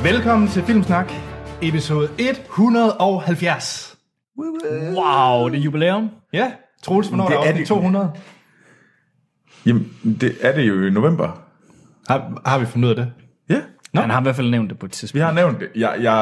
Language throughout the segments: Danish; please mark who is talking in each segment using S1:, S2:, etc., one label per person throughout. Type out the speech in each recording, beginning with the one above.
S1: Velkommen til Filmsnak, episode 170.
S2: Wow, det er jubilæum.
S1: Ja, Troels, hvornår er afsnit 200?
S3: Jamen, det er det jo i november.
S1: Har vi fundet ud af det?
S3: Ja.
S2: Nå. Han har i hvert fald nævnt det på et tidspunkt.
S3: Vi har nævnt det.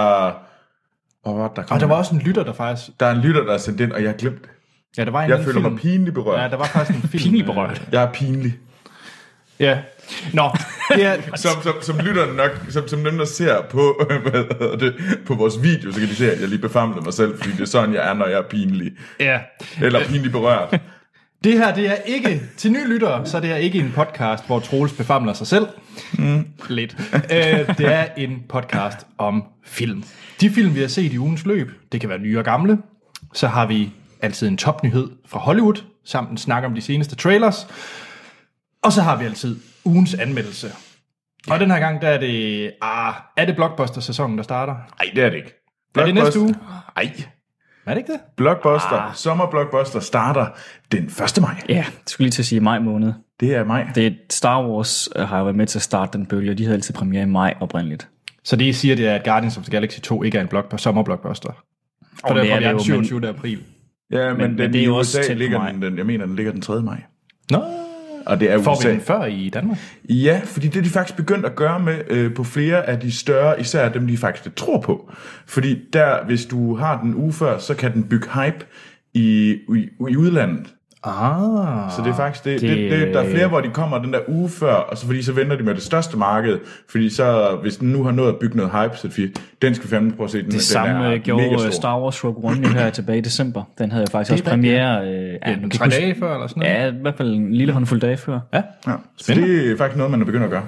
S1: Der var også en lytter, der faktisk...
S3: Der er en lytter, der er sendt ind, og jeg har glemt det.
S1: Ja, der var en
S3: jeg føler mig pinligt berørt.
S1: Ja, der var faktisk en film.
S2: Pinligt berørt.
S3: Jeg er pinlig.
S1: Ja. Nå, det er...
S3: som lytterne nok, som dem, der ser på, på vores video, så kan de se, at jeg lige befamlede mig selv, fordi det er sådan, jeg er, når jeg er pinlig.
S1: Ja.
S3: Eller pinligt berørt.
S1: Det her, det er ikke... Til nye lyttere, så er det her ikke en podcast, hvor Troels befamler sig selv. Lidt. Det er en podcast om film. De film, vi har set i ugens løb, det kan være nye og gamle. Så har vi altid en topnyhed fra Hollywood, samt en snak om de seneste trailers. Og så har vi altid ugens anmeldelse. Og den her gang, der er det... er det Blockbuster-sæsonen, der starter?
S3: Nej, det er det ikke.
S1: Er det næste uge?
S3: Nej.
S1: Er det ikke det?
S3: Blockbuster, sommerblockbuster starter den 1. maj.
S2: Ja, det skulle lige til at sige maj måned.
S3: Det er maj.
S2: Det er Star Wars har jo været med til at starte den bølge, og de havde altid premiere i maj oprindeligt.
S1: Så det I siger, det er, at Guardians of the Galaxy 2 ikke er en sommerblockbuster? For derfor er det den 27. april.
S3: Ja, men den
S2: det er
S3: i
S2: jo
S3: USA
S2: også
S3: ligger den, jeg mener, den ligger den 3. maj.
S1: Nå,
S3: og det er
S1: får
S3: USA.
S1: vi den før i Danmark?
S3: Ja, fordi det er de faktisk begyndt at gøre med på flere af de større, især dem, de faktisk tror på. Fordi der, hvis du har den uge før, så kan den bygge hype i udlandet. Så det er faktisk der er flere, hvor de kommer den der uge før, og så fordi så venter de med det største marked, fordi så hvis den nu har nået at bygge noget hype, så den skal fandme prøve at se den.
S2: Det samme gjorde Star Wars Rogue One her tilbage i december. Den havde jo faktisk også premiere
S1: 3 dage før eller sådan noget.
S2: Ja, i hvert fald en lille håndfuld dage før.
S1: Ja.
S3: Så det er faktisk noget, man er begyndt at gøre.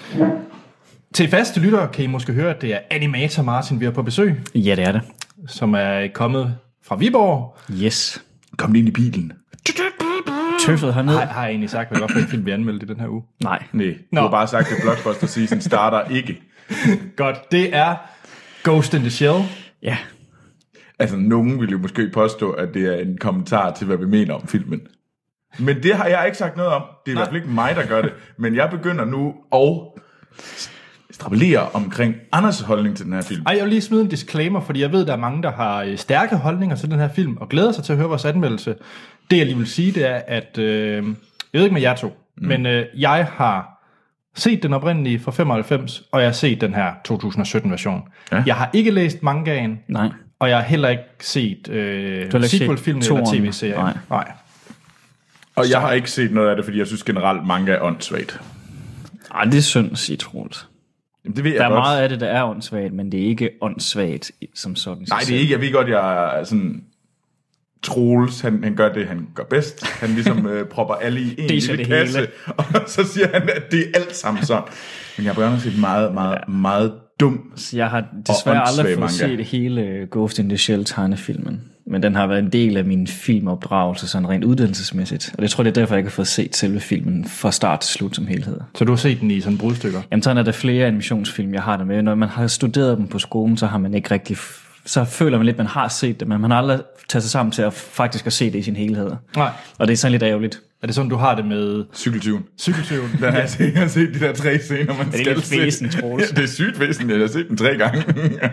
S1: Til faste lyttere kan I måske høre, at det er Animator Martin, vi har på besøg.
S2: Ja, det er det.
S1: Som er kommet fra Viborg.
S2: Yes.
S3: Kom lige ind i bilen.
S2: Tøffet hernede.
S1: Har jeg egentlig sagt, hvad for en film vi anmeldte i den her uge?
S2: Nej.
S3: Du har bare sagt, at Blockbuster season starter ikke.
S1: Godt, det er Ghost in the Shell.
S2: Ja.
S3: Altså, nogen vil jo måske påstå, at det er en kommentar til, hvad vi mener om filmen. Men det har jeg ikke sagt noget om. Det er i hvert fald ikke mig, der gør det. Men jeg begynder nu at strabelere omkring Anders' holdning til den her film.
S1: Jeg vil lige smide en disclaimer, fordi jeg ved, der er mange, der har stærke holdninger til den her film, og glæder sig til at høre vores anmeldelse. Det jeg lige vil sige, det er, at jeg ved ikke med jer to, men jeg har set den oprindelige fra 95, og jeg har set den her 2017-version. Ja. Jeg har ikke læst mangaen,
S2: Nej.
S1: og jeg har heller ikke set sequel-filmen eller tv-serien. Nej.
S3: Og jeg har ikke set noget af det, fordi jeg synes generelt, manga er åndssvagt.
S2: Ej, det er synd at sige, Troels.
S3: Det ved jeg
S2: der er
S3: godt.
S2: meget af det, der er åndssvagt, men det er ikke åndssvagt som sådan.
S3: Nej, det er ikke. Jeg ved godt, jeg er sådan... Troels, han gør det, han gør bedst. Han ligesom propper alle i en lille kasse, hele. Og så siger han, at det er alt sammen sådan. Men jeg har begyndt at se meget dum.
S2: Jeg har desværre aldrig fået set hele Ghost in the Shell tegnefilmen. Men den har været en del af min filmopdragelse, sådan rent uddannelsesmæssigt. Og det tror jeg, det er derfor, jeg ikke har fået set selve filmen fra start til slut som helhed.
S1: Så du har set den i sådan brudstykker?
S2: Jamen, sådan er der flere animationsfilm, jeg har der med. Når man har studeret dem på skolen, så har man ikke rigtig... Så føler man lidt, at man har set det, men man har aldrig taget sig sammen til at faktisk at se det i sin helhed.
S1: Nej.
S2: Og det er sådan lidt ærgerligt.
S1: Er det sådan, du har det med...
S3: Cykeltyven.
S1: Den
S3: har jeg set de der 3 scener, man skal se.
S2: Det er lidt væsentligt, Troels.
S3: Ja, det er sygt væsentligt. Jeg har set den 3 gange.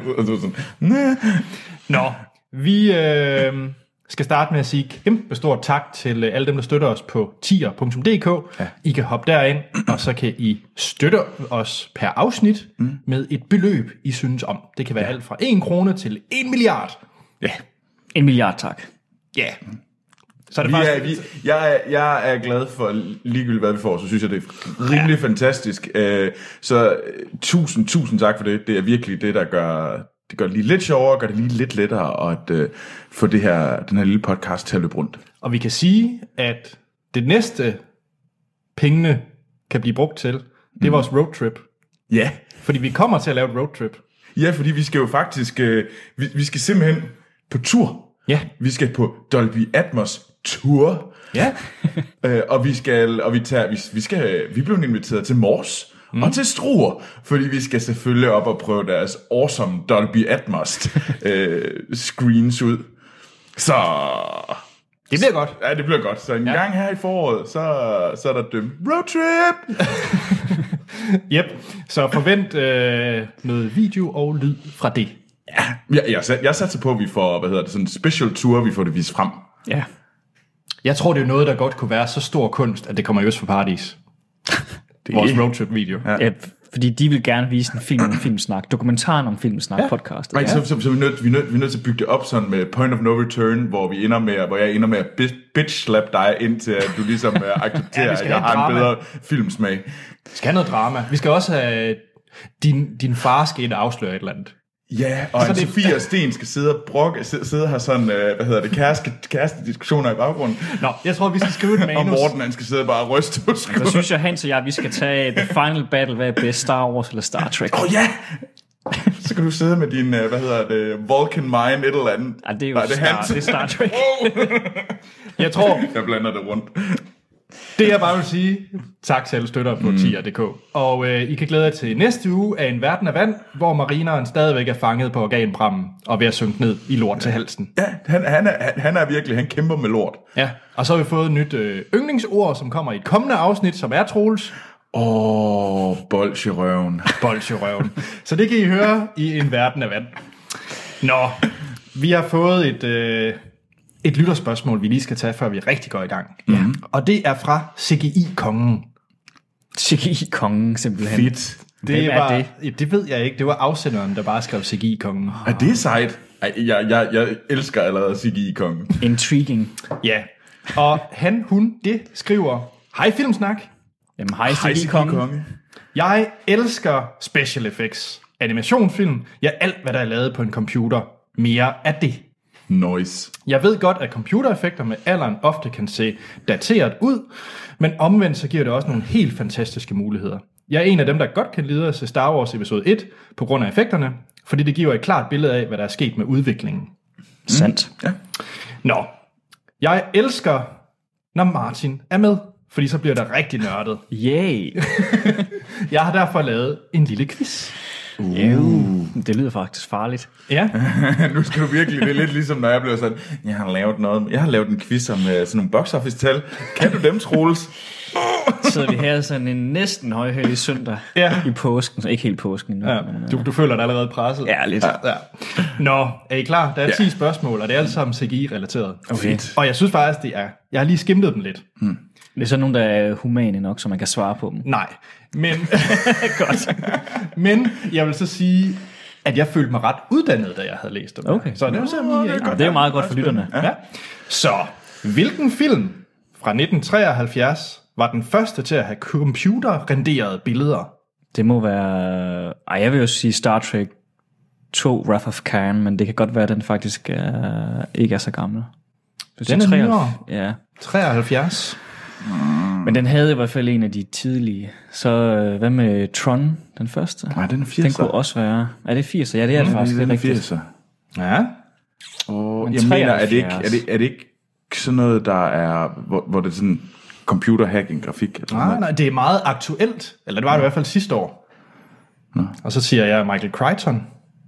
S1: Nå, vi skal starte med at sige kæmpe stort tak til alle dem, der støtter os på tier.dk. Ja. I kan hoppe derind, og så kan I støtte os per afsnit med et beløb, I synes om. Det kan være alt fra 1 krone til 1 milliard.
S3: Ja.
S2: 1 milliard, tak.
S1: Ja. Så er det
S3: jeg er glad for ligegyldigt, hvad vi får, så synes jeg, det er rimelig fantastisk. Så tusind tak for det. Det er virkelig det, der gør det lige lidt sjovere, gør det lige lidt lettere at få den her lille podcast til at løbe rundt.
S1: Og vi kan sige, at det næste pengene kan blive brugt til, det er vores roadtrip.
S3: Ja.
S1: Fordi vi kommer til at lave et roadtrip.
S3: Ja, fordi vi skal jo faktisk, vi skal simpelthen på tur.
S1: Ja.
S3: Vi skal på Dolby Atmos tour.
S1: Ja.
S3: Og vi blev inviteret til Mors. Og til Struer, fordi vi skal selvfølgelig op og prøve deres awesome Dolby Atmos screens ud. Så
S1: det bliver godt.
S3: Ja, det bliver godt. Så en gang her i foråret, så er der dømt roadtrip.
S1: Yep, så forvent noget video og lyd fra det.
S3: Jeg satser på, at vi får, sådan en special tour, vi får det vist frem.
S2: Ja.
S1: Jeg tror, det er noget, der godt kunne være så stor kunst, at det kommer i Øst for Paradis. Vores roadtrip-video.
S2: Ja, fordi de vil gerne vise en film om Filmsnak. Dokumentaren om Filmsnak podcast.
S3: Right, så vi er nødt til at bygge det op sådan med point of no return, hvor jeg ender med at bitch-slap dig, indtil at du ligesom accepterer, at jeg har en bedre filmsmag.
S1: Vi skal have noget drama. Vi skal også have din far skal ind og afsløre et eller andet.
S3: Ja, og så Sofie og Sten skal sidde her sådan, kæreste-diskussioner i baggrunden.
S1: Nå, jeg tror, vi skal skrive et manus.
S3: Og Morten, han skal sidde bare og ryste.
S2: Så synes jeg, Hans og jeg, vi skal tage The Final Battle. Hvad er bedst, Star Wars eller Star Trek?
S3: Ja! Så kan du sidde med din, Vulcan Mind, et eller andet.
S2: Ja, det er jo det er Star Trek.
S1: Jeg tror...
S3: Jeg blander det rundt.
S1: Det jeg bare vil sige, tak til alle støtter på tier.dk. Og I kan glæde jer til næste uge af En Verden af Vand, hvor marineren stadigvæk er fanget på organbrammen og ved at synke ned i lort til halsen.
S3: Ja, han er virkelig, han kæmper med lort.
S1: Ja, og så har vi fået et nyt yndlingsord, som kommer i et kommende afsnit, som er Troels.
S3: Bolsjerøven.
S1: Bolsjerøven. Så det kan I høre i En Verden af Vand. Nå, vi har fået et lytterspørgsmål, vi lige skal tage, før vi rigtig går i gang. Ja. Og det er fra CGI-kongen.
S2: CGI-kongen, simpelthen.
S3: Fedt.
S1: Det ved jeg ikke. Det var afsenderen, der bare skrev CGI-kongen.
S3: Er det sejt? Jeg elsker allerede CGI-kongen.
S2: Intriguing.
S1: Ja. Og det skriver, hej Filmsnak.
S2: Jamen, hej CGI-kongen.
S1: Jeg elsker special effects, animationsfilm, alt hvad der er lavet på en computer. Mere af det.
S3: Noise.
S1: Jeg ved godt, at computereffekter med alderen ofte kan se dateret ud, men omvendt så giver det også nogle helt fantastiske muligheder. Jeg er en af dem, der godt kan lide at se Star Wars episode 1 på grund af effekterne, fordi det giver et klart billede af, hvad der er sket med udviklingen.
S2: Sandt.
S3: Ja.
S1: Nå, jeg elsker, når Martin er med, fordi så bliver der rigtig nørdet.
S2: Yay!
S3: Jeg
S1: har derfor lavet en lille quiz.
S2: Det lyder faktisk farligt.
S1: Ja.
S3: Nu skal du virkelig, det er lidt ligesom når jeg bliver sådan, jeg har lavet en quiz om sådan nogle box office tal. Kan du dem, Troels?
S2: Så vi her sådan en næsten højhellig søndag i påsken, så ikke helt påsken endnu.
S1: Ja. Du føler dig allerede presset?
S2: Ja, lidt.
S1: Ja. Nå, er I klar? Der er 10 spørgsmål, og det er alle sammen CGI-relateret.
S2: Okay.
S1: Og jeg synes faktisk, det er... Jeg har lige skimtet dem lidt.
S2: Det er sådan nogle, der er humane nok, så man kan svare på dem.
S1: Nej, men... Godt. Men jeg vil så sige, at jeg følte mig ret uddannet, da jeg havde læst dem.
S2: Okay.
S1: Så det
S2: er jo meget godt for lytterne.
S1: Ja. Så, hvilken film fra 1973 var den første til at have computerrenderede billeder?
S2: Det må være... jeg vil jo sige Star Trek 2 Wrath of Khan, men det kan godt være, at den faktisk ikke er så gammel.
S1: Den er nyere.
S2: Ja.
S1: 73.
S2: Men den havde i hvert fald en af de tidlige. Så hvad med Tron, den første?
S3: Nej, den er 80'er.
S2: Den kunne også være... Er det 80'er? Ja, det er det faktisk.
S3: Den er 80'er.
S1: Ja.
S3: Og jeg mener, er det ikke sådan noget, der er... Hvor det er sådan computer-hacking-grafik?
S1: Nej, det er meget aktuelt. Eller det var det i hvert fald sidste år. Og så siger jeg Michael Crichton.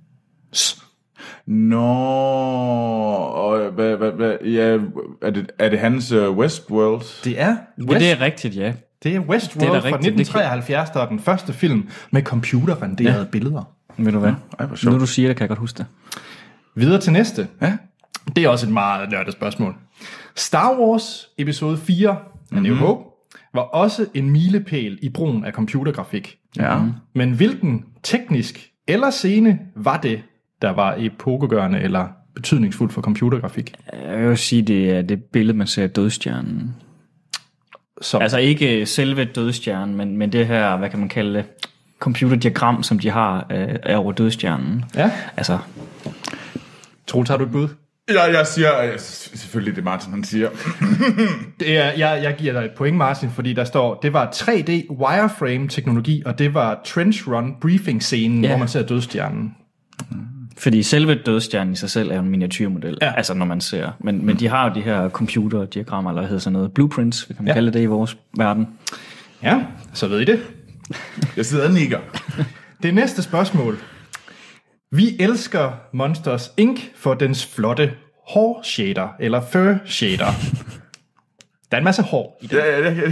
S3: Og er det hans Westworld?
S1: Det er
S2: det er rigtigt, ja.
S1: Det er Westworld fra 1973, der er den første film med computerrenderede billeder.
S2: Ved du hvad? Nu du siger det, kan jeg godt huske det.
S1: Videre til næste.
S3: Ja.
S1: Det er også et meget nørdet spørgsmål. Star Wars episode 4 af New Hope var også en milepæl i brugen af computergrafik.
S3: Ja.
S1: Men hvilken teknisk eller scene var det, der var epokegørende eller betydningsfuldt for computergrafik?
S2: Jeg vil sige, det er det billede, man ser af dødstjernen. Altså ikke selve dødstjernen, men det her, hvad kan man kalde det, computerdiagram, som de har over dødstjernen.
S1: Ja.
S2: Altså.
S1: Troels, har du et bud?
S3: Jeg siger, selvfølgelig det Martin han siger.
S1: Jeg giver dig et point, Martin, fordi der står, det var 3D wireframe-teknologi, og det var trench run briefing-scenen, hvor man ser dødstjernen.
S2: Fordi selve dødstjernen i sig selv er en miniatyrmodel, altså når man ser. Men de har jo de her computerdiagrammer, eller hvad hedder sådan noget, blueprints, vi kan kalde det i vores verden.
S1: Ja, så ved I det.
S3: Jeg sidder og nikker.
S1: Det næste spørgsmål. Vi elsker Monsters Inc. for dens flotte hår shader, eller fur shader. Der er en masse hår i det.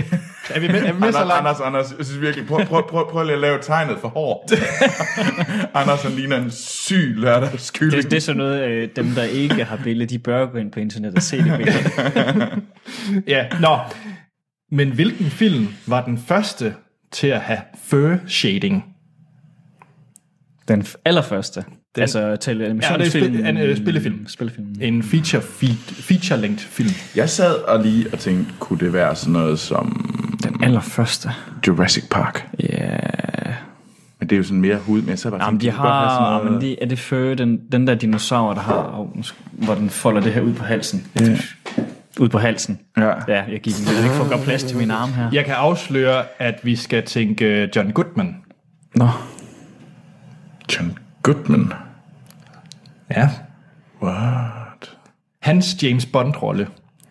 S1: Er vi med så langt?
S3: Anders, jeg synes virkelig, prøv lige at lave tegnet for hår. Anders, han ligner en syg lørdagskylling.
S2: Det er sådan noget, dem der ikke har billede, de bør gå ind på internet og se det billede.
S1: Ja, nå. Men hvilken film var den første til at have fur shading?
S2: Den allerførste. Altså til animationsfilm.
S1: Spillefilm. En feature-length film.
S3: Jeg sad og lige og tænkte, kunne det være sådan noget som...
S2: Den allerførste.
S3: Jurassic Park.
S2: Ja. Yeah.
S3: Men det er jo sådan mere hud, men jeg sad bare
S2: tænkte, er det før den der dinosaur, der har, hvor den folder det her ud på halsen?
S3: Yeah.
S2: Ud på halsen.
S3: Ja.
S2: Ja, jeg gik ikke for at gøre plads til min arm her.
S1: Jeg kan afsløre, at vi skal tænke John Goodman.
S2: Nå.
S3: John Goodman?
S1: Ja.
S3: What?
S1: Hans James Bond-rolle.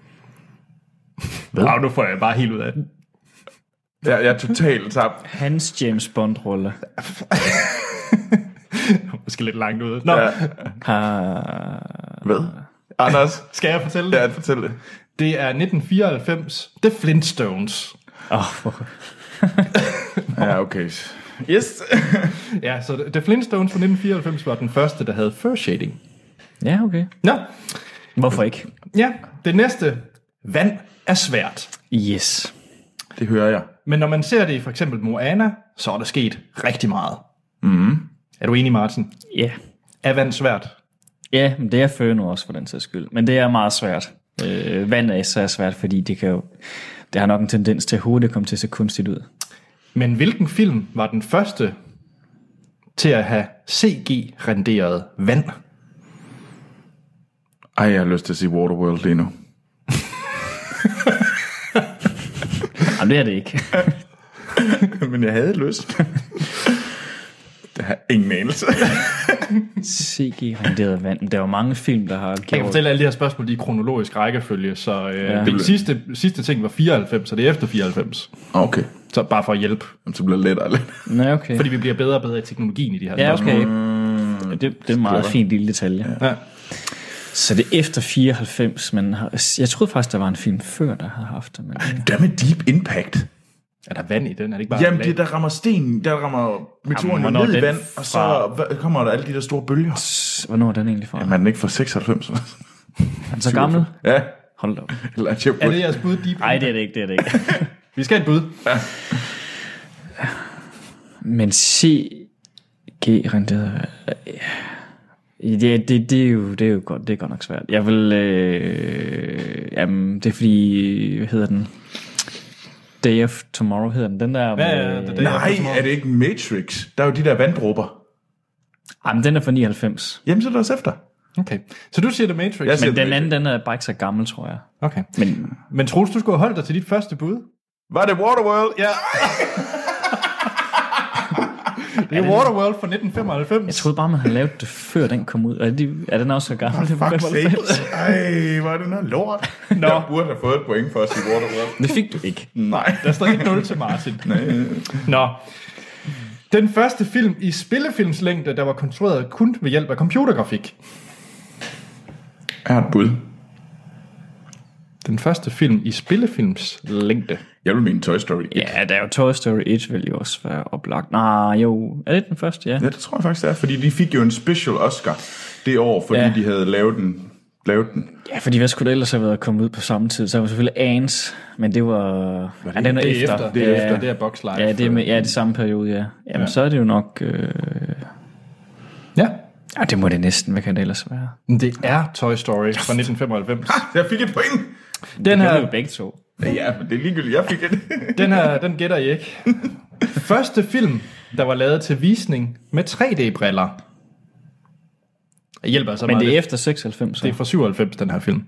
S3: Hvad?
S1: Nu får jeg bare helt ud af den.
S3: Jeg er totalt tabt.
S2: Hans James Bond-rolle.
S1: Måske lidt langt ud. Nå.
S3: Ja. Hvad? Anders?
S1: Skal jeg fortælle det?
S3: Ja, fortæl det.
S1: Det er 1994. The Flintstones.
S3: Ja, okay. Yes.
S1: Ja, så The Flintstones fra 1994 var den første, der havde fur shading.
S2: Ja, okay.
S1: Nå.
S2: Hvorfor ikke?
S1: Ja, det næste. Vand er svært.
S2: Yes.
S3: Det hører jeg.
S1: Men når man ser det i for eksempel Moana, så er der sket rigtig meget.
S3: Mm.
S1: Er du enig, Martin?
S2: Ja. Yeah.
S1: Er vand svært?
S2: Ja, men det er før nu også for den sags skyld. Men det er meget svært. Vand er især svært, fordi det har nok en tendens til at hurtigt komme til at se kunstigt ud.
S1: Men hvilken film var den første til at have CG-renderet vand?
S3: Jeg har lyst til at sige Waterworld lige nu.
S2: Jamen, det er det ikke.
S3: Men jeg havde lyst. Det har ingen anelse.
S2: CG-renderet vand. Der er jo mange film, der har gjort...
S1: Jeg kan fortælle alle de her spørgsmål, de er i kronologisk rækkefølge, så det sidste ting var 94, så det er efter 94.
S3: Okay.
S1: Så bare for at hjælpe.
S3: Så bliver det lettere lidt.
S2: Nej, okay.
S1: Fordi vi bliver bedre og bedre i teknologien i de her
S2: spørgsmål. Ja, okay. Det er en meget fin lille detalje.
S1: Ja.
S2: Så det er efter 94, men jeg troede faktisk, der var en film før, der havde haft det. Men...
S3: Der med Deep Impact.
S1: Er der vand i den? Er det ikke bare
S3: Jamen, det der rammer sten, der rammer meteoren ned i vand, og så kommer der alle de der store bølger.
S2: Hvornår er den egentlig fra?
S3: Jamen, er den ikke fra 96?
S2: Er den så gammel?
S3: Ja.
S2: Hold da op.
S1: Er det jeres bud, Deep Impact?
S2: Nej, det er det ikke.
S1: Vi skal have et bud.
S3: Ja.
S2: Men CG-renderet... Det er jo godt, det er godt nok svært. Jeg vil... det er fordi... Hvad hedder den? Day of Tomorrow hedder den. Den der...
S3: Nej, er det ikke Matrix? Der er jo de der vanddråber.
S2: Jamen, den er fra 99.
S3: Jamen, så er det også efter.
S1: Okay. Så du siger The Matrix?
S2: Men den anden, den er bare ikke så gammel, tror jeg.
S1: Okay. Men Troels, du skulle have holdt dig til dit første bud.
S3: Var det Waterworld?
S1: Ja. Det er Waterworld fra 1995.
S2: Jeg troede bare, man havde lavet det, før den kom ud. Er den også så gammel?
S3: Ej, hvor er det noget lort. Jeg burde have fået et point for at sige Waterworld.
S2: Det fik du ikke.
S3: Nej.
S1: Der står 1-0 til Martin. Nå. Den første film i spillefilmslængde, der var konstrueret kun ved hjælp af computergrafik.
S3: Jeg har et bud.
S1: Den første film i spillefilmslængde.
S3: Jeg vil mene Toy Story 1.
S2: Ja, der er jo Toy Story 1, vil jo også være oplagt. Nej, jo. Er det den første, ja?
S3: Ja, det tror jeg faktisk, det er. Fordi de fik jo en special Oscar det år, fordi de havde lavet den.
S2: Ja, fordi hvad skulle det ellers have været kommet ud på samme tid? Så var selvfølgelig Ants, men det var... den er efter.
S1: Det er Box Life.
S2: Ja, det er det samme periode, ja. Jamen, så er det jo nok...
S1: Ja,
S2: det må det næsten. Hvad kan det ellers være?
S1: det er Toy Story fra 1995.
S3: Jeg fik et point!
S2: Den her... jo begge to.
S3: Ja, men det er ligegyldigt. Jeg fik et.
S1: Den gætter I ikke. Første film, der var lavet til visning med 3D-briller. Jeg hjælper så
S2: men
S1: meget.
S2: Det er efter 96. Så.
S1: Det er fra 97, den her film.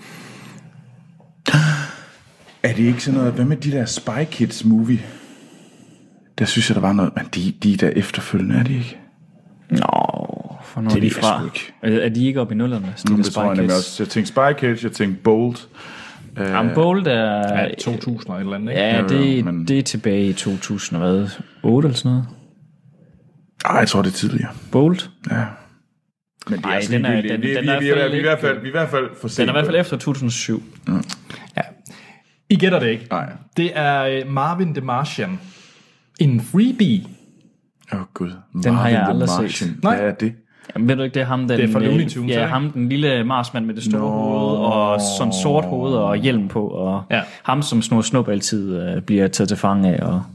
S3: Er det ikke sådan noget... Hvad med de der Spy Kids movie? Der synes jeg, der var noget... Men de der efterfølgende, er de ikke?
S2: Nå, for noget de fra. Er de ikke oppe i nullerne?
S3: Det tror jeg nemlig også. Jeg tænkte Spy Kids, jeg tænkte Bold.
S2: Bold er...
S1: Ja, 2000 eller et eller andet, ikke?
S2: Ja, det er tilbage i 2008 eller sådan noget.
S3: Jeg tror det er tidligere.
S2: Bold?
S3: Ja. Men det er altså
S2: den er
S3: vi er i hvert fald for sent.
S2: Den er i hvert fald efter 2007.
S1: Ja. I gætter det ikke.
S3: Nej.
S1: Det er Marvin the Martian. En 3D.
S3: Gud.
S2: Den har jeg aldrig set.
S3: Hvad er det?
S2: Jamen, ved du ikke, det er ham,
S1: Det er fra Looney Tunes,
S2: ja,
S1: ikke?
S2: ham, den lille marsmand med det store hoved, og sådan sort hoved og hjelm på, og ham, som Snup altid bliver taget til fange af, og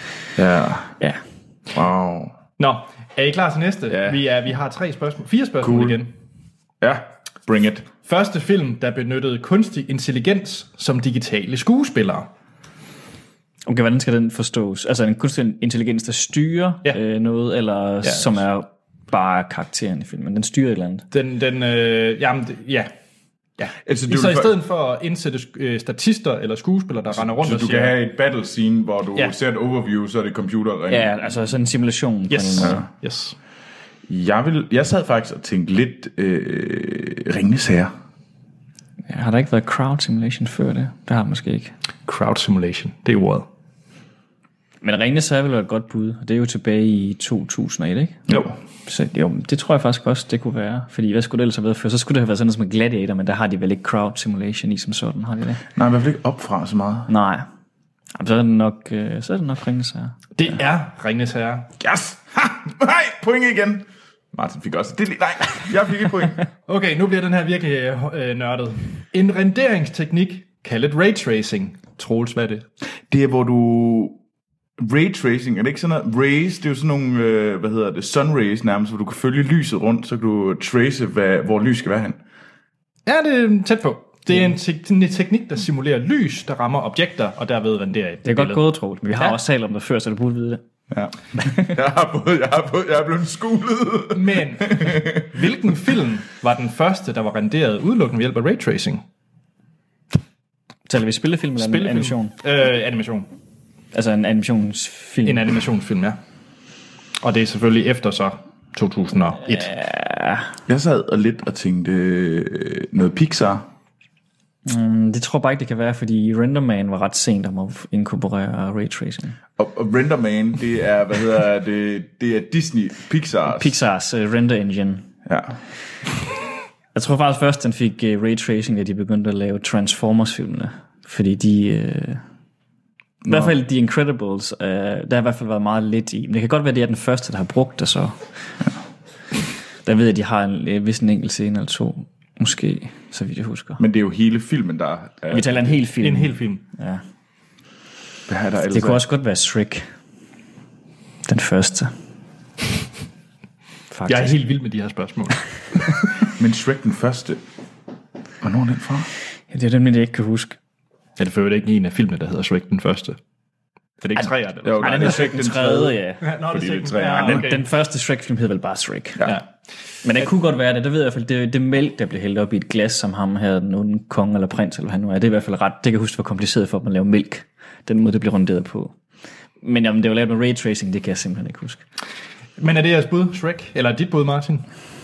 S2: ja.
S3: Wow.
S1: Nå, er I klar til næste?
S3: Ja.
S1: Vi har 4 spørgsmål igen.
S3: Ja, bring it.
S1: Første film, der benyttede kunstig intelligens som digitale skuespillere.
S2: Okay, hvordan skal den forstås? Altså en kunstig intelligens, der styrer noget, eller som er bare karakteren i filmen? Den styrer et eller andet?
S3: Altså,
S1: så i stedet for at indsætte statister eller skuespillere, der render rundt
S3: så
S1: og
S3: du
S1: siger...
S3: kan have et battle scene, hvor du ser et overview, så er det computer.
S2: Ja, altså sådan en simulation.
S1: Yes.
S2: På en måde.
S1: Yes.
S3: Jeg sad faktisk og tænkte lidt Ringenes Herre.
S2: Ja, har der ikke været crowd simulation før det? Det har måske ikke.
S1: Crowd simulation, det er ordet.
S2: Men Ringenes Herre ville være et godt bud, og det er jo tilbage i 2001, ikke?
S3: Jo.
S2: Så det tror jeg faktisk også, det kunne være. Fordi hvad skulle det ellers have været før? Så skulle det have været sådan noget som Gladiator, men der har de vel ikke crowd simulation i som sådan, har de det?
S3: Nej, i hvert fald ikke opfra så meget.
S2: Nej. Jamen, så er det nok Ringenes Herre.
S1: Det er Ringenes Herre.
S3: Yes! Ha! Nej, point igen. Martin fik også. Nej, jeg fik et point.
S1: Okay, nu bliver den her virkelig nørdet. En renderingsteknik kaldet raytracing. Troels, hvad er det?
S3: Det er, hvor du... Raytracing, er det ikke sådan noget? Rays, det er jo sådan nogle, sunrays nærmest, hvor du kan følge lyset rundt, så kan du trace, hvor lys skal være hen.
S1: Ja, det er tæt på. Det er en teknik, der simulerer lys, der rammer objekter, og derved renderer et
S2: Det er godt gået, Troels, men vi har også talt om det før, så du burde vide det.
S3: Ja. Jeg er blevet skulet.
S1: Men hvilken film var den første, der var renderet udelukkende ved hjælp af raytracing?
S2: Taler vi spillefilm eller animation?
S1: Animation.
S2: Altså en animationsfilm?
S1: En animationsfilm, ja. Og det er selvfølgelig efter så 2001.
S3: Jeg sad og lidt og tænkte noget Pixar.
S2: Det tror jeg bare ikke, det kan være, fordi RenderMan var ret sent om at inkorporere raytracing.
S3: Og RenderMan, det er, det er Disney,
S2: Pixars render engine.
S3: Ja.
S2: Jeg tror faktisk først, den fik raytracing, da de begyndte at lave Transformers-filmene. Fordi de... I hvert fald The Incredibles, der har i hvert fald været meget lidt i. Men det kan godt være, det er den første, der har brugt det så. Ja. Der ved jeg, at de har en enkelt scene eller to. Måske, så vidt jeg husker.
S3: Men det er jo hele filmen, der er...
S2: Vi taler en hel film.
S1: En hel film.
S2: Ja.
S3: Hvad er der
S2: det kunne også godt være Shrek. Den første.
S1: Faktisk. Jeg er helt vild med de her spørgsmål.
S3: Men Shrek den første... Hvornår er den fra?
S2: Ja, det er den, jeg ikke kan huske.
S1: Ja, det føler ikke en af filmene, der hedder Shrek den første. Er det ikke træerne?
S2: Nej, den er Shrek den tredje, ja.
S3: Fordi det er tre.
S2: Ja, okay. Den første Shrek-film hedder vel bare Shrek. Ja. Men det kunne godt være det. Der ved jeg i hvert fald, det mælk, der blev hældt op i et glas, som ham her, den onde konge eller prins, eller hvad han nu er. Det er i hvert fald ret. Det kan jeg huske, hvor kompliceret for dem at lave mælk. Den måde, det blev runderet på. Men jamen, det var lavet med raytracing, det kan jeg simpelthen ikke huske.
S1: Men er det jeres bud, Shrek? Eller dit bud, Martin?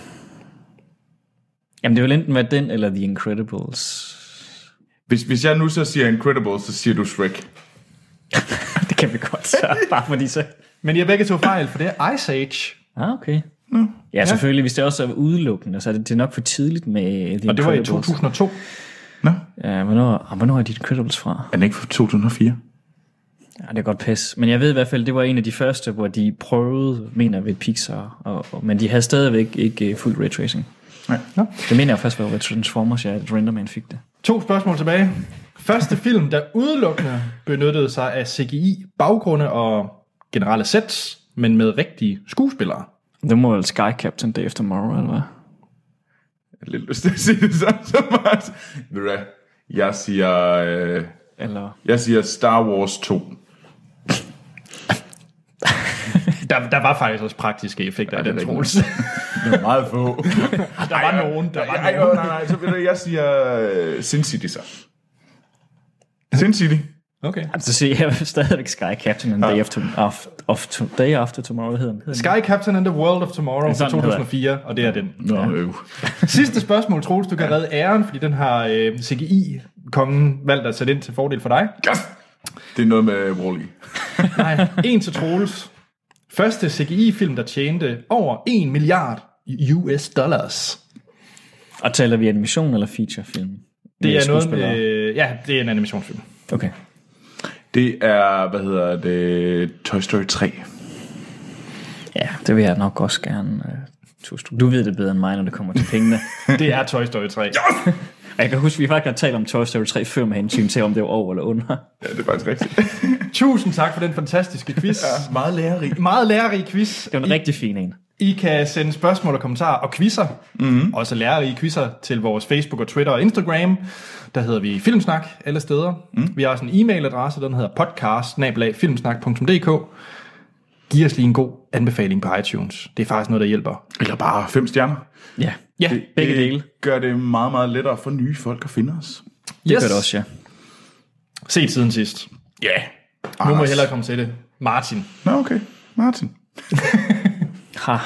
S2: Jamen, det vil enten være den, eller The Incredibles.
S3: Hvis jeg nu så siger Incredibles, så siger du Shrek.
S2: Det kan vi godt så, bare fordi så.
S1: Men I har begge to fejl, for det er Ice Age.
S2: Okay. Ja, selvfølgelig. Hvis det også er udelukkende, så er det nok for tidligt med The Incredibles.
S1: Og det var i 2002.
S2: Nå. Ja, hvornår er The Incredibles fra?
S3: Er den ikke fra 2004?
S2: Ja, det er godt pis. Men jeg ved i hvert fald, det var en af de første, hvor de prøvede, mener ved Pixar, men de havde stadigvæk ikke fuld raytracing.
S3: Nej.
S2: Nå. Det mener jeg først var ved Transformers, at RenderMan fik det.
S1: 2 spørgsmål tilbage. Første film, der udelukkende benyttede sig af CGI, baggrunde og generelle sets, men med rigtige skuespillere.
S2: Det må vel Sky Captain Day of Tomorrow, eller hvad?
S3: Jeg har lidt lyst til at sige det så meget. Ved du hvad? Jeg siger Star Wars 2.
S1: Der var faktisk også praktiske effekter af den, Troels.
S3: Det var meget få.
S1: Der var nogen.
S3: Nej, så ved du, jeg siger Sin City så. Sin City.
S2: Okay. Altså siger jeg stadigvæk Sky Captain and Day After Tomorrow hedder den.
S1: Sky Captain and the World of Tomorrow fra 2004, og det er den. Sidste spørgsmål, Troels, du kan redde æren, fordi den har CGI-kongen valgt at sætte ind til fordel for dig.
S3: Yes! Det er noget med Wall-E.
S1: Nej, en til Troels. Første CGI-film, der tjente over 1 milliard US dollars.
S2: Og taler vi animation eller featurefilm?
S1: Det er noget med... Ja, det er en animationsfilm.
S2: Okay.
S3: Det er, Toy Story 3.
S2: Ja, det vil jeg nok også gerne. Du ved det bedre end mig, når det kommer til pengene.
S1: Det er Toy Story 3.
S2: Jeg kan huske, vi faktisk har talt om Toy Story 3 før med hensyn til, om det var over eller under.
S3: Ja, det er faktisk rigtigt.
S1: Tusind tak for den fantastiske quiz.
S3: Ja, meget lærerig.
S1: Meget lærerig quiz.
S2: Det var en rigtig fin en.
S1: I kan sende spørgsmål og kommentarer og quizzer, også lærerige quizzer, til vores Facebook og Twitter og Instagram. Der hedder vi Filmsnak alle steder. Vi har også en e-mailadresse, den hedder podcast@filmsnak.dk. Giv os lige en god anbefaling på iTunes. Det er faktisk noget, der hjælper.
S3: Eller bare 5 stjerner.
S2: Ja, begge dele.
S3: Gør det meget, meget lettere for nye folk at finde os.
S2: Det gør det også, ja.
S1: Set siden sidst.
S3: Ja.
S1: Yeah. Nu må jeg hellere komme til det. Martin.
S3: Nå, okay. Martin.
S2: Ha.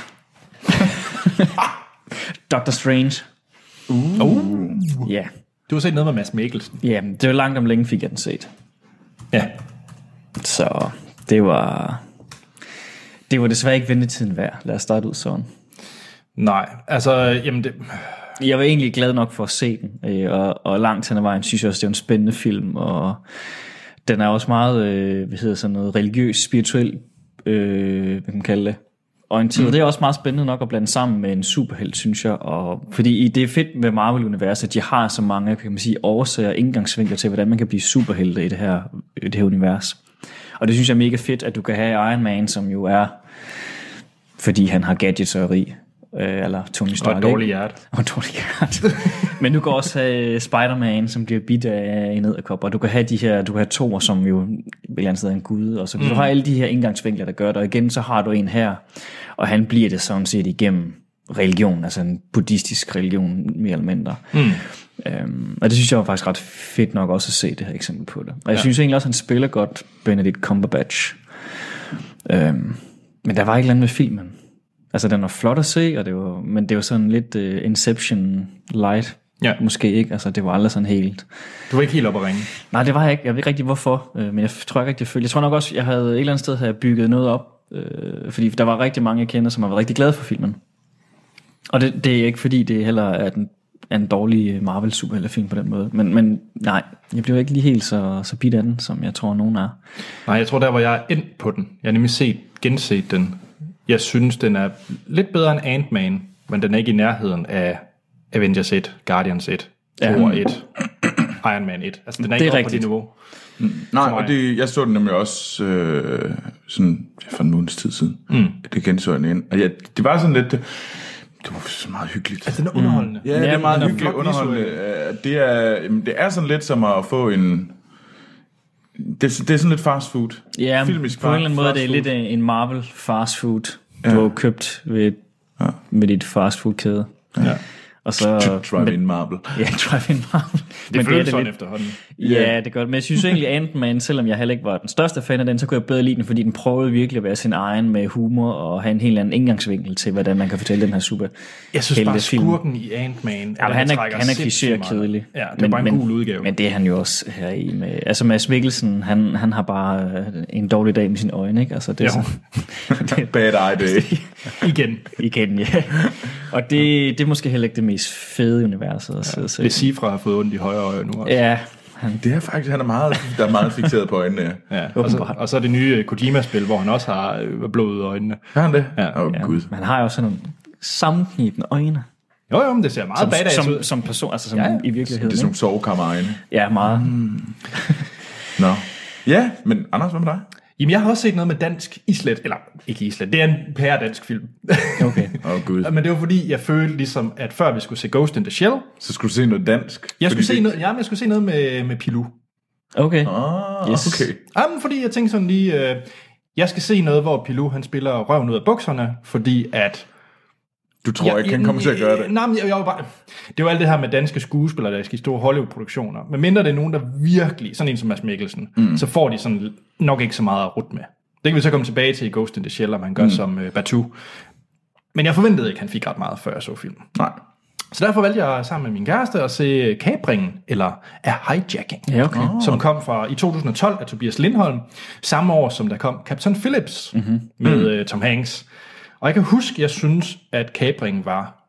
S2: Doctor Strange. Ja.
S1: Du har set noget med Mads Mikkelsen.
S2: Ja, det var langt om længe fik jeg den set.
S1: Ja.
S2: Så det var desværre ikke ventetiden værd. Lad os starte ud sådan.
S1: Nej, altså, jamen det...
S2: Jeg var egentlig glad nok for at se den, og langt hen ad vejen synes jeg også, det er en spændende film, og den er også meget, religiøs, spirituel, hvad kan man kalde det, orienteret. Det er også meget spændende nok at blande sammen med en superhelt, synes jeg, og fordi det er fedt med Marvel-universet, at de har så mange, kan man sige, årsager og indgangsvinkler til, hvordan man kan blive superhelte i det her univers. Og det synes jeg er mega fedt, at du kan have Iron Man, som jo er, fordi han har gadgets og rig, eller Tony Stark.
S1: Og et dårligt hjerte.
S2: Og et dårligt hjerte. Men du kan også have Spider-Man, som bliver bidt af en edderkop, og du kan have du kan have Thor, som jo vil er en gud, og så du har alle de her indgangsvinkler, der gør det, og igen så har du en her, og han bliver det sådan set igennem religion, altså en buddhistisk religion, mere eller mindre. Og det synes jeg var faktisk ret fedt nok også at se det her eksempel på det. Og jeg synes egentlig også, at han spiller godt Benedict Cumberbatch. Men der var ikke andet med filmen. Altså den var flot at se, men det var sådan lidt Inception light. Ja. Måske ikke, altså det var aldrig sådan helt.
S1: Du var ikke helt oppe at ringe?
S2: Nej, det var jeg ikke. Jeg ved ikke rigtig hvorfor, men jeg tror ikke rigtig, jeg tror nok også, jeg havde et eller andet sted bygget noget op, fordi der var rigtig mange, jeg kender, som har været rigtig glade for filmen. Og det er ikke fordi, det heller er en dårlig Marvel superheltefilm på den måde, men nej, jeg blev ikke lige helt så bidt af den, som jeg tror, nogen er.
S1: Nej, jeg tror der, hvor jeg er endt på den. Jeg har nemlig genset den. Jeg synes, den er lidt bedre end Ant-Man, men den er ikke i nærheden af Avengers 1, Guardians 1, Thor 1, Iron Man 1. Altså, den er ikke på det niveau.
S3: Nej, og jeg så den nemlig også sådan for en måneds tid siden. Det genså jeg igen. Og det var sådan lidt... Det var så meget hyggeligt.
S1: Altså, den er underholdende.
S3: Ja, det er meget hyggeligt underholdende. Det er sådan lidt som at få en... Det er sådan lidt fast food.
S2: Ja, filmisk på en eller anden måde det er lidt en Marvel fast food, du har købt med dit fast food kæde.
S3: Ja.
S2: Og så
S3: Drive-in Marvel.
S2: Ja, Drive-in Marvel.
S1: Det føles sådan efterhånden.
S2: Ja, det gør det. Men jeg synes egentlig Ant-Man, selvom jeg heller ikke var den største fan af den, så kunne jeg bedre lide den, fordi den prøvede virkelig at være sin egen med humor og have en helt anden indgangsvinkel til, hvordan man kan fortælle den her super.
S1: Jeg synes bare skurken i Ant-Man,
S2: ja, han er kliché-kedelig.
S1: Ja, det er bare en cool udgave.
S2: Men det er han jo også her i med. Altså Mads Mikkelsen, han har bare en dårlig dag med sine øjne, ikke? Altså det er sådan,
S3: bad eye day.
S1: Igen,
S2: ja. Og det er måske heller ikke det mest fede universet at sidde og se.
S1: Det Sifra har fået ondt i højre øje nu også.
S2: Ja.
S3: Det er faktisk, han er meget fikseret på øjnene.
S1: Ja. Og så er det nye Kojima-spil, hvor han også har blod i øjnene.
S3: Har han det?
S1: Ja.
S3: Gud.
S2: Man har jo også sådan nogle sammenknibende øjne.
S1: Jo, men det ser meget badass ud.
S2: Som person, altså som i virkeligheden.
S3: Det er som sovekammerøjne.
S2: Ja, meget.
S3: Nå. Ja, men Anders, hvad med dig?
S1: Jamen, jeg har også set noget med dansk Islet, eller ikke Islet, det er en pæredansk film.
S2: Okay.
S3: Gud.
S1: Men det var fordi, jeg følte ligesom, at før vi skulle se Ghost in the Shell...
S3: Så skulle du se noget dansk?
S1: Jeg skulle se noget med Pilou.
S2: Okay.
S3: Yes. Okay.
S1: Jamen, fordi jeg tænkte sådan lige, jeg skal se noget, hvor Pilou, han spiller røven ud af bukserne, fordi at...
S3: Du tror ikke, han kommer til at gøre det?
S1: Nej, men jeg var bare... Det er jo alt det her med danske skuespillere, der skal i store Hollywood-produktioner. Men mindre det er nogen, der virkelig... Sådan en som Mads Mikkelsen. Så får de sådan nok ikke så meget at rutte med. Det kan vi så komme tilbage til i Ghost in the Shell, om han gør som Batu. Men jeg forventede ikke, at han fik ret meget, før jeg så filmen.
S3: Nej.
S1: Så derfor valgte jeg sammen med min kæreste at se Kapringen, eller A Hijacking, som kom i 2012 af Tobias Lindholm, samme år som der kom Captain Phillips med Tom Hanks. Og jeg kan huske, jeg synes, at Kapringen var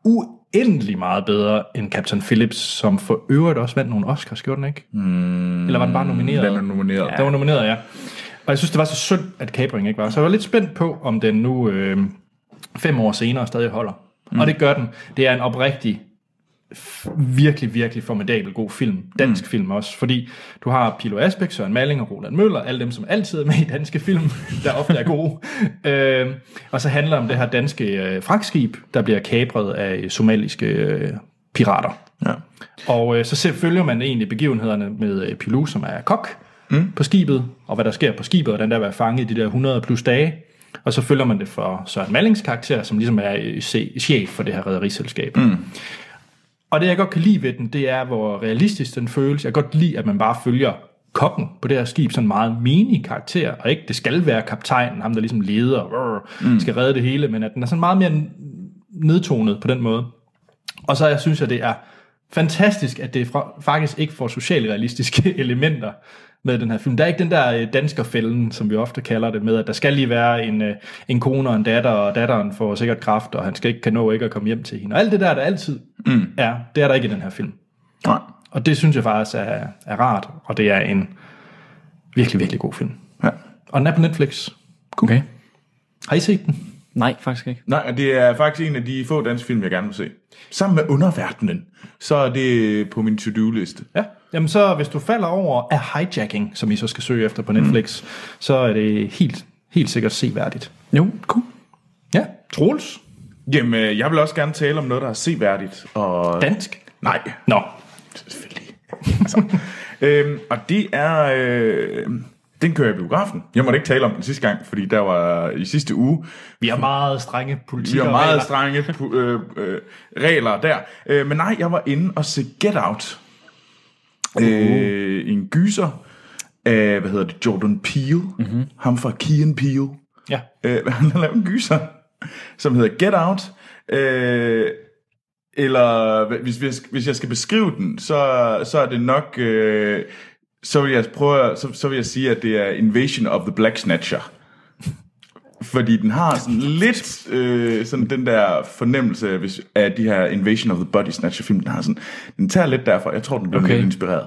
S1: uendelig meget bedre end Captain Phillips, som for øvrigt også vandt nogle Oscars, gjorde den ikke? Eller var den bare nomineret?
S3: Den er nomineret.
S1: Ja. Den var nomineret, ja. Og jeg synes, det var så synd, at Capering ikke var. Så jeg var lidt spændt på, om den nu 5 år senere stadig holder. Og det gør den. Det er en oprigtig, virkelig, virkelig formidabel god film. Dansk film også. Fordi du har Pilo Asbæk, Søren Malling og Roland Møller. Alle dem, som altid er med i danske film, der ofte er gode. Og så handler det om det her danske fragtskib, der bliver kapret af somaliske pirater. Ja. Og så følger man egentlig begivenhederne med Pilo, som er kok på skibet, og hvad der sker på skibet, og den der var fanget i de der 100 plus dage. Og så følger man det for Søren Mallings karakter, som ligesom er chef for det her rederiselskab. Og det jeg godt kan lide ved den, det er, hvor realistisk den føles. Jeg kan godt lide, at man bare følger kokken på det her skib, sådan meget menig karakter, og ikke det skal være kaptajnen, ham der ligesom leder, skal redde det hele, men at den er sådan meget mere nedtonet på den måde. Og så synes jeg, det er fantastisk, at det faktisk ikke får socialrealistiske elementer med den her film. Der er ikke den der danskerfælden, som vi ofte kalder det, med at der skal lige være en kone og en datter, og datteren får sikkert kræft, og han skal ikke kan nå ikke at komme hjem til hende. Og alt det der altid er, det er der ikke i den her film. Nej. Og det synes jeg faktisk er rart, og det er en virkelig, virkelig god film. Ja. Og den er på Netflix.
S2: Okay.
S1: Har I set den?
S2: Nej, faktisk ikke.
S3: Nej, det er faktisk en af de få danske film, jeg gerne vil se. Sammen med Underverdenen, så er det på min to-do-liste.
S1: Ja, jamen så hvis du falder over af Hijacking, som I så skal søge efter på Netflix, så er det helt sikkert seværdigt.
S2: Jo, cool.
S1: Ja, Troels?
S3: Jamen, jeg vil også gerne tale om noget, der er seværdigt. Og...
S1: Dansk?
S3: Nej.
S1: Nå.
S3: Selvfølgelig. Altså. Og det er... Den kører i biografen. Jeg måtte ikke tale om den sidste gang, fordi der var i sidste uge...
S1: Vi har meget strenge politikker.
S3: Vi har meget strenge regler der. Men nej, jeg var inde og se Get Out. En gyser af, Jordan Peele. Ham fra Key & Peele.
S1: Ja.
S3: Han har lavet en gyser, som hedder Get Out. Eller hvis jeg skal beskrive den, så er det nok... Så vil jeg sige, at det er Invasion of the Black Snatcher. Fordi den har sådan lidt sådan den der fornemmelse af de her Invasion of the Body Snatcher film. Den tager lidt derfor. Jeg tror, den bliver lidt inspireret.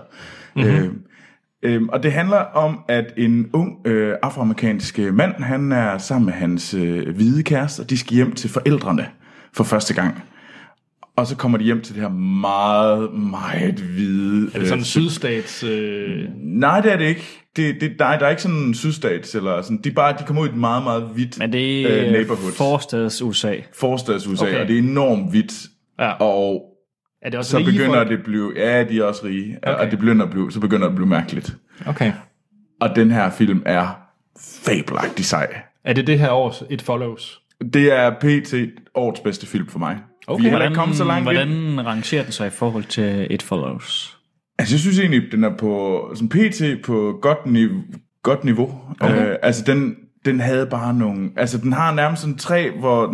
S3: Og det handler om, at en ung afroamerikansk mand, han er sammen med hans hvide kæreste, og de skal hjem til forældrene for første gang. Og så kommer de hjem til det her meget, meget hvide...
S1: Er det sådan en sydstats...
S3: Nej, det er det ikke. Der er ikke sådan en sydstats, eller sådan. De kommer ud i et meget, meget hvidt neighborhood.
S2: Forstads USA.
S3: Forstads USA, okay. Og det er enormt hvidt. Ja. Og
S1: er det også
S3: så begynder det at blive... Ja, de er også rige. Okay. Og det begynder at blive mærkeligt.
S1: Okay.
S3: Og den her film er fabelagtig sej.
S1: Er det her års It Follows?
S3: Det er pt. Årets bedste film for mig.
S2: Okay. Hvordan rangerer den sig i forhold til It Follows?
S3: Altså, jeg synes egentlig, den er på sådan pt. På godt niveau. Okay. Altså, den havde bare nogle... Altså, den har nærmest sådan 3, hvor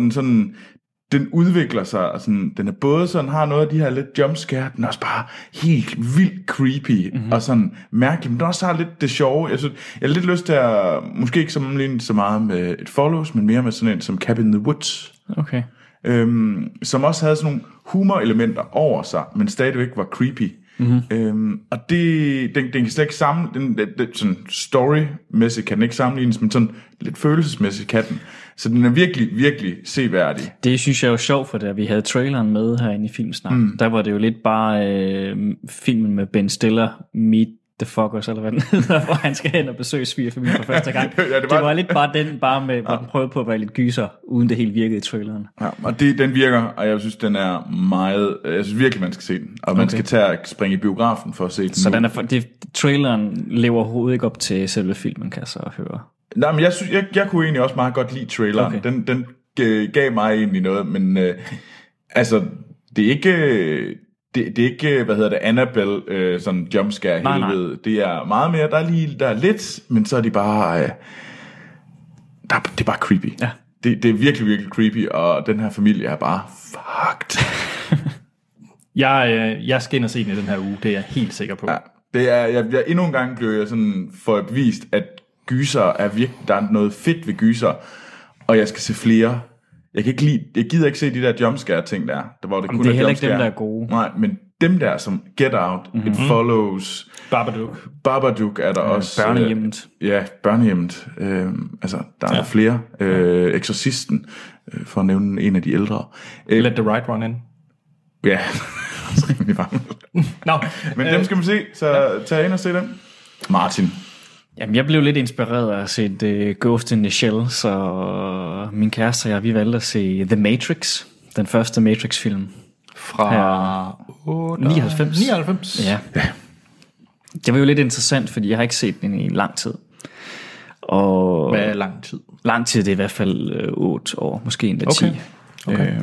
S3: den udvikler sig, og sådan, den er både sådan, har noget af de her lidt jumpscare, den er også bare helt vildt creepy, og sådan mærkelig, men den også har lidt det sjove. Jeg har lidt lyst til at, måske ikke sammenligne så meget med It Follows, men mere med sådan en som Cabin in the Woods.
S2: Okay.
S3: Som også havde sådan nogle humorelementer over sig, men stadigvæk var creepy. Og den kan slet ikke sådan storymæssigt kan den ikke sammenlignes, men sådan lidt følelsesmæssigt kan den. Så den er virkelig, virkelig seværdig.
S2: Det synes jeg er jo sjovt, for da vi havde traileren med herinde i Filmsnak, der var det jo lidt bare filmen med Ben Stiller, Meet the Fuckers, eller hvad den hedder, hvor han skal hen og besøge svigerfamilien for første gang. Ja, det var lidt bare den, med, hvor den prøvede på at være lidt gyser, uden det helt virkede i traileren.
S3: Ja, og den virker, og jeg synes, den er meget... Jeg synes virkelig, man skal se den. Og man skal tage og springe i biografen for at se den.
S2: Så traileren lever overhovedet ikke op til selve filmen, kan jeg så høre.
S3: Nej, men jeg kunne egentlig også meget godt lide traileren. Okay. Den gav mig egentlig noget, men altså, det er ikke... Det er ikke, Annabelle, sådan jumpscare helvede. Det er meget mere, der er lidt, men så er de bare, det er bare creepy. Ja. Det er virkelig, virkelig creepy, og den her familie er bare fucked.
S1: Jeg skal ind og se den i den her uge, det er jeg helt sikker på.
S3: Ja, jeg endnu en gang blev jeg sådan forbevist, at gyser er virkelig, der er noget fedt ved gyser, og jeg skal se flere. Jeg gider ikke se de der jumpscare ting der hvor det kun
S2: det er heller ikke
S3: jumpscare.
S2: dem, der er gode.
S3: Nej, men dem der som Get Out, It Follows, Babadook er der også.
S2: Børnehjemmet.
S3: Børnehjemmet. Altså, der er der flere. Exorcisten, for at nævne en af de ældre.
S1: Let the Right One In.
S3: Ja, rimelig varmt. Men dem skal man se, så tag ind og se dem. Martin.
S2: Jamen, jeg blev lidt inspireret af at se Ghost in the Shell, så min kæreste og jeg, vi valgte at se The Matrix, den første Matrix-film.
S1: Fra 99.
S2: Ja. Det var jo lidt interessant, fordi jeg har ikke set den i lang tid. Og
S1: hvad er lang tid?
S2: Lang tid, det er i hvert fald 8 år, måske endda 10.
S1: Okay.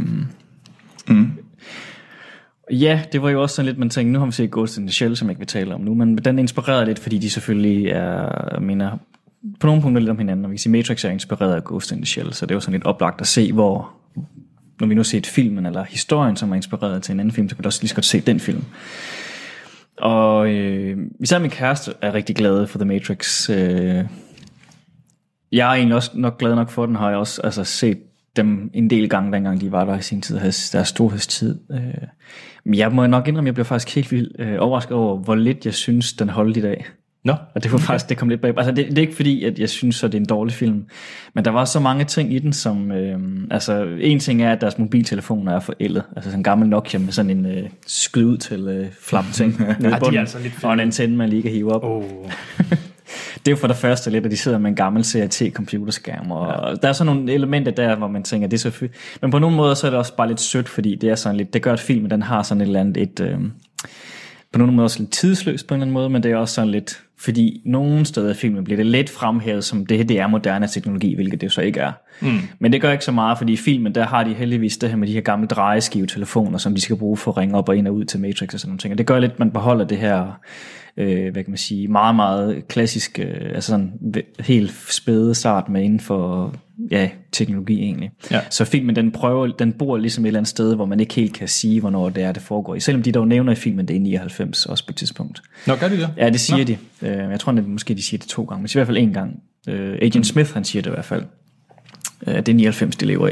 S2: Ja, det var jo også sådan lidt, man tænkte, nu har vi set Ghost in the Shell, som jeg ikke vil tale om nu, men den inspirerede lidt, fordi de selvfølgelig minder på nogle punkter lidt om hinanden, og vi kan sige, Matrix er inspireret af Ghost in the Shell, så det var sådan lidt oplagt at se, hvor, når vi nu har set filmen, eller historien, som er inspireret til en anden film, så kan du også lige så godt se den film. Og især min kæreste er rigtig glad for The Matrix. Jeg er egentlig også nok glad nok for den, har jeg også set dem en del gange, dengang de var der i sin tid, deres storhedstid. Men jeg må nok indrømme, at jeg blev faktisk helt vildt overrasket over, hvor lidt jeg synes, den holdt i dag. Og det var faktisk, det kom lidt bag. Altså det er ikke fordi, at jeg synes, at det er en dårlig film, men der var så mange ting i den, som en ting er, at deres mobiltelefoner er forældet. Altså sådan en gammel Nokia med sådan en skyd ud til flap-ting nede i bunden, altså og en antenne, man lige kan hive op. Det er jo for det første lidt, at de sidder med en gammel CRT-computerskærm, og der er sådan nogle elementer der, hvor man tænker, det er selvfølgelig. Men på nogle måder, så er det også bare lidt sødt, fordi det er sådan lidt, det gør et film, den har sådan et eller andet, på nogle måder også lidt tidsløst på en eller anden måde, men det er også sådan lidt, fordi nogle steder i filmen bliver det lidt fremhævet, som det er moderne teknologi, hvilket det så ikke er. Men det gør ikke så meget, fordi i filmen, der har de heldigvis det her med de her gamle drejeskive-telefoner, som de skal bruge for at ringe op og ind og ud til Matrix og sådan nogle ting. Og det gør lidt, man beholder det her, hvad kan man sige, meget, meget klassisk, altså sådan helt spæde start med inden for, teknologi egentlig. Ja. Så filmen, den bor ligesom et eller andet sted, hvor man ikke helt kan sige, hvornår det foregår i. Selvom de dog nævner i filmen, det er 99 også på et tidspunkt.
S1: Gør de det?
S2: Ja, det siger de. Jeg tror, måske de siger det 2 gange, men i hvert fald 1 gang. Agent Smith, han siger det i hvert fald. Det er 99, de lever i.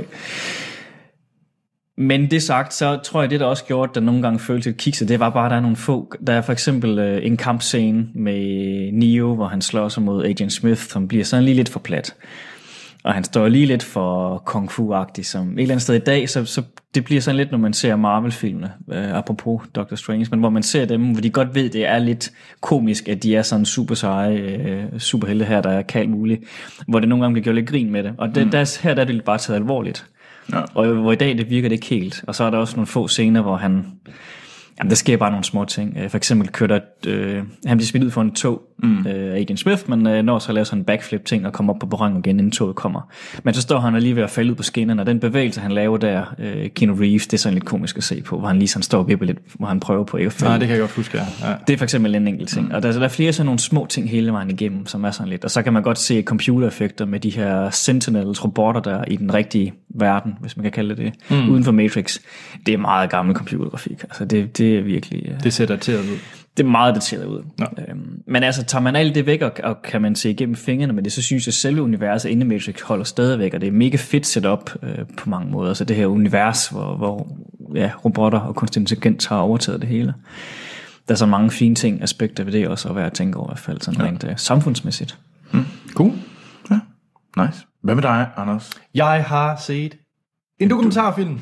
S2: Men det sagt, så tror jeg, det der også gjorde, der nogle gange følte lidt kikset, det var bare, der er nogle få. Der er for eksempel en kampscene med Neo, hvor han slår sig mod Agent Smith, som bliver sådan lige lidt for plat. Og han står lige lidt for kung fu-agtig, som et eller andet sted i dag, så det bliver sådan lidt, når man ser Marvel-filmene, apropos Doctor Strange, men hvor man ser dem, hvor de godt ved, det er lidt komisk, at de er sådan super seje superhelte her, der er kald muligt, hvor det nogle gange bliver gjort lidt grin med det. Og her der er det bare taget alvorligt. Ja. Og hvor i dag, det virker det ikke helt. Og så er der også nogle få scener, hvor der sker bare nogle små ting. For eksempel kører han bliver smidt ud for en tog, Agent Smith, men når så laver sådan en backflip ting og kommer op på perronen igen, inden toget kommer. Men så står han lige ved at falde ud på skinnerne, og den bevægelse, han laver der, Keanu Reeves, det er sådan lidt komisk at se på, hvor han lige sådan står og vipper lidt, hvor han prøver på ikke at falde.
S1: Nej, det kan jeg godt huske, ja.
S2: Det er for eksempel en enkelt ting. Og der er flere sådan nogle små ting hele vejen igennem, som er sådan lidt. Og så kan man godt se computereffekter med de her Sentinels robotter der i den rigtige verden, hvis man kan kalde det uden for Matrix. Det er meget gammel computergrafik. Altså det er virkelig...
S1: Det ser dateret ud.
S2: Det er meget dateret ud. Men altså, tager man alt det væk, og kan man se igennem fingrene med det, så synes jeg, at selve universet inde i Matrix holder stadigvæk, og det er mega fedt setup på mange måder. Så det her univers, hvor robotter og kunstig intelligens har overtaget det hele. Der er så mange fine ting, aspekter ved det også, at være at tænke over i hvert fald, sådan rent samfundsmæssigt.
S3: Cool. Ja, nice. Hvad med dig, Anders?
S1: Jeg har set en dokumentarfilm.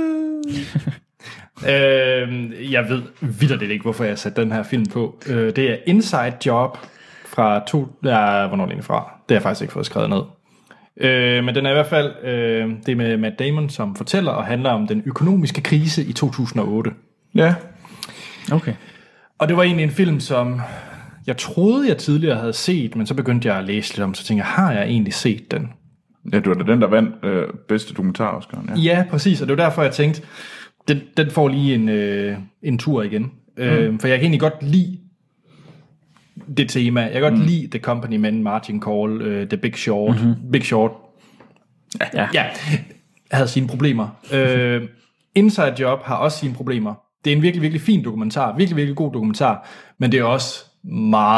S1: Jeg ved vitterligt ikke, hvorfor jeg satte den her film på. Det er Inside Job fra hvornår er den fra? Det har jeg faktisk ikke fået skrevet ned. Men den er i hvert fald det er med Matt Damon, som fortæller og handler om den økonomiske krise i 2008.
S3: Ja.
S2: Okay.
S1: Og det var egentlig en film, som jeg troede, jeg tidligere havde set, men så begyndte jeg at læse lidt om, så tænkte jeg, har jeg egentlig set den?
S3: Ja, du er da den, der vandt bedste dokumentar-Oscar.
S1: Ja, præcis, og det var derfor, jeg tænkte, den får lige en tur igen. For jeg kan egentlig godt lide det tema. Jeg kan godt lide The Company Men, Margin Call, The Big Short. Big Short ja, havde sine problemer. Inside Job har også sine problemer. Det er en virkelig, virkelig fin dokumentar. Virkelig, virkelig god dokumentar. Men det er også meget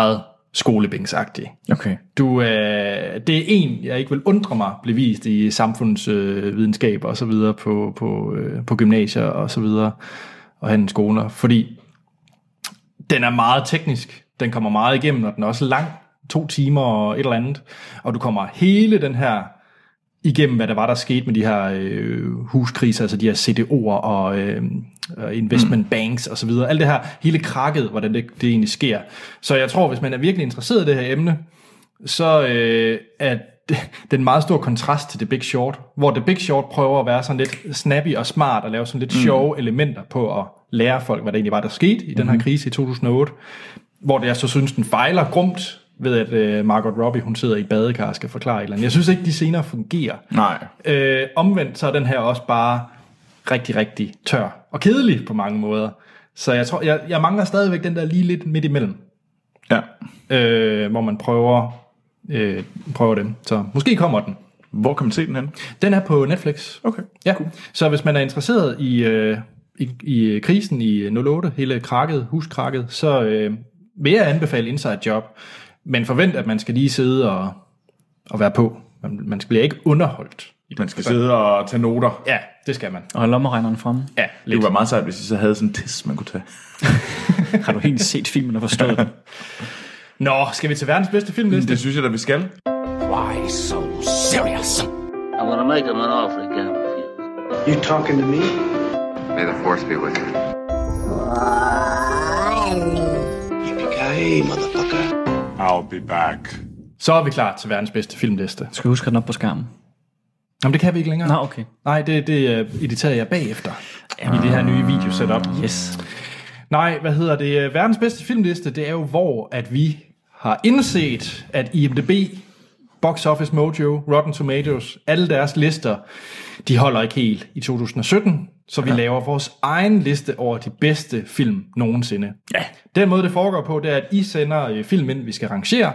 S1: skolebænksagtig.
S2: Okay.
S1: Det er en, jeg ikke vil undre mig, blev vist i samfundsvidenskab og så videre på gymnasier og så videre og handelsskoler, fordi den er meget teknisk, den kommer meget igennem, og den er også lang, 2 timer og et eller andet, og du kommer hele den her igennem, hvad der var, der skete med de her huskriser, altså de her CDO'er og investment banks og så videre. Alt det her, hele krakket, hvordan det egentlig sker. Så jeg tror, hvis man er virkelig interesseret i det her emne, så er det en meget stor kontrast til The Big Short, hvor The Big Short prøver at være sådan lidt snappy og smart og lave sådan lidt sjove elementer på at lære folk, hvad der egentlig var, der skete i den her krise i 2008, hvor jeg så synes, den fejler grumt ved, at Margot Robbie, hun sidder i badekar og skal forklare et eller andet. Jeg synes ikke, de scener fungerer.
S3: Nej.
S1: Omvendt, så er den her også bare rigtig, rigtig tør og kedelig på mange måder. Så jeg tror, jeg mangler stadigvæk den der lige lidt midt imellem.
S3: Ja.
S1: Hvor man prøver den. Så måske kommer den.
S3: Hvor kan man se den hen?
S1: Den er på Netflix.
S3: Okay.
S1: Ja. Cool. Så hvis man er interesseret i krisen i 08, hele huskrakket, så vil jeg anbefale Inside Job. Men forvent, at man skal lige sidde og være på. Man bliver ikke underholdt.
S3: Man skal sidde og tage noter.
S1: Ja, det skal man.
S2: Og have lommeregneren fremme.
S1: Ja,
S3: lidt. Det kunne være meget sejt, hvis I så havde sådan en test, man kunne tage.
S2: Har du helt set filmen og forstået den?
S1: Nå, skal vi til verdens bedste filmliste?
S3: Det synes jeg, at vi skal.
S4: Why so serious? I'm gonna make him an offer he can't refuse.
S5: You talking to me?
S6: May the force be with you.
S5: Yippee-ki-yay, motherfucker.
S6: I'll be back.
S1: Så er vi klar til verdens bedste filmliste.
S2: Skal vi huske den op på skærmen?
S1: Jamen, det kan vi ikke længere.
S2: Nå, okay.
S1: Nej, det editerer jeg bagefter. I det her nye video-setup.
S2: Yes.
S1: Nej, verdens bedste filmliste, det er jo, hvor at vi har indset, at IMDb, Box Office Mojo, Rotten Tomatoes, alle deres lister, de holder ikke helt i 2017, så vi laver vores egen liste over de bedste film nogensinde.
S3: Ja.
S1: Den måde, det foregår på, det er, at I sender film ind, vi skal rangere.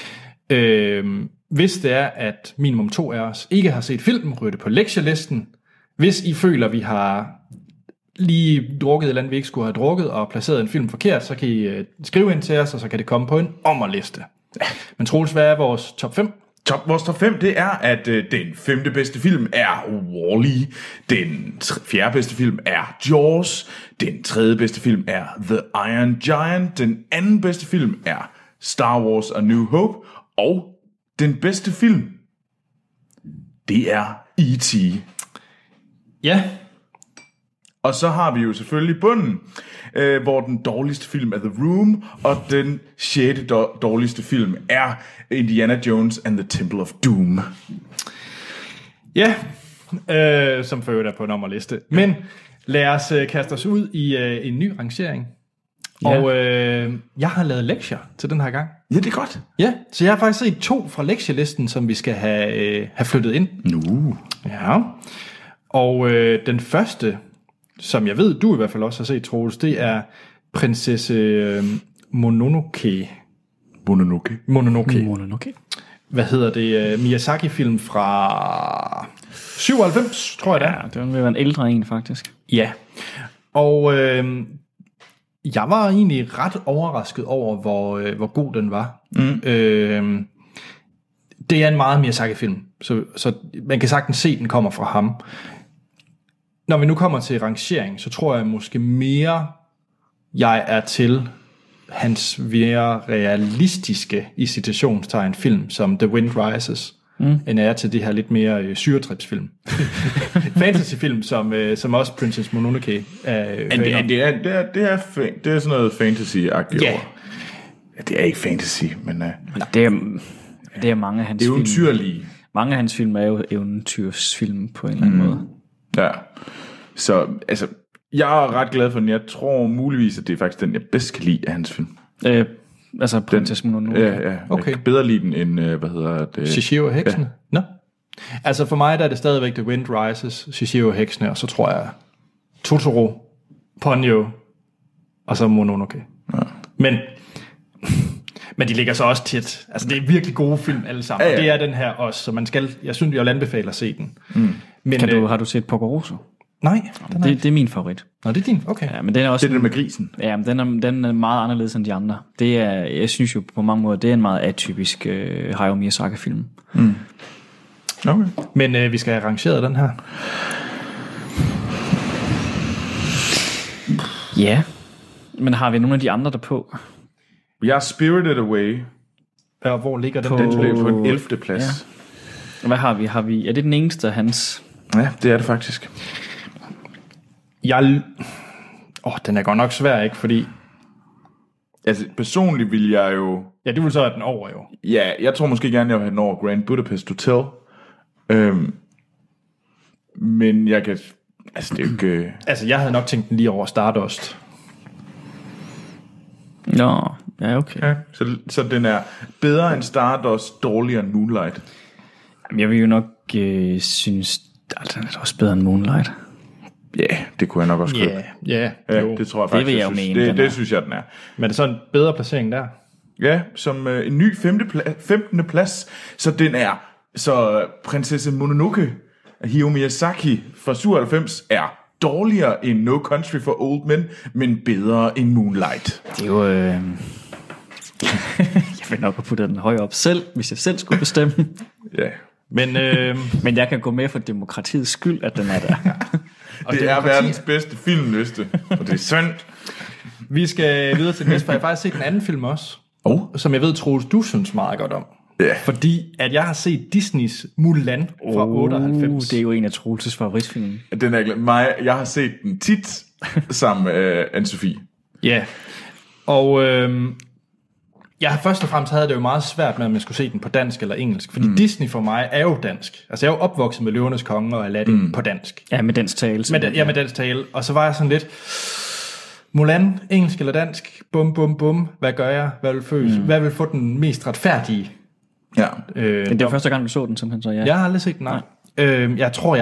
S1: Hvis det er, at minimum 2 af os ikke har set filmen, ryger det på lektielisten. Hvis I føler, at vi har lige drukket et eller andet, vi ikke skulle have drukket, og placeret en film forkert, så kan I skrive ind til os, og så kan det komme på en ommerliste. Men Troels, hvad er vores top 5?
S3: Vores top 5, det er, at den 5. bedste film er Wall-E, den 4. bedste film er Jaws, den 3. bedste film er The Iron Giant, den 2. bedste film er Star Wars A New Hope, og den bedste film, det er E.T.
S1: Ja.
S3: Og så har vi jo selvfølgelig bunden, hvor den dårligste film er The Room, og den 6. dårligste film er Indiana Jones and the Temple of Doom.
S1: Ja, som for øvrigt er på en nummerliste. Men lad os kaste os ud i en ny rangering. Ja. Og jeg har lavet lektier til den her gang.
S3: Ja, det er godt.
S1: Ja, så jeg har faktisk set 2 fra lektielisten, som vi skal have flyttet ind.
S3: Nu.
S1: Ja. Og den første, som jeg ved, du i hvert fald også har set, Troels, det er Prinsesse Mononoke. Hvad hedder det? Miyazaki-film fra 97, tror jeg det er.
S2: Ja, det var en ældre en, faktisk.
S1: Ja. Og jeg var egentlig ret overrasket over, hvor god den var. Det er en meget Miyazaki-film, så man kan sagtens se, at den kommer fra ham. Når vi nu kommer til rangering, så tror jeg måske mere, jeg er til hans mere realistiske i citationstegn film, som The Wind Rises, end er til det her lidt mere syretripsfilm. Fantasyfilm, som også Princess Mononoke er.
S3: Det er sådan noget fantasy-agtigt over. Ja, det er ikke fantasy, men
S2: det er mange af hans film.
S3: Eventyrlige.
S2: Mange af hans film er jo eventyrsfilm på en eller anden måde.
S3: Ja. Så altså, jeg er ret glad for den. Jeg tror muligvis, at det er faktisk den, jeg bedst kan lide af hans film.
S2: Altså Princess Mononoke.
S3: Ja. Okay. Jeg kan bedre lide den end, hvad hedder det?
S1: Chihiro og heksene? Ja. Nå. Altså for mig der er det stadigvæk The Wind Rises, Chihiro og heksene, og så tror jeg Totoro, Ponyo, og så Mononoke. Ja. Men de ligger så også tæt. Altså det er virkelig gode film alle sammen. Ja. Og det er den her også, så jeg synes, jeg vil anbefale at se den.
S2: Men, har du set Porco Rosso?
S1: Nej,
S2: det er min favorit.
S1: Nå, det er din, okay.
S2: Ja, men den er også
S3: Det er det med grisen.
S2: Ja, men den er meget anderledes end de andre. Det er, jeg synes jo på mange måder, det er en meget atypisk Hayao Miyazaki-film.
S3: Okay.
S1: Men vi skal have rangeret den her.
S2: Ja, men har vi nogle af de andre der på?
S3: Jeg er Spirited Away.
S1: Ja, hvor ligger den?
S3: Den blev på en 11. plads.
S2: Ja. Hvad har vi? Er det den eneste af hans?
S3: Ja, det er det faktisk.
S1: Den er godt nok svær, ikke? Fordi...
S3: Altså, personligt vil jeg jo...
S1: Ja, det vil så have den over, jo.
S3: Ja, jeg tror måske gerne, jeg vil have den over Grand Budapest Hotel. Men jeg kan... Altså, det er jo ikke...
S1: Altså, jeg havde nok tænkt den lige over Stardust.
S2: Nå, ja, okay.
S3: Ja, så den er bedre end Stardust, dårligere end Moonlight.
S2: Jeg vil jo nok synes, at den er også bedre end Moonlight.
S3: Ja, det kunne jeg nok også købe.
S1: Ja,
S3: det tror jeg faktisk.
S2: Det vil jeg jo mene.
S3: Det synes jeg, den er.
S1: Men er det så en bedre placering der?
S3: Ja, som en ny 15. plads. Så den er... Så Prinsesse Mononoke af Hayao Miyazaki fra 97 er dårligere end No Country for Old Men, men bedre end Moonlight.
S2: Det er jo... jeg vil nok have puttet den højere op selv, hvis jeg selv skulle bestemme.
S3: Ja.
S1: Men
S2: jeg kan gå med for demokratiets skyld, at den er der.
S3: Det er verdens bedste filmliste, og det er sandt.
S1: Vi skal videre til den næste, for jeg har faktisk set en anden film også, som jeg ved, Troels, du synes meget godt om.
S3: Ja.
S1: Fordi at jeg har set Disneys Mulan fra 98.
S2: Det er jo en af Troels' favoritfilm.
S3: Den er mig. Jeg har set den tit sammen med Anne-Sophie.
S1: Ja. Og jeg først og fremmest havde det jo meget svært med, om jeg skulle se den på dansk eller engelsk. Fordi Disney for mig er jo dansk. Altså jeg er jo opvokset med Løvernes Konge og Aladdin på dansk.
S2: Ja, med dens tale.
S1: Med dens tale. Og så var jeg sådan lidt... Mulan, engelsk eller dansk? Bum, bum, bum. Hvad gør jeg? Hvad vil få den mest retfærdige?
S3: Ja.
S2: Det var første gang, du så den simpelthen, så ja.
S1: Jeg har aldrig set den, nej. Jeg tror,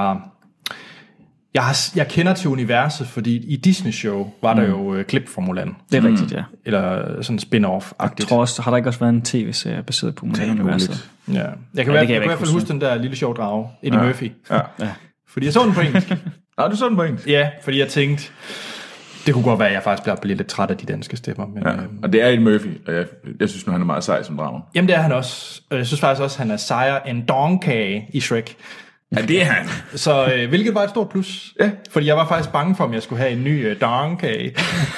S1: jeg kender til universet, fordi i Disney-show var der jo klip fra Mulan.
S2: Det er rigtigt, ja.
S1: Eller sådan spin-off-agtigt.
S2: Jeg tror også, har der ikke også været en tv-serie baseret på Mulan-universet?
S1: Ja. Jeg kan i hvert fald huske den der lille sjov drage, Eddie Murphy.
S3: Ja.
S1: Fordi jeg så den på engelsk.
S3: Nej, du så den på engelsk?
S1: Ja, fordi jeg tænkte... Det kunne godt være, at jeg faktisk bliver lidt træt af de danske stemmer. Men,
S3: og det er Eddie Murphy, og jeg synes nu, han er meget sej som dragen.
S1: Jamen, det er han også. Jeg synes faktisk også, at han er sejere end Donkey i Shrek.
S3: Ja, det er han.
S1: Så hvilket var et stort plus.
S3: Ja.
S1: Fordi jeg var faktisk bange for, om jeg skulle have en ny Donkey.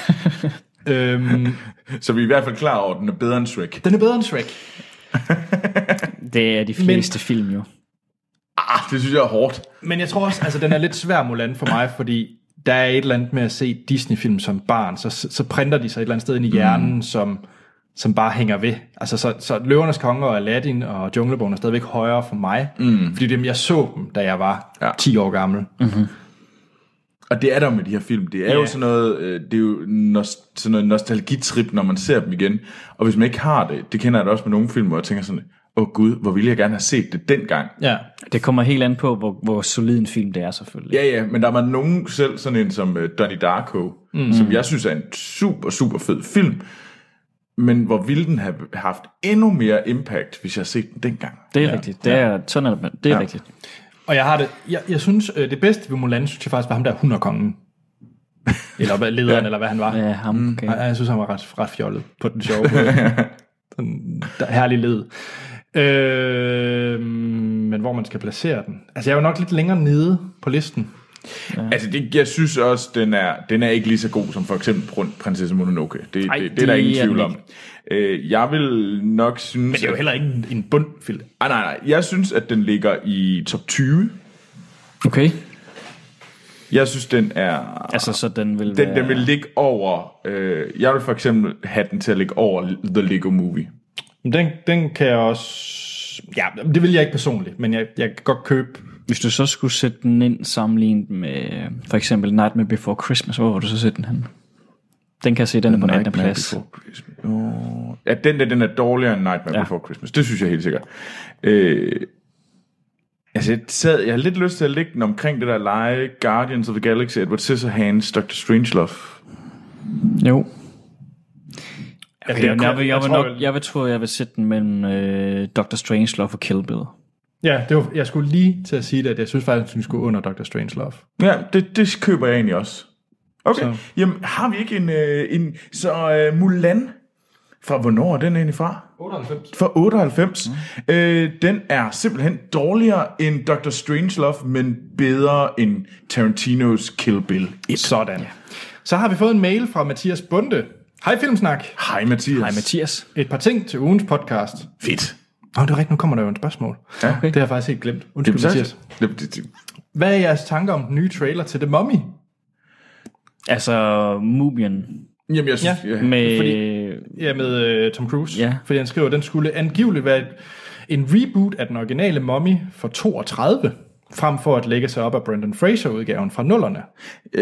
S3: Så vi er i hvert fald klar over, at den er bedre end Shrek.
S1: Den er bedre end Shrek.
S2: Det er de fleste film jo.
S3: Det synes jeg er hårdt.
S1: Men jeg tror også, altså den er lidt svær, Mulan, for mig, fordi der er et eller andet med at se Disney-film som barn, så printer de sig et eller andet sted ind i hjernen, som bare hænger ved. Altså så Løvernes Konge og Aladdin og Junglebogen er stadigvæk højere for mig, fordi jeg så dem, da jeg var 10 år gammel. Mm-hmm.
S3: Og det er der med de her film. Det er jo sådan noget, det er jo sådan noget nostalgitrip, når man ser dem igen. Og hvis man ikke har det kender jeg da også med nogle film, hvor jeg tænker sådan, gud, hvor ville jeg gerne have set det dengang.
S2: Ja, det kommer helt an på, hvor solid en film det er selvfølgelig.
S3: Ja, men der var nogen selv, sådan en som Donnie Darko, som jeg synes er en super, super fed film. Men hvor ville den have haft endnu mere impact, hvis jeg havde set den dengang?
S2: Det er rigtigt. Det er sådan, det er rigtigt.
S1: Og jeg har det. Jeg synes, det bedste ved Mulan, synes jeg faktisk var ham der hunderkongen. Eller lederen, eller hvad han var.
S2: Ja, ham. Okay.
S1: Jeg synes, han var ret fjollet på den sjove måde. Sådan herlig led. Men hvor man skal placere den. Altså, jeg er jo nok lidt længere nede på listen.
S3: Ja. Altså, jeg synes også, den er ikke lige så god som for eksempel Prinsesse Mononoke. Det er der ingen tvivl om. Jeg vil nok synes...
S1: Men det er jo heller ikke en bundfilm.
S3: Nej. Jeg synes, at den ligger i top 20.
S2: Okay.
S3: Jeg synes, den er...
S2: Altså, så den vil
S3: være... Den vil ligge over... jeg vil for eksempel have den til at ligge over The Lego Movie.
S1: Den kan jeg også... Ja, det vil jeg ikke personligt, men jeg kan godt købe...
S2: Hvis du så skulle sætte den ind sammenlignet med for eksempel Nightmare Before Christmas, hvor vil du så sætte den hen? Den kan jeg se, den er på en anden plads.
S3: Ja, den er dårligere end Nightmare Before Christmas. Det synes jeg helt sikkert. Altså, jeg har lidt lyst til at lægge den omkring det der lege Guardians of the Galaxy, Edward Scissorhands, Dr. Strangelove.
S2: Jo. Jeg vil sætte den mellem Dr. Strangelove og Kill Bill.
S1: Ja, jeg skulle lige til at sige det, at jeg synes faktisk, at den skulle under Dr. Strangelove.
S3: Ja, det køber jeg egentlig også. Okay, så. Jamen har vi ikke Mulan, fra hvornår er den egentlig fra?
S1: 98.
S3: Fra 98. Den er simpelthen dårligere end Dr. Strangelove, men bedre end Tarantinos Kill Bill 1.
S1: Sådan. Så har vi fået en mail fra Mathias Bunde. Hej Filmsnak.
S3: Hej Mathias.
S2: Hej Mathias.
S1: Et par ting til ugens podcast.
S3: Fedt.
S1: Nå, det er rigtigt, nu kommer der jo et spørgsmål.
S3: Ja.
S1: Okay. Det har jeg faktisk helt glemt. Undskyld, Mathias. Hvad er jeres tanker om den nye trailer til The Mummy?
S2: Altså, Mumien.
S3: Jamen, jeg synes...
S1: Ja.
S2: Med
S1: Tom Cruise.
S2: Ja.
S1: Fordi han skriver, at den skulle angiveligt være en reboot af den originale Mummy fra 32, frem for at lægge sig op af Brendan Fraser-udgaven fra 0'erne.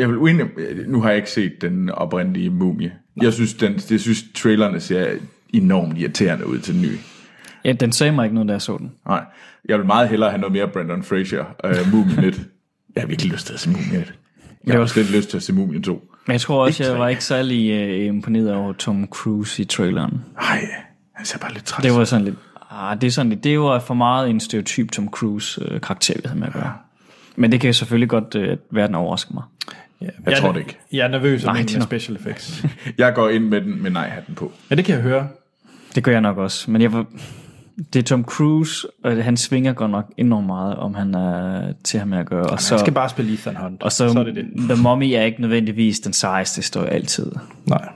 S3: Nu har jeg ikke set den oprindelige Mumie. Jeg synes trailerne ser enormt irriterende ud til den nye.
S2: Ja, den sagde mig ikke noget, da jeg så den.
S3: Nej, jeg vil meget hellere have noget mere Brendan Fraser, Mumien 1. Jeg har virkelig lyst til at se Mumien 1. Jeg har også lidt lyst til at se Mumien 2.
S2: Men jeg tror også, jeg var ikke særlig imponeret over Tom Cruise i traileren.
S3: Nej, han ser bare lidt træt.
S2: Det var sådan lidt... Det var for meget en stereotyp Tom Cruise karakter, vi havde med at gøre. Men det kan selvfølgelig godt være, den overrasker mig.
S1: Ja,
S3: jeg tror det ikke.
S1: Jeg er nervøs om med special effects.
S3: Jeg går ind med den med nej-hatten på.
S1: Ja, det kan jeg høre.
S2: Det gør jeg nok også. Men det er Tom Cruise, og han svinger godt nok enormt meget, om han er til ham at gøre. Og så,
S1: han skal bare spille Ethan Hunt.
S2: Og så er det. The Mummy er ikke nødvendigvis den sejeste historie altid.
S1: Nej.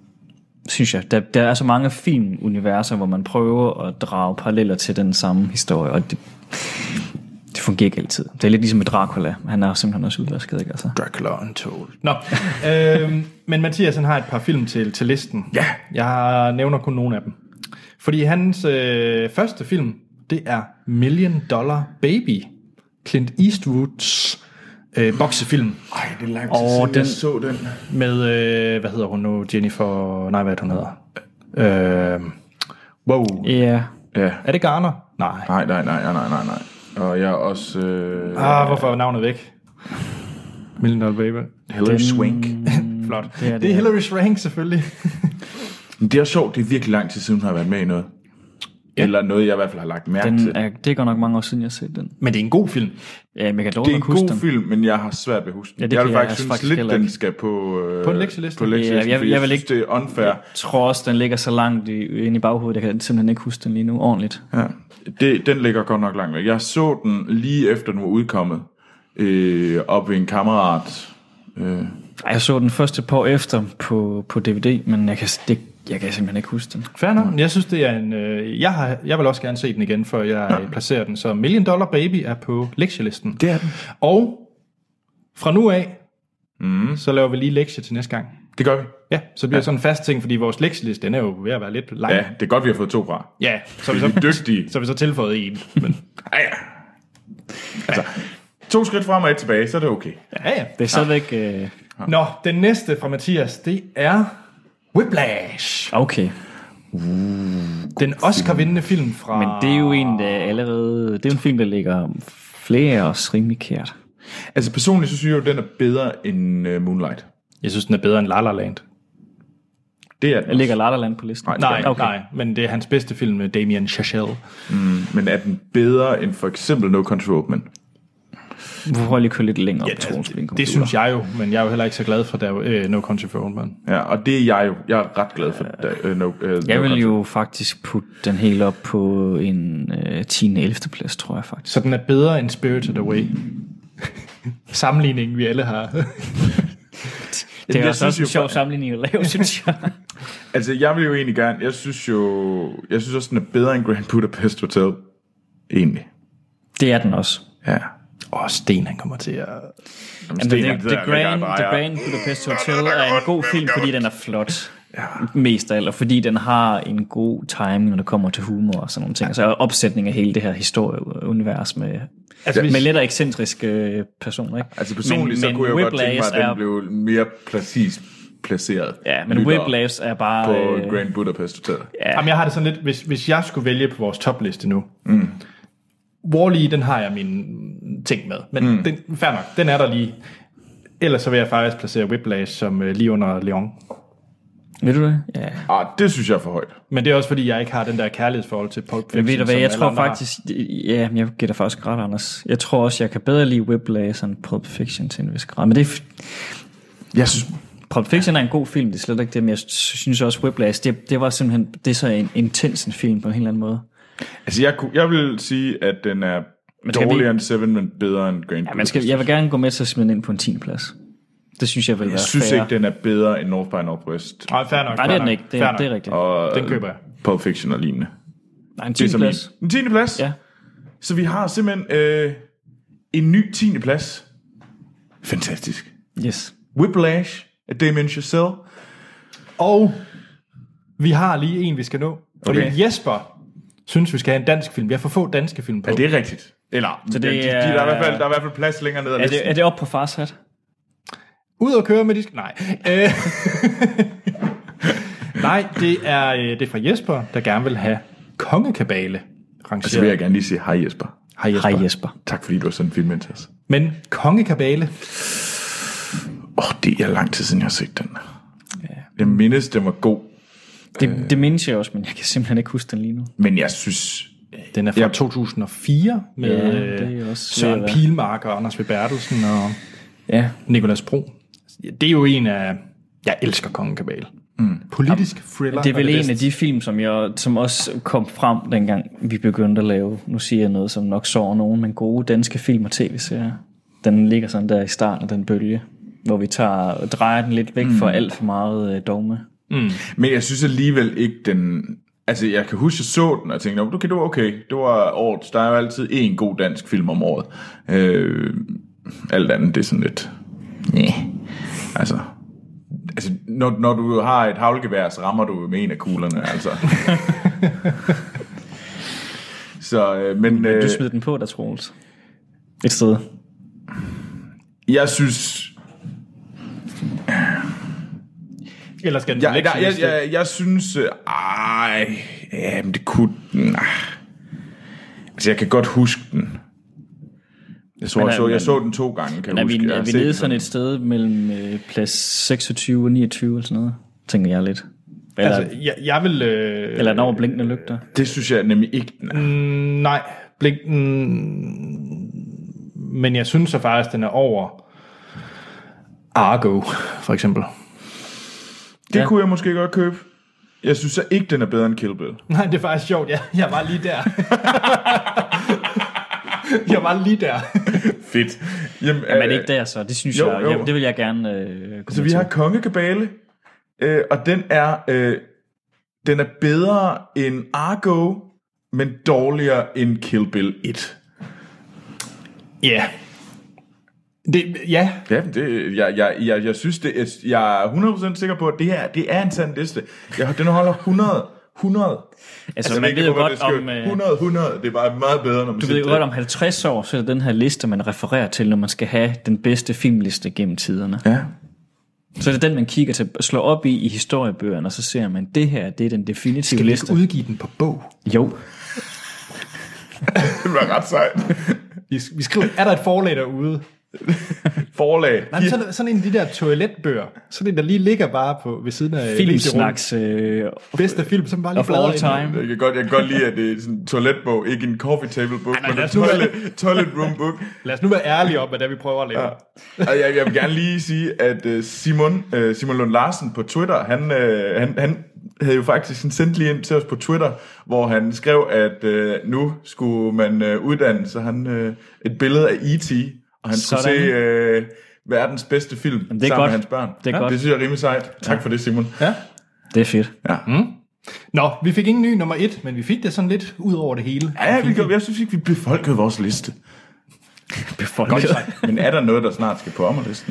S2: Synes jeg. Der er så mange filmuniverser, hvor man prøver at drage paralleller til den samme historie, og det fungerer ikke altid. Det er lidt ligesom med Dracula. Han er simpelthen også udvasket, ikke altså?
S1: Dracula Untold. Nå, men Mathias han har et par film til listen.
S3: Ja.
S1: Jeg nævner kun nogle af dem. Fordi hans første film, det er $1 Million Baby. Clint Eastwoods boksefilm.
S3: Ej, det er langt til siden, jeg så den.
S1: Med, hvad hedder hun nu? Jennifer... Nej, hvad hun hedder? Wow.
S2: Ja.
S1: Er det Garner? Nej.
S3: Nej. Og jeg er også...
S1: hvorfor er navnet væk? $1 Million Baby.
S3: Hilary Swank.
S1: Flot. Det er Hilary Swank, selvfølgelig.
S3: Men det er sjovt, det er virkelig lang tid siden, hun har været med i noget. Ja. Eller noget, jeg i hvert fald har lagt mærke til.
S2: Det er godt nok mange år siden, jeg har set den.
S1: Men det er en god film.
S2: Ja, men jeg kan
S3: det er en god film, men jeg har svært ved at huske den.
S2: Ja,
S3: jeg vil faktisk synes lidt, den skal på
S1: en lektieliste.
S3: Jeg vil ikke, det er unfair.
S2: Jeg tror også, den ligger så langt inde i baghovedet, jeg kan simpelthen ikke huske den lige nu ordentligt.
S3: Ja. Den ligger godt nok langt væk. Jeg så den lige efter den var udkommet, op ved en kammerat.
S2: Jeg så den første par år efter på DVD, men jeg kan simpelthen ikke huske den.
S1: Fair nok. Jeg synes, det er en... Jeg vil også gerne se den igen, før jeg placerer den. Så $1 Million Baby er på lektielisten.
S3: Det er den.
S1: Og fra nu af, så laver vi lige lektier til næste gang.
S3: Det gør vi.
S1: Ja, så bliver sådan en fast ting, fordi vores lektieliste, den er jo ved at være lidt lang.
S3: Ja, det er godt, vi har fået 2 fra.
S1: Ja, så er vi
S3: dygtige.
S1: Så vi så tilføjet 1. Men...
S3: ja. Altså, 2 skridt frem og 1 tilbage, så er det okay.
S1: Ja.
S2: Det er stadigvæk...
S1: Nå, den næste fra Mathias, det er Whiplash.
S2: Okay.
S1: Den Oscar-vindende film fra...
S2: Men det er jo en, der allerede... Det er jo en film, der ligger flere års rimelig kært.
S3: Altså personligt, så synes jeg jo, den er bedre end Moonlight.
S1: Jeg synes, den er bedre end La La Land.
S3: Det er den.
S2: Ligger La La Land på listen?
S1: Nej, men det er hans bedste film med Damien Chazelle.
S3: Men er den bedre end for eksempel No Country for Old Men?
S2: Hvorfor jeg lige køre lidt længere op?
S1: Det synes jeg jo, men jeg er jo heller ikke så glad for No Country for Old Men.
S3: Ja, og det er jeg jo. Jeg er ret glad for
S2: jeg vil jo faktisk putte den helt op på en 10. 11. plads, tror jeg faktisk.
S1: Så den er bedre end Spirited Away? Sammenligningen vi alle har.
S2: Det er også en sjov sammenligning at lave, synes jeg.
S3: Altså, jeg vil jo egentlig gerne... Jeg synes også, den er bedre end Grand Budapest Hotel. Egentlig.
S2: Det er den også.
S3: Ja.
S1: Sten, han kommer til at...
S2: The Grand Budapest Hotel er en god film, fordi den er flot. Ja. Mest af alt, og fordi den har en god timing, når det kommer til humor og sådan nogle ting. Så er opsætning af hele det her historieunivers med lettere ekscentriske personer, ikke?
S3: Altså personligt, så kunne jeg godt tænke mig, at den blev mere præcis placeret.
S2: Ja, men Whiplash er bare...
S3: På Grand Budapest Hotel.
S1: Ja. Jamen, jeg har det sådan lidt, hvis jeg skulle vælge på vores topliste nu, Wall-E, den har jeg mine ting med, men den, fair nok, den er der lige. Ellers så vil jeg faktisk placere Whiplash som lige under Leon.
S2: Ved du det? Ja.
S3: Det synes jeg er for højt.
S1: Men det er også fordi, jeg ikke har den der kærlighedsforhold til Pulp Fiction.
S2: Men ved du hvad, jeg tror faktisk... Ja, jeg giver dig faktisk ret, Anders. Jeg tror også, jeg kan bedre lide Whiplash end Pulp Fiction til en vis grad. Men det
S3: Jeg synes...
S2: Pulp Fiction er en god film, det er slet ikke det, men jeg synes også Whiplash, det var simpelthen, det er så en intens film på en helt anden måde.
S3: Altså, jeg vil sige, at den er dårligere end Seven, men bedre end Grand Budapest.
S2: Jeg vil gerne gå med til at smide ind på en 10. plads. Det synes jeg vil være
S3: Jeg synes
S2: fair.
S3: ikke, den er bedre end North by Northwest.
S1: Nej, fair nok.
S2: Nej, det er den ikke. Det er rigtigt.
S3: Og
S1: den køber jeg.
S3: Pulp Fiction og lignende.
S2: Nej, en 10. plads.
S3: En 10. plads?
S2: Ja.
S3: Så vi har simpelthen en ny 10. plads. Fantastisk.
S2: Yes.
S3: Whiplash af Damien Chazelle.
S1: Og vi har lige en, vi skal nå. Fordi Jesper synes, vi skal have en dansk film. Vi har for få danske film på.
S3: Ja, det er rigtigt. Eller,
S2: så det
S3: der er i hvert fald plads længere ned ad listen.
S2: Er det op på fars hat?
S1: Ud og køre med de... Nej. Nej, det er fra Jesper, der gerne vil have Kongekabale rangeret.
S3: Og så vil jeg gerne lige sige hej Jesper.
S2: Hej Jesper.
S3: Tak fordi du har sendt film ind til os.
S1: Men Kongekabale...
S3: det er lang tid siden, jeg har set den. Ja. Jeg mindes, den var god.
S2: Det mindes jeg også, men jeg kan simpelthen ikke huske den lige nu.
S3: Men jeg synes...
S1: Den er fra 2004 med
S2: det er også
S1: Søren Pilmark og Anders V. Bertelsen og Nicolas Bro. Det er jo en af... Jeg elsker Kongekabale. Politisk thriller.
S2: Det er vel en af de film, som også kom frem, dengang vi begyndte at lave, nu siger jeg noget, som nok sårer nogen, men gode danske film og tv-serier. Den ligger sådan der i starten af den bølge, hvor vi drejer den lidt væk fra alt for meget dogme.
S3: Men jeg synes alligevel ikke, den... Altså, jeg kan huske, jeg så den, og tænkte, det var okay. Det var årets. Der er jo altid en god dansk film om året. Alt andet, det er sådan lidt... Altså, når du har et haglgevær, så rammer du med en af kuglerne, altså. Så, men...
S2: Du smider den på, der Troels. Et sted.
S3: Jeg synes...
S1: Eller skal den
S3: jeg synes... men det kunne... Altså, jeg kan godt huske den. Jeg så den 2 gange, kan jeg huske.
S2: Er vi nede sådan et sted mellem plads 26 og 29 eller sådan noget? Tænker jeg lidt. Eller,
S1: altså, jeg vil...
S2: eller den over blinkende lygter?
S3: Det synes jeg nemlig ikke, den er.
S1: Nej, men jeg synes så faktisk, den er over Argo, for eksempel.
S3: Det kunne jeg måske godt købe. Jeg synes så ikke, den er bedre end Kill Bill.
S1: Nej, det er faktisk sjovt. Jeg var lige der. Jeg var lige der.
S3: Fedt.
S2: Jamen, er det ikke der så? Det synes jeg. Jamen, det vil jeg gerne
S3: så vi har Kongekabale, og den er bedre end Argo, men dårligere end Kill Bill 1.
S1: Ja.
S3: Jeg synes det. Jeg er 100% sikker på, at det her, det er en sand liste. Den holder 100.
S2: Altså man ved jo godt om
S3: 100. Det er bare meget bedre, når man
S2: du ved jo godt om 50 år, så er den her liste, man refererer til, når man skal have den bedste filmliste gennem tiderne.
S3: Ja.
S2: Så det er den, man kigger til, slår op i historiebøgerne, og så ser man, det her, det er den definitive liste.
S1: Skal vi udgive den på bog?
S2: Jo.
S3: Det var ret sejt.
S1: Vi skriver, er der et forlag derude?
S3: Forlag.
S1: Nej, sådan en af de der toiletbøger. Sådan en, der lige ligger bare på ved siden af
S2: Filmsnaks
S1: bedste film, som bare lige
S2: bladrer time.
S3: Jeg kan godt lide, at det er sådan en toiletbog, ikke en coffee table book, men en toilet room book.
S1: Lad os nu være ærlige om, hvad det vi prøver at lave.
S3: Ja. Jeg vil gerne lige sige, at Simon Lund Larsen på Twitter, han havde jo faktisk sendt lige ind til os på Twitter, hvor han skrev, at nu skulle man uddanne sig et billede af E.T., og han skulle se verdens bedste film sammen med hans børn.
S2: Det er godt.
S3: Det synes jeg er rimelig sejt. Tak for det, Simon.
S1: Ja.
S2: Det er fedt.
S3: Ja.
S1: Nå, vi fik ingen ny nummer 1, men vi fik det sådan lidt ud over det hele.
S3: Ja, jeg synes ikke, vi befolkede vores liste.
S2: Befolket.
S3: Men er der noget, der snart skal på ommerlisten?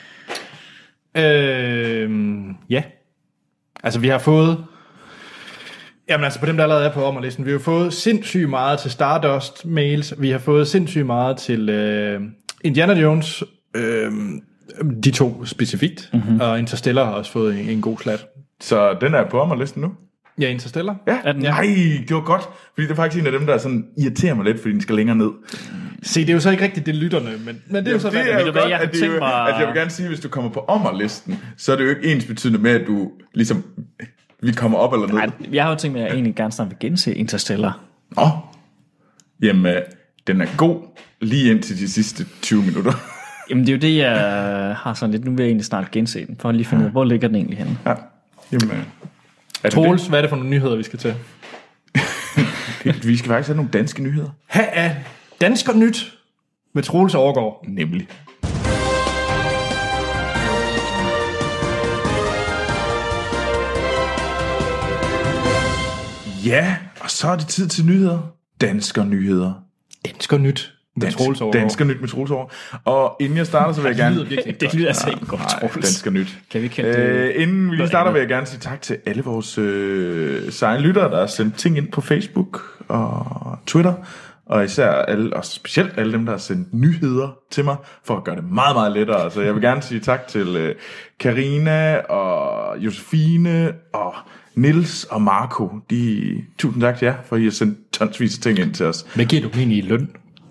S1: Ja. Altså, vi har fået... Jamen altså, på dem, der allerede er på ommerlisten, vi har fået sindssygt meget til Stardust mails, vi har fået sindssygt meget til Indiana Jones, de 2 specifikt, og Interstellar har også fået en god slat.
S3: Så den er på ommerlisten nu?
S1: Ja, Interstellar.
S3: Ja. Nej, det var godt, fordi det er faktisk en af dem, der sådan irriterer mig lidt, fordi den skal længere ned.
S1: Se, det er jo så ikke rigtigt det lytterne, men det er jo så
S3: det er jo godt, at jeg vil gerne sige, hvis du kommer på ommerlisten, så er det jo ikke ens betydende med, at du ligesom, vi kommer op eller ned.
S2: Nej, jeg har jo tænkt mig, at jeg egentlig gerne snart vil gense Interstellar.
S3: Jamen, den er god lige indtil de sidste 20 minutter.
S2: Jamen, det er jo det, jeg har sådan lidt. Nu vil jeg egentlig snart gense den, for at lige finde ud af, hvor ligger den egentlig henne.
S3: Ja. Jamen,
S1: Troels, hvad er det for nogle nyheder, vi skal til?
S3: Vi skal faktisk have nogle danske nyheder.
S1: Her er Dansker Nyt med Troels Overgaard.
S3: Nemlig. Ja, og så er det tid til nyheder. Dansker nyheder.
S1: Dansker Nyt med Troels Overgaard.
S3: Dansker Nyt med Troels Overgaard. Og inden jeg starter, så vil jeg gerne...
S2: Det lyder altså ikke godt, Troels.
S3: Dansker Nyt.
S2: Kan vi kende det?
S3: Inden vi lige starter, vil jeg gerne sige tak til alle vores seje lyttere, der har sendt ting ind på Facebook og Twitter. Og især alle, og specielt alle dem, der har sendt nyheder til mig, for at gøre det meget, meget lettere. Så jeg vil gerne sige tak til Karina og Josefine og Nils og Marco. Tusind tak til jer, for I har sendt tonsvis af ting ind til os.
S1: Hvad giver du egentlig i løn?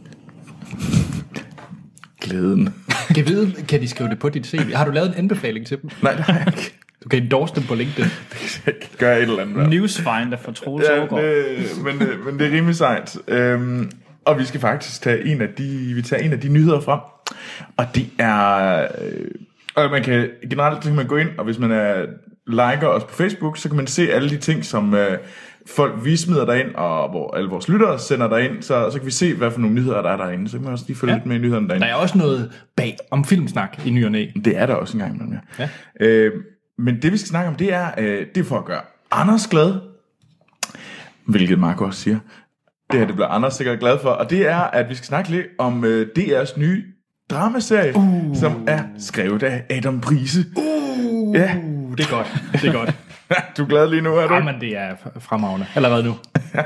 S3: Glæden.
S1: Kan de skrive det på dit CV? Har du lavet en anbefaling til dem?
S3: Nej, det har jeg ikke.
S1: Du kan endorse dem på LinkedIn.
S3: Gør et eller andet.
S2: Newsfinder for Troels Overgaard.
S3: Men det er rimelig sejt. Og vi skal faktisk tage en af de nyheder frem. Og det er... og man kan generelt kan man gå ind, og hvis man liker os på Facebook, så kan man se alle de ting, som folk vi smider derind, og hvor alle vores lyttere sender derind, så kan vi se, hvad for nogle nyheder der er derinde. Så kan man også lige følge lidt med i nyhederne derinde.
S1: Der er også noget bag om filmsnak i ny og næ.
S3: Det er der også en gang imellem, ja. Men det vi skal snakke om, det er for at gøre Anders glad, hvilket Marco også siger. Det her, det bliver Anders sikkert glad for, og det er, at vi skal snakke lidt om DR's nye dramaserie, som er skrevet af Adam Price. Ja.
S1: Det er godt. Det er godt.
S3: Du er glad lige nu, er du?
S1: Jamen, det er fremragende. Allerede nu.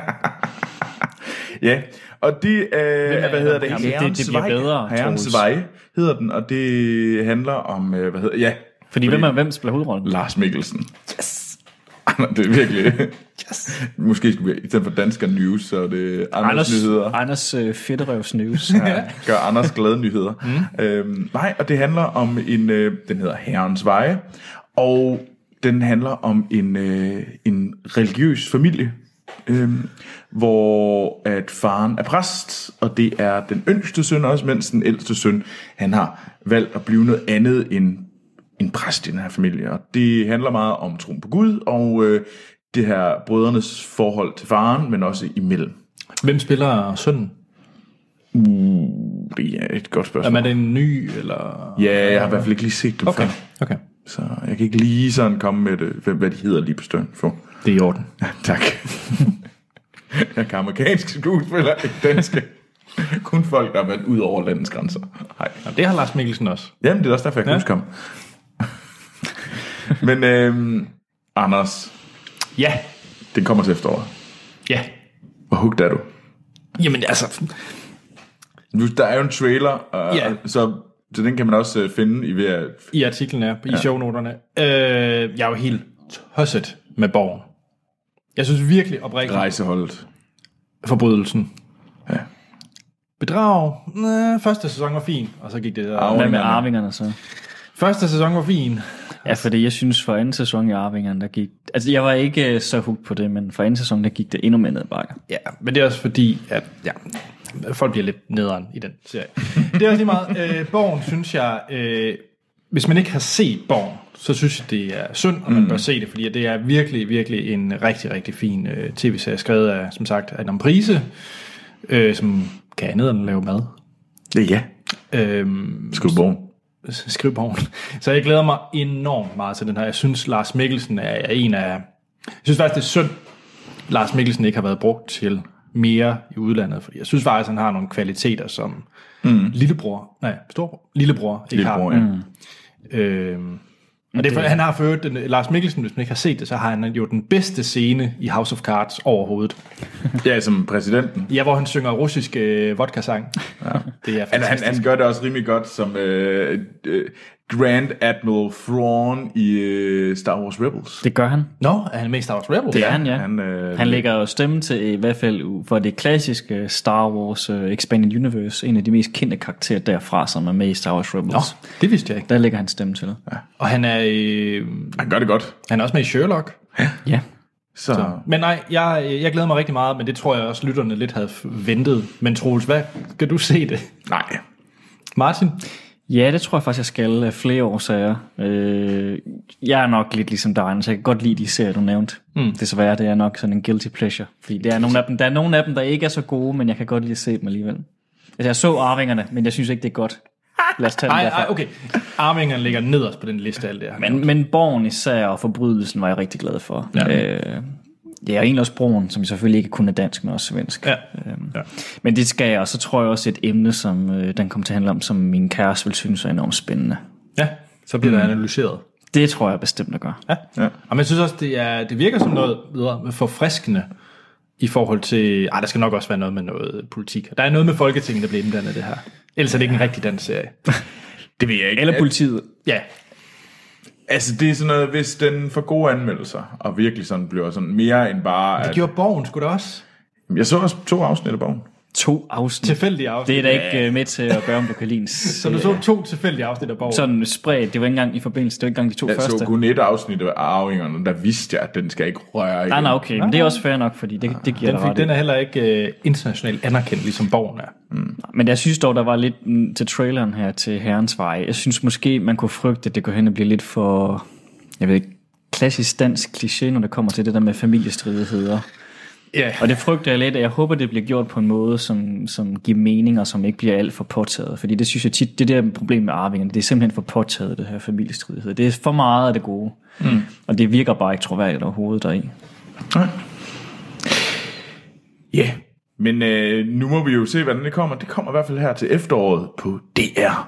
S3: Ja, og det er, hvad hedder det?
S2: Det bliver bedre.
S3: Herrens Vej hedder den, og det handler om,
S2: Fordi hvem spiller hovedrollen?
S3: Lars Mikkelsen. Yes! Det er virkelig... Yes! Måske skulle vi, i stedet for Dansker News, så er det Anders Nyheder.
S2: Anders Fedterøvs News.
S3: Ja, gør Anders glade nyheder. Og det handler om den hedder Herrens Vej, og den handler om en religiøs familie, hvor at faren er præst, og det er den yngste søn også, mens den ældste søn, han har valgt at blive noget andet end en præst i den her familie. Og det handler meget om troen på Gud, og det her brødrenes forhold til faren, men også imellem.
S1: Hvem spiller sønnen?
S3: Det er et godt spørgsmål.
S1: Er det en ny, eller?
S3: Ja, jeg har i hvert fald ikke lige set dem før.
S1: Okay.
S3: Så jeg kan ikke lige sådan komme med det, hvad de hedder lige på støren for.
S1: Det er i orden.
S3: Ja, tak. Jeg er amerikansk skuespiller, ikke danske. Kun folk, der har været ud over landets grænser. Hej.
S1: Jamen, det har Lars Mikkelsen også.
S3: Jamen, det er også derfor, jeg kan huske ham. Men Anders.
S1: Ja.
S3: Den kommer til efteråret.
S1: Ja.
S3: Hvor hooked er du?
S1: Jamen, altså...
S3: Der er jo en trailer, så den kan man også finde
S1: i artiklen her, i shownoterne. Jeg er jo helt tosset med Borgen. Jeg synes virkelig oprigtigt...
S3: Rejseholdet.
S1: Forbrydelsen.
S3: Ja.
S1: Bedrag. Første sæson var fin, og så gik det...
S2: Hvad med Arvingerne så?
S1: Første sæson var fin.
S2: Ja, fordi jeg synes for anden sæson i Arvingerne, der gik... Altså, jeg var ikke så hooked på det, men for anden sæson, der gik det endnu mere ned ad bakke.
S1: Ja, men det er også fordi, at folk bliver lidt nederen i den serie. Det er også lige meget. Borgen, synes jeg... hvis man ikke har set Borgen, så synes jeg, det er synd, og man bør se det, fordi det er virkelig, virkelig en rigtig, rigtig fin tv-serie, skrevet af, som sagt, Adam Price, som kan andet end lave mad.
S3: Ja.
S1: Skriv Borgen. Så jeg glæder mig enormt meget til den her. Jeg synes, Lars Mikkelsen er en af... Jeg synes faktisk, det er synd, Lars Mikkelsen ikke har været brugt til mere i udlandet, fordi jeg synes faktisk, han har nogle kvaliteter, som lillebror ikke har. Ja. Og det er, han har ført Lars Mikkelsen, hvis man ikke har set det, så har han jo den bedste scene i House of Cards overhovedet.
S3: Ja, som præsidenten.
S1: Ja, hvor han synger russisk vodka-sang. Det er fantastisk.
S3: Han gør det også rimelig godt som Grand Admiral Thrawn i Star Wars Rebels.
S2: Det gør han.
S1: Nå, er han med i Star Wars Rebels?
S2: Det er han, ja. Han lægger jo stemme til, i hvert fald for det klassiske Star Wars Expanded Universe, en af de mest kendte karakterer derfra, som er med i Star Wars Rebels.
S1: Nå, det vidste jeg ikke.
S2: Der lægger han stemme til.
S3: Ja.
S1: Og han er...
S3: Han gør det godt.
S1: Han er også med i Sherlock.
S2: Ja.
S3: Så.
S1: Men nej, jeg glæder mig rigtig meget, men det tror jeg også, lytterne lidt havde ventet. Men Troels, hvad skal du se det?
S3: Nej.
S1: Martin?
S2: Ja, det tror jeg faktisk, jeg skal af flere årsager. Jeg er nok lidt ligesom dig, så jeg kan godt lide de serier, du nævnte. Desværre, det er nok sådan en guilty pleasure. Fordi der er nogle af dem, der ikke er så gode, men jeg kan godt lide at se dem alligevel. Altså, jeg så Arvingerne, men jeg synes ikke, det er godt. Lad os tage den derfra.
S1: Okay. Arvingerne ligger nederst på den liste af alt det her.
S2: Men Borgen især og Forbrydelsen var jeg rigtig glad for. Ja. Det er egentlig også Broen, som selvfølgelig ikke kun er dansk, men også svensk.
S1: Ja.
S2: Men det skal jeg, og så tror jeg også et emne, som den kommer til at handle om, som min kæreste vil synes er enormt spændende.
S1: Ja, så bliver det analyseret.
S2: Det tror jeg bestemt at gøre.
S1: Ja. Og jeg synes også, det virker som noget forfriskende i forhold til... der skal nok også være noget med noget politik. Der er noget med Folketinget, der bliver inddannet det her. Ellers er det ikke en rigtig dansk serie.
S3: Det ved jeg ikke.
S2: Eller politiet.
S1: Ja.
S3: Altså, det er sådan noget, hvis den får gode anmeldelser, og virkelig sådan bliver sådan mere end bare...
S1: Det gjorde Borgen sgu da også.
S3: Jeg så også 2 afsnit af Borgen.
S2: 2 afsnit.
S1: Tilfældige afsnit.
S2: Det er da ikke med til at gøre, om du kan lide.
S1: Så du så 2 tilfældige afsnit af Borgen?
S2: Sådan spredt. Det var ikke engang i forbindelse. Det var ikke engang de 2 første.
S3: Jeg så kun 1 afsnit af Arvingerne, der vidste jeg, at den skal ikke røre igen.
S2: Nej, okay. Men det er også fair nok, fordi det giver dig ret.
S1: Den er heller ikke internationalt anerkendt, ligesom Borgen er.
S2: Men jeg synes dog, der var lidt til traileren her til Herrens Vej. Jeg synes måske, man kunne frygte, at det går hen og bliver lidt for... Jeg ved ikke, klassisk dansk kliché, når det kommer til det der med familiestridigheder.
S1: Yeah.
S2: Og det frygter jeg lidt, og jeg håber, det bliver gjort på en måde, som giver mening, og som ikke bliver alt for påtaget. Fordi det synes jeg tit, det der problem med Arvingerne, det er simpelthen for påtaget, det her familiestridighed. Det er for meget af det gode. Og det virker bare ikke troværdigt overhovedet deri.
S3: Ja, men nu må vi jo se, hvordan det kommer. Det kommer i hvert fald her til efteråret på DR1.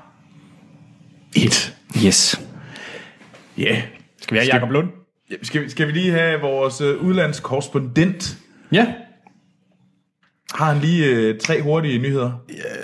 S2: Yes.
S3: Ja. Yeah.
S1: Skal vi have Jacob Lund?
S3: Skal vi lige have vores udlandskorrespondent?
S1: Ja.
S3: Har han lige 3 hurtige nyheder?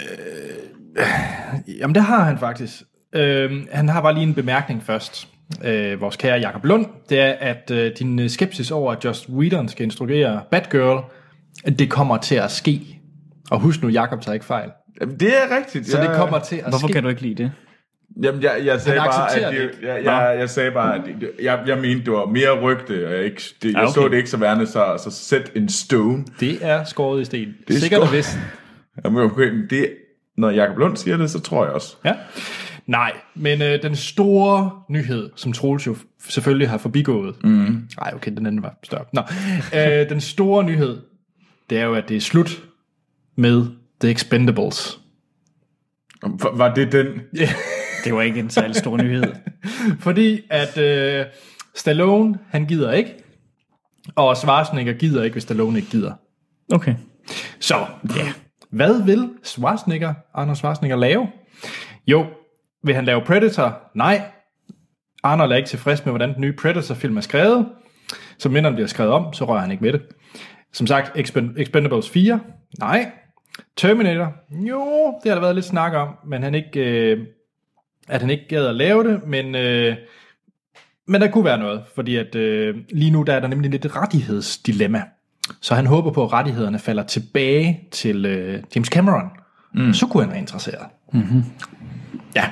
S1: Jamen, det har han faktisk. Han har bare lige en bemærkning først. Vores kære Jacob Lund, det er, at din skepsis over, at Joss Whedon skal instruere Batgirl, det kommer til at ske. Og husk nu, Jacob tager ikke fejl.
S3: Jamen, det er rigtigt.
S1: Så det kommer til at
S2: Hvorfor
S1: ske.
S2: kan du ikke lide det?
S3: Jamen, jeg sagde bare, at jeg mente, det var mere rygte, og jeg så det ikke så værende, så set in stone.
S1: Det er skåret i sten.
S3: Det er
S1: sikkert og vist.
S3: Jamen, okay, når Jacob Lund siger det, så tror jeg også.
S1: Ja. Nej, men den store nyhed, som Troels jo selvfølgelig har forbigået. Nej, okay, den anden var større. Nå. Den store nyhed, det er jo, at det er slut med The Expendables.
S3: Var det den?
S1: Ja.
S2: Det var ikke en særlig stor nyhed.
S1: Fordi at Stallone, han gider ikke, og Schwarzenegger gider ikke, hvis Stallone ikke gider.
S2: Okay.
S1: Så, ja. Hvad vil Arnold Schwarzenegger lave? Jo, vil han lave Predator? Nej. Arnold er ikke tilfreds med, hvordan den nye Predator-film er skrevet. Så mindre den bliver skrevet om, så rører han ikke med det. Som sagt, Expendables 4? Nej. Terminator? Jo, det har der været lidt snak om, men han ikke... at han ikke gad at lave det, men der kunne være noget, fordi at lige nu der er der nemlig lidt et rettighedsdilemma. Så han håber på, at rettighederne falder tilbage til James Cameron. Så kunne han være interesseret. Ja.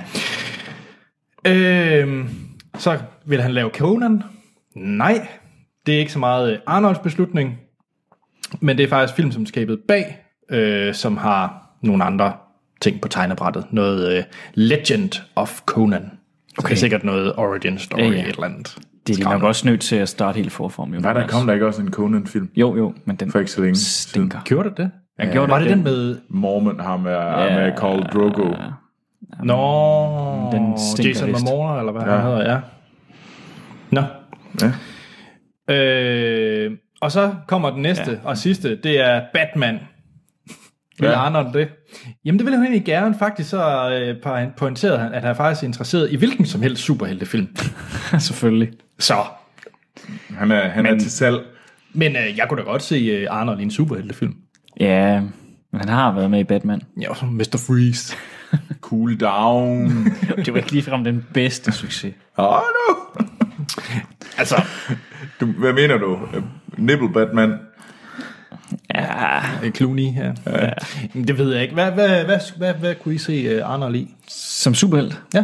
S1: Så vil han lave Conan? Nej, det er ikke så meget Arnolds beslutning, men det er faktisk filmselskabet bag, som har nogle andre ting på tegnebrættet. Noget Legend of Conan. Okay. Det er sikkert noget origin story, et eller andet.
S2: Det er de nok også nødt til at starte helt forfra.
S3: Kom der ikke også en Conan-film?
S2: Jo, men den
S3: for ikke så længe
S2: stinker.
S1: Gjorde det?
S2: Ja,
S1: var det den med...
S3: Mormon har med Khal Drogo.
S1: Nå,
S2: den
S1: Jason Momoa, eller hvad han hedder, ja. Nå. Ja. Og så kommer den næste og sidste, det er Batman. Vil Arnold det? Jamen det vil han egentlig gerne. Faktisk så pointerede han, at han faktisk er interesseret i hvilken som helst superheltefilm.
S2: Selvfølgelig.
S1: Så.
S3: Han er til salg.
S1: Men jeg kunne da godt se Arnold i en superheltefilm.
S2: Ja, Men han har været med i Batman.
S1: Ja, som Mr. Freeze.
S3: Cool down.
S2: Det var ikke ligefrem den bedste succes.
S3: No.
S1: Altså,
S3: Hvad mener du? Nibble Batman?
S2: Ja,
S1: Clooney her. Ja. Det ved jeg ikke. Hvad kunne I se Arnold i?
S2: som superhelt.
S1: Ja.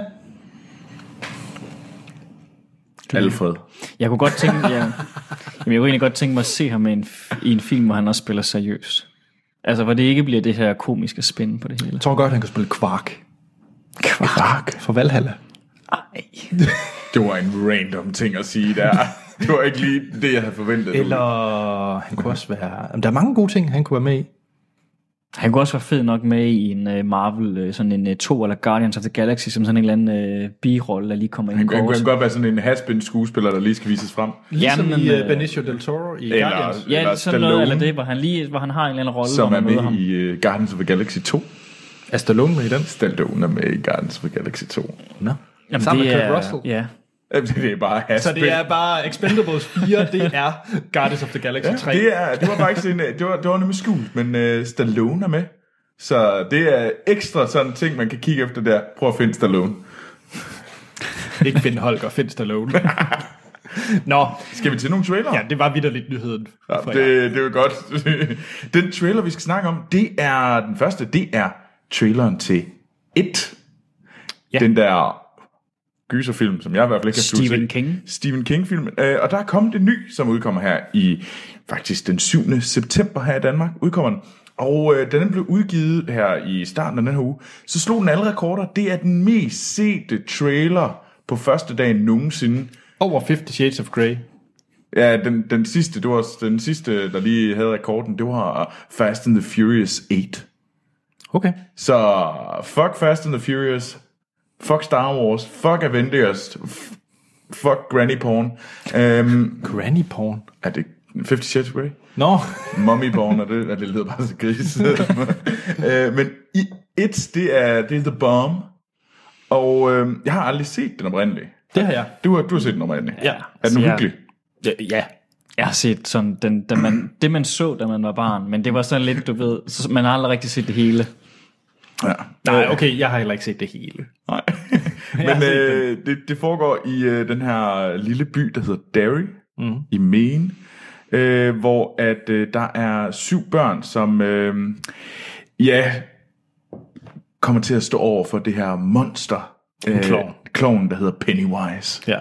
S3: Alfred.
S2: Jeg kunne godt tænke, jeg kunne egentlig godt tænke mig at se ham i en film, hvor han også spiller seriøs. Altså, hvor det ikke bliver det her komiske spin på det hele.
S1: Jeg tror godt, han kan spille Quark.
S3: Quark?
S1: For Valhalla.
S2: Ej.
S3: Det var en random ting at sige der. Det var ikke lige det, jeg havde forventet.
S1: Eller han kunne også være... Jamen, der er mange gode ting, han kunne være med i.
S2: Han kunne også være fed nok med i en Marvel, sådan en 2 eller Guardians of the Galaxy, som sådan en eller anden birolle, der lige kommer ind.
S3: Han kunne godt være sådan en has-been skuespiller, der lige skal vises frem.
S1: Ligesom i Benicio del Toro i Guardians.
S2: Ja,
S3: eller
S2: sådan noget, eller det, hvor han har en eller anden rolle,
S3: som
S2: hvor
S3: er
S2: man møder
S3: med
S2: ham.
S3: i Guardians of the Galaxy 2.
S1: Er Stallone med i den?
S3: Stallone er med i Guardians of the Galaxy 2.
S1: Nå.
S2: Jamen,
S1: Sammen
S2: det
S1: med Kurt
S2: er,
S1: Russell.
S2: Ja.
S3: Det er bare has.
S1: Så det er bare Expendables 4, det er Guardians of the Galaxy 3.
S3: Det var faktisk det var nemlig skjult, men Stallone er med. Så det er ekstra sådan ting, man kan kigge efter der. Prøv at finde Stallone.
S1: Ikke finde Holger, find Stallone. Nå.
S3: Skal vi til nogle trailer?
S1: Ja, det var vitterligt nyheden.
S3: Ja, det var godt. Den trailer, vi skal snakke om, det er den første. Det er traileren til It. Ja. Den der gyserfilm, som jeg i hvert fald ikke har Stephen King-film. Og der er kommet en ny, som udkommer her i faktisk den 7. september her i Danmark. Udkommer den. Og da den blev udgivet her i starten af den her uge, så slog den alle rekorder. Det er den mest sete trailer på første dag nogensinde.
S1: Over 50 Shades of Grey.
S3: Ja, den sidste, det var den sidste, der lige havde rekorden, det var Fast and the Furious 8.
S1: Okay.
S3: Så fuck Fast and the Furious, fuck Star Wars, fuck Avengers, fuck Granny Porn.
S1: Granny Porn?
S3: Er det 50 Shades of Grey?
S1: Nå.
S3: Mommy Porn, og det lyder bare så gris. Men It, det er The Bomb. Og jeg har aldrig set den oprindelige.
S1: Det har jeg.
S3: Du har set den oprindelige?
S1: Ja.
S3: Er den hyggelig?
S1: Ja.
S2: Jeg har set sådan, det man så, da man var barn, men det var sådan lidt, du ved, man har aldrig rigtig set det hele.
S3: Ja.
S1: Nej, okay, jeg har heller ikke set det hele.
S3: Nej. Men det foregår i den her lille by, der hedder Derry, i Maine, hvor at der er 7 børn, som kommer til at stå over for det her monster. Klovn, der hedder Pennywise.
S1: Ja.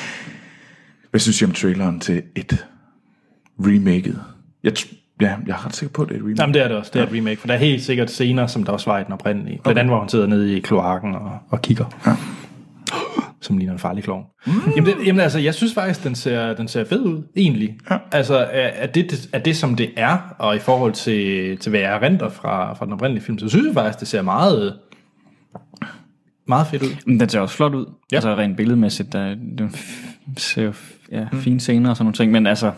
S3: Hvad synes I om traileren til It? Remaket. Jeg er ret sikker på, at det er et remake.
S1: Jamen det er det også, det er et remake, for der er helt sikkert scener, som der også var i den oprindelige. Blandt andet, hvor hun sidder nede i kloakken og kigger. Ja. Som ligner en farlig klovn. Jamen altså, jeg synes faktisk, den ser fed ud, egentlig. Ja. Altså, er det som det er, og i forhold til hvad jeg erindrer fra den oprindelige film, så synes jeg faktisk, det ser meget fedt ud.
S2: Men den ser også flot ud. Ja. Altså rent billedmæssigt, den ser jo fine scener og sådan nogle ting, men altså...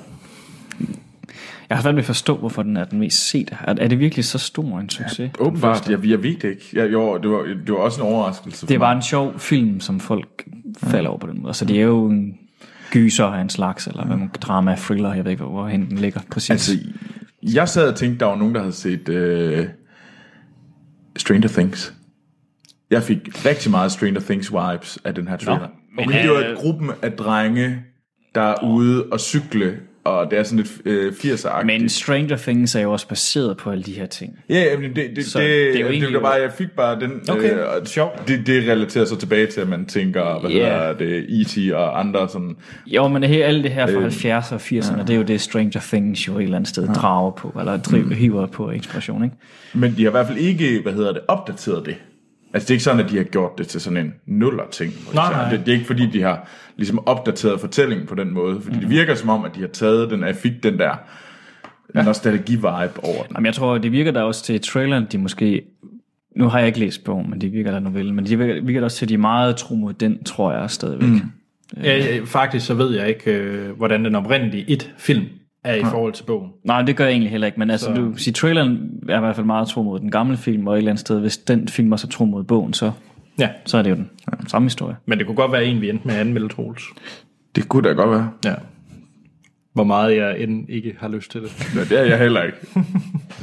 S2: Jeg har svært ved at forstå, hvorfor den er den mest set. Er det virkelig så stor en succes?
S3: Ja, åbenbart, jeg ved det ikke. Det var også en overraskelse.
S2: Det var en sjov film, som folk falder over på den måde. Så det er jo en gyser af en slags, eller hvad man drama, thriller, jeg ved ikke, hvorhen den ligger præcis. Altså,
S3: jeg sad og tænkte, der var nogen, der havde set Stranger Things. Jeg fik rigtig meget Stranger Things vibes af den her trailer. Men det var gruppen af drenge, der er ude og cykle, og det er sådan lidt 80'er-agtigt.
S2: Men Stranger Things er jo også baseret på alle de her ting.
S3: Ja, men det var bare, jeg fik bare den...
S1: sjovt.
S3: Det relaterer sig tilbage til, at man tænker, hvad hedder det, E.T. og andre sådan...
S2: Jo, men alt det her fra 70'erne og 80'erne, det er jo det Stranger Things jo et eller andet sted drager på, eller hiver på inspiration, ikke?
S3: Men de har i hvert fald ikke, opdateret det. Altså det er ikke sådan, at de har gjort det til sådan en nuller-ting.
S1: Nej.
S3: Det er ikke fordi, de har ligesom opdateret fortællingen på den måde. Fordi det virker som om, at de har taget den, at fik den der nostalgi-vibe over den.
S2: Jamen jeg tror, det virker der også til traileren, de måske... Nu har jeg ikke læst bogen, men det virker der novelle. Men det virker der også til, at de er meget tro mod den, tror jeg stadigvæk.
S1: Faktisk så ved jeg ikke, hvordan den oprindelige film er i forhold til bogen.
S2: Nej, det gør jeg egentlig heller ikke, men altså, du siger, traileren er i hvert fald meget tro mod den gamle film, og et eller andet sted, hvis den film også er tro mod bogen, så er det jo den samme historie.
S1: Men det kunne godt være en, vi endte med at anmelde, Troels.
S3: Det kunne da godt være.
S1: Ja. Hvor meget jeg end ikke har lyst til det.
S3: Ja, det er jeg heller ikke.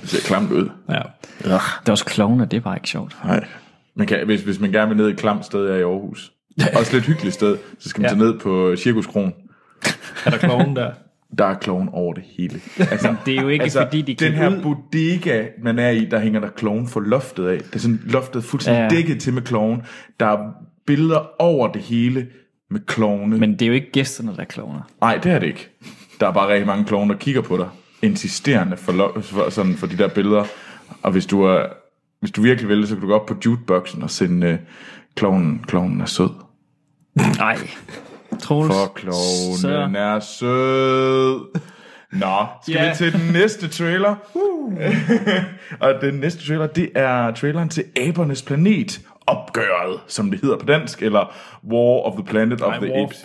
S3: Det ser klamt ud.
S1: Ja.
S2: Det er også klovne, det er bare ikke sjovt.
S3: Nej. Man kan, hvis man gerne vil ned i et klamt sted her i Aarhus, også lidt hyggeligt sted, så skal man tage ned på Cirkus Kron.
S1: Er der klovne der?
S3: Der er klovn over det hele. Altså,
S2: det er jo ikke fordi, de
S3: den her bodega, man er i, der hænger der klovn for loftet af. Det er sådan loftet fuldstændig dækket til med klovn. Der er billeder over det hele med klovne.
S2: Men det er jo ikke gæsterne, der er klovner.
S3: Nej, det er det ikke. Der er bare rigtig mange klovne, der kigger på dig. Insisterende for de der billeder. Og hvis du virkelig vil, så kan du gå op på jukeboxen og sende klovnen er sød.
S2: Nej. Troels.
S3: For klovnen er sød. Nå, skal vi til den næste trailer? Og den næste trailer, det er traileren til Abernes Planet. Opgøret, som det hedder på dansk, eller War of the Planet of the Apes.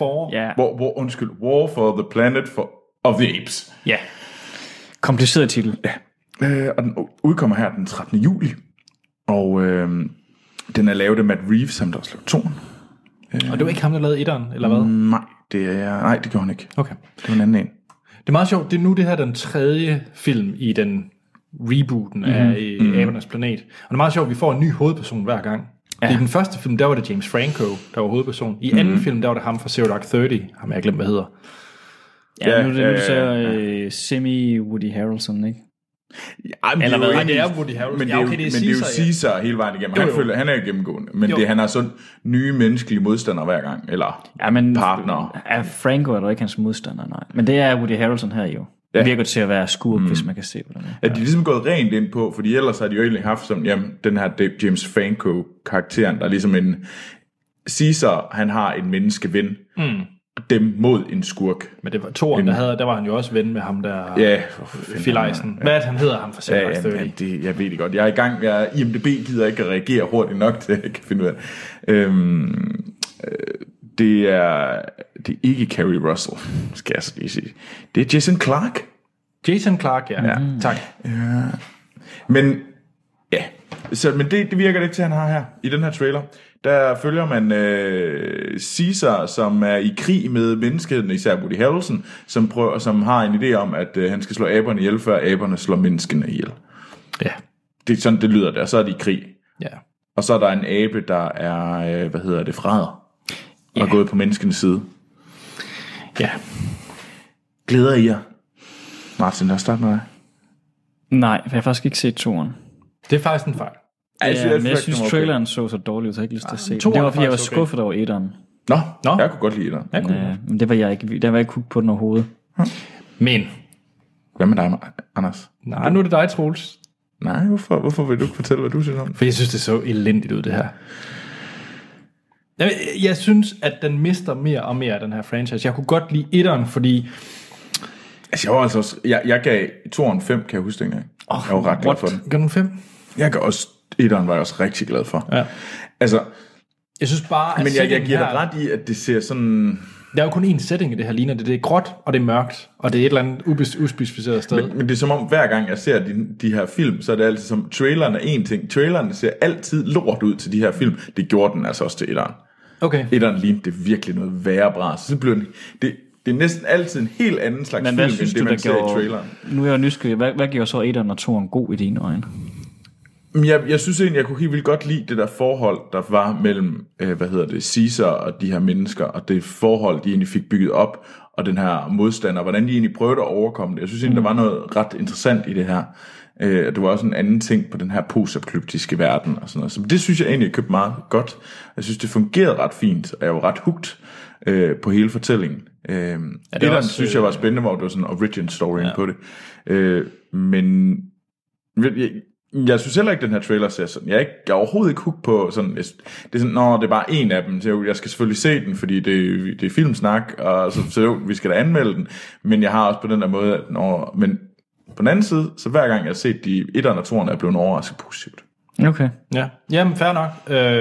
S3: War for the Planet of the Apes.
S2: Ja. Kompliceret titel.
S3: Ja. Og den udkommer her den 13. juli. Og den er lavet af Matt Reeves, som der også lavede 2'eren.
S1: Og det var ikke ham, der lavede 1'eren, eller hvad?
S3: Nej, det gjorde han ikke.
S1: Okay.
S3: Det var en anden en.
S1: Det er meget sjovt. Det er nu det her den 3. film i den rebooten af Abernes Planet. Og det er meget sjovt, at vi får en ny hovedperson hver gang. Ja. I den første film, der var det James Franco, der var hovedperson. I anden film, der var det ham fra Zero Dark 30. Ham jeg glemt, hvad hedder.
S2: Ja, nu er det så semi-Woody Harrelson, ikke?
S3: Ja, men
S1: eller hvad?
S3: Nej,
S1: det er Woody Harrelson.
S3: Men det er jo Caesar hele vejen igennem. Han føler, han er gennemgående. Men han har sådan nye menneskelige modstandere hver gang. Eller partner.
S2: Ja, Franco er der ikke hans modstander, nej. Men det er Woody Harrelson her jo. Det virker til at være skurk, hvis man kan se på det.
S3: Ja, de er ligesom gået rent ind på, fordi ellers har de jo egentlig haft som, den her James Franco-karakteren, der er ligesom en Caesar, han har en menneskeven, dem mod en skurk.
S1: Men det var Thor, der var han jo også ven med ham der, Phil Eisen. Hvad er det, han hedder ham for Zero Dark 30?
S3: Jeg ved det godt. Jeg er i gang, IMDb gider ikke at reagere hurtigt nok til, at jeg kan finde ud af. Det er ikke Kerry Russell, skal jeg så lige sige. Det er Jason Clarke.
S1: Jason Clarke, ja. Tak.
S3: Ja. Men det virker det ikke til, han har her i den her trailer. Der følger man Caesar, som er i krig med menneskeheden, især Woody Harrelson, som har en idé om, at han skal slå aberne ihjel, før aberne slår menneskene ihjel.
S1: Ja.
S3: Det er sådan, det lyder der. Så er de i krig.
S1: Ja.
S3: Og så er der en abe, der er, forræder. Og er gået på menneskenes side.
S1: Ja.
S3: Glæder I jer? Martin, lad os starte med dig.
S2: Nej, jeg har faktisk ikke set 2'eren.
S1: Det er faktisk en fejl.
S2: Men jeg synes, traileren så dårligt, så jeg ikke lyst til at se. Det var, fordi jeg var skuffet over 1'eren.
S3: Nå, jeg kunne godt lide 1'eren.
S2: Men det var jeg ikke. Der var jeg ikke på den overhovedet.
S1: Men.
S3: Hvad med dig, Anders?
S1: Nej, nu er det dig, Troels.
S3: Nej, hvorfor vil du ikke fortælle, hvad du synes om?
S1: For jeg synes, det så elendigt ud, det her. Jeg synes, at den mister mere og mere, den her franchise. Jeg kunne godt lide 1'eren, fordi...
S3: Altså, jeg var altså også... Jeg gav 2'eren 5, kan jeg huske dengang. Jeg var ret glad for den.
S1: Gav du 5?
S3: Jeg gav også... 1'eren var jeg også rigtig glad for.
S1: Ja.
S3: Altså...
S1: Jeg synes bare...
S3: Men jeg giver dig ret i, at det ser sådan...
S1: Der er jo kun én setting i det her ligner. Det er gråt, og det er mørkt, og det er et eller andet uspecificeret sted.
S3: Men det er som om, hver gang jeg ser de her film, så er det altid som... Traileren er én ting. Traileren ser altid lort ud til de her film. Det gjorde den altså også til 1'eren.
S1: Okay.
S3: 1'eren lignede det virkelig noget værre bras. Så blev det er næsten altid en helt anden slags film, end det man ser i traileren.
S2: Nu er jeg nysgerrig. Hvad giver så 1'eren og 2'eren god i dine øjne?
S3: Jeg synes egentlig, jeg kunne helt vildt godt lide det der forhold, der var mellem, Caesar og de her mennesker, og det forhold, de egentlig fik bygget op, og den her modstander, hvordan de egentlig prøvede at overkomme det. Jeg synes egentlig, der var noget ret interessant i det her. Det var også en anden ting på den her postapokalyptiske verden, og sådan noget. Så det synes jeg egentlig, jeg købte meget godt. Jeg synes, det fungerede ret fint, og jeg var ret hooked på hele fortællingen. Det også, synes jeg var spændende, hvor det var sådan en origin story på det. Men... Jeg synes heller ikke, den her trailer ser sådan. Jeg er overhovedet ikke hooked på sådan. Det er sådan, det er bare en af dem. Så jeg skal selvfølgelig se den, fordi det er filmsnak, og så vi skal da anmelde den. Men jeg har også på den der måde, at men på den anden side, så hver gang jeg har set de 1'erne og 2'erne, er blevet overrasket positivt.
S2: Okay.
S1: Ja, jamen fair nok.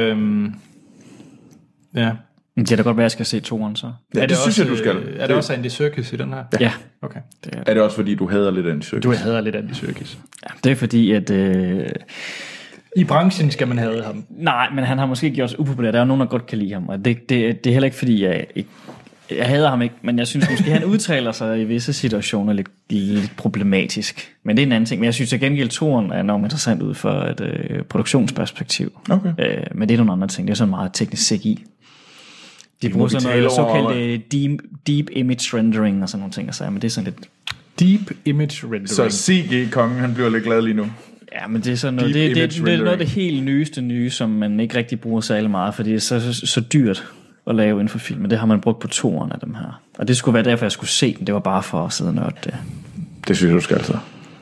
S1: Ja.
S2: Det kan da godt være, at jeg skal se 2'eren så.
S3: Ja, det synes jeg, du skal.
S1: Er det også Andy Serkis i den her?
S2: Ja.
S1: Okay.
S3: Er det også fordi, du hader lidt Andy Serkis?
S1: Du hader lidt Andy Serkis.
S2: Ja, det er fordi, at...
S1: I branchen skal man have ham.
S2: Nej, men han har måske gjort os upopulær. Der er jo nogen, der godt kan lide ham. Og det er heller ikke fordi, jeg Jeg hader ham ikke, men jeg synes måske, han udtaler sig i visse situationer lidt problematisk. Men det er en anden ting. Men jeg synes, at gengæld toren er enormt interessant ud for et produktionsperspektiv.
S3: Okay.
S2: Men det er nogle andre ting. Det er sådan meget teknisk CGI. De bruger sådan noget såkaldt deep image rendering og sådan nogle ting. Og så, men det er sådan lidt...
S1: Deep image rendering.
S3: Så CG-kongen, han bliver lidt glad lige nu.
S2: Ja, men det er sådan noget, det er noget af det helt nye, som man ikke rigtig bruger særlig meget, fordi det er så dyrt at lave inden for film. Det har man brugt på toeren af dem her. Og det skulle være derfor, jeg skulle se den. Det var bare for at sidde og nørde det.
S3: Det synes jeg, du skal altså.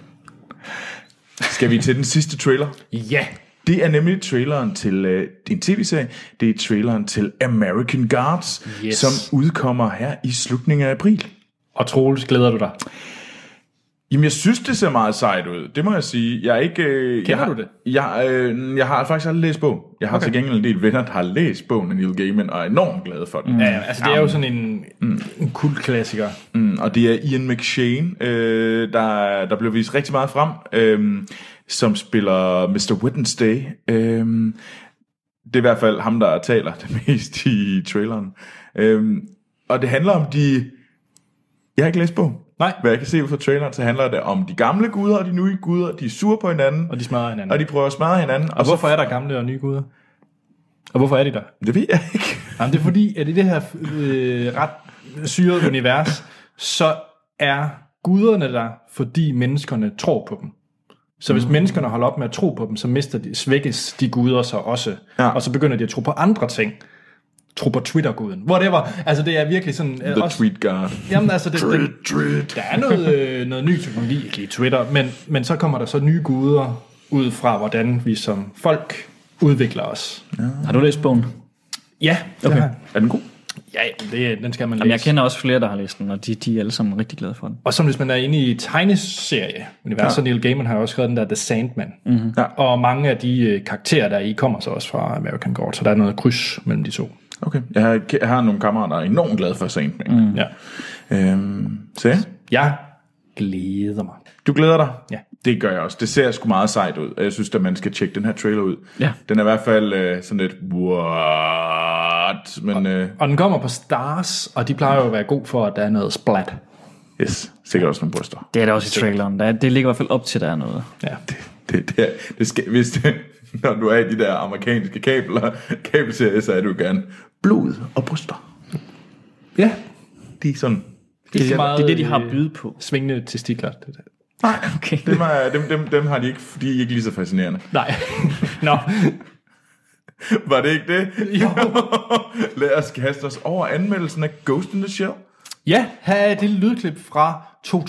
S3: Skal vi til den sidste trailer?
S1: Ja.
S3: Det er nemlig traileren til en tv-serie. Det er traileren til American Gods, som udkommer her i slutningen af april.
S1: Og Troels, glæder du dig?
S3: Jamen, jeg synes, det ser meget sejt ud. Det må jeg sige. Jeg er ikke...
S1: Kender du det?
S3: Jeg har faktisk aldrig læst bog. Jeg har til gengæld en del venner, der har læst bogen af Neil Gaiman, og er enormt glade for den.
S1: Ja, altså det er jo sådan en kultklassiker.
S3: Og det er Ian McShane, der blev vist rigtig meget frem, som spiller Mr. Wednesday. Det er i hvert fald ham, der taler det mest i traileren. Og det handler om Jeg har ikke læst bogen.
S1: Nej.
S3: Hvad jeg kan se ud fra traileren, så handler det om de gamle guder og de nye guder. De er sure på hinanden.
S1: Og de smadrer hinanden.
S3: Og de prøver at smadre hinanden.
S1: Og hvorfor er der gamle og nye guder? Og hvorfor er de der?
S3: Det ved jeg ikke.
S1: Jamen, det er fordi, at i det her ret syrede univers, så er guderne der, fordi menneskerne tror på dem. Så hvis menneskerne holder op med at tro på dem, så svækkes de guder så også. Ja. Og så begynder de at tro på andre ting. Tro på Twitter-guden. Whatever. Altså, det er virkelig sådan...
S3: The også, tweet god.
S1: Jamen, altså, der er noget ny teknologi, ikke lige Twitter, men så kommer der så nye guder ud fra, hvordan vi som folk udvikler os.
S2: Ja. Har du læst bogen?
S1: Ja,
S3: okay. Er den god?
S1: Ja, den skal man læse.
S2: Jamen, jeg kender også flere, der har læst den, og de er alle sammen rigtig glade for den.
S1: Og så hvis man er inde i tegneserie-universet, så Neil Gaiman har også skrevet den der The Sandman. Mm-hmm. Ja. Og mange af de karakterer, der er i, kommer så også fra American God, så der er noget kryds mellem de to.
S3: Okay, jeg har nogle kammerater, der er enormt glade for Sandman.
S1: Ja.
S3: Så ja.
S1: Jeg glæder mig.
S3: Du glæder dig?
S1: Ja.
S3: Det gør jeg også. Det ser sgu meget sejt ud. Jeg synes, at man skal tjekke den her trailer ud.
S2: Ja.
S3: Den er i hvert fald sådan lidt what? Men,
S1: og den kommer på Stars, og de plejer jo at være god for, at der er noget splat.
S3: Yes, sikkert også nogle bryster.
S2: Det er der også i traileren. Det ligger i hvert fald op til, der er noget.
S1: Ja.
S3: Det skal, når du er i de der amerikanske kabelserier, så er du gerne blod og bryster.
S1: Ja.
S3: De er sådan...
S2: Det er det, de har at byde på.
S1: Svingende testikler.
S3: Nej, okay. Dem har de ikke, fordi de er ikke lige så fascinerende.
S1: Nej. Nå.
S3: Var det ikke det?
S1: Jo.
S3: Lad os kaste os over anmeldelsen af Ghost in the Shell.
S1: Ja, her er et lille lydklip fra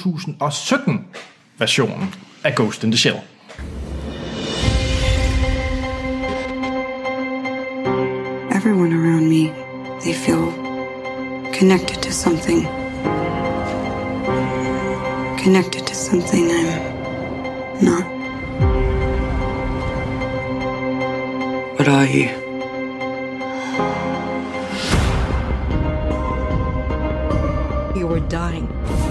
S1: 2017-versionen af Ghost in the Shell.
S7: Everyone around me, they feel connected to something. Connected to something I'm not. What are you?
S8: You were dying.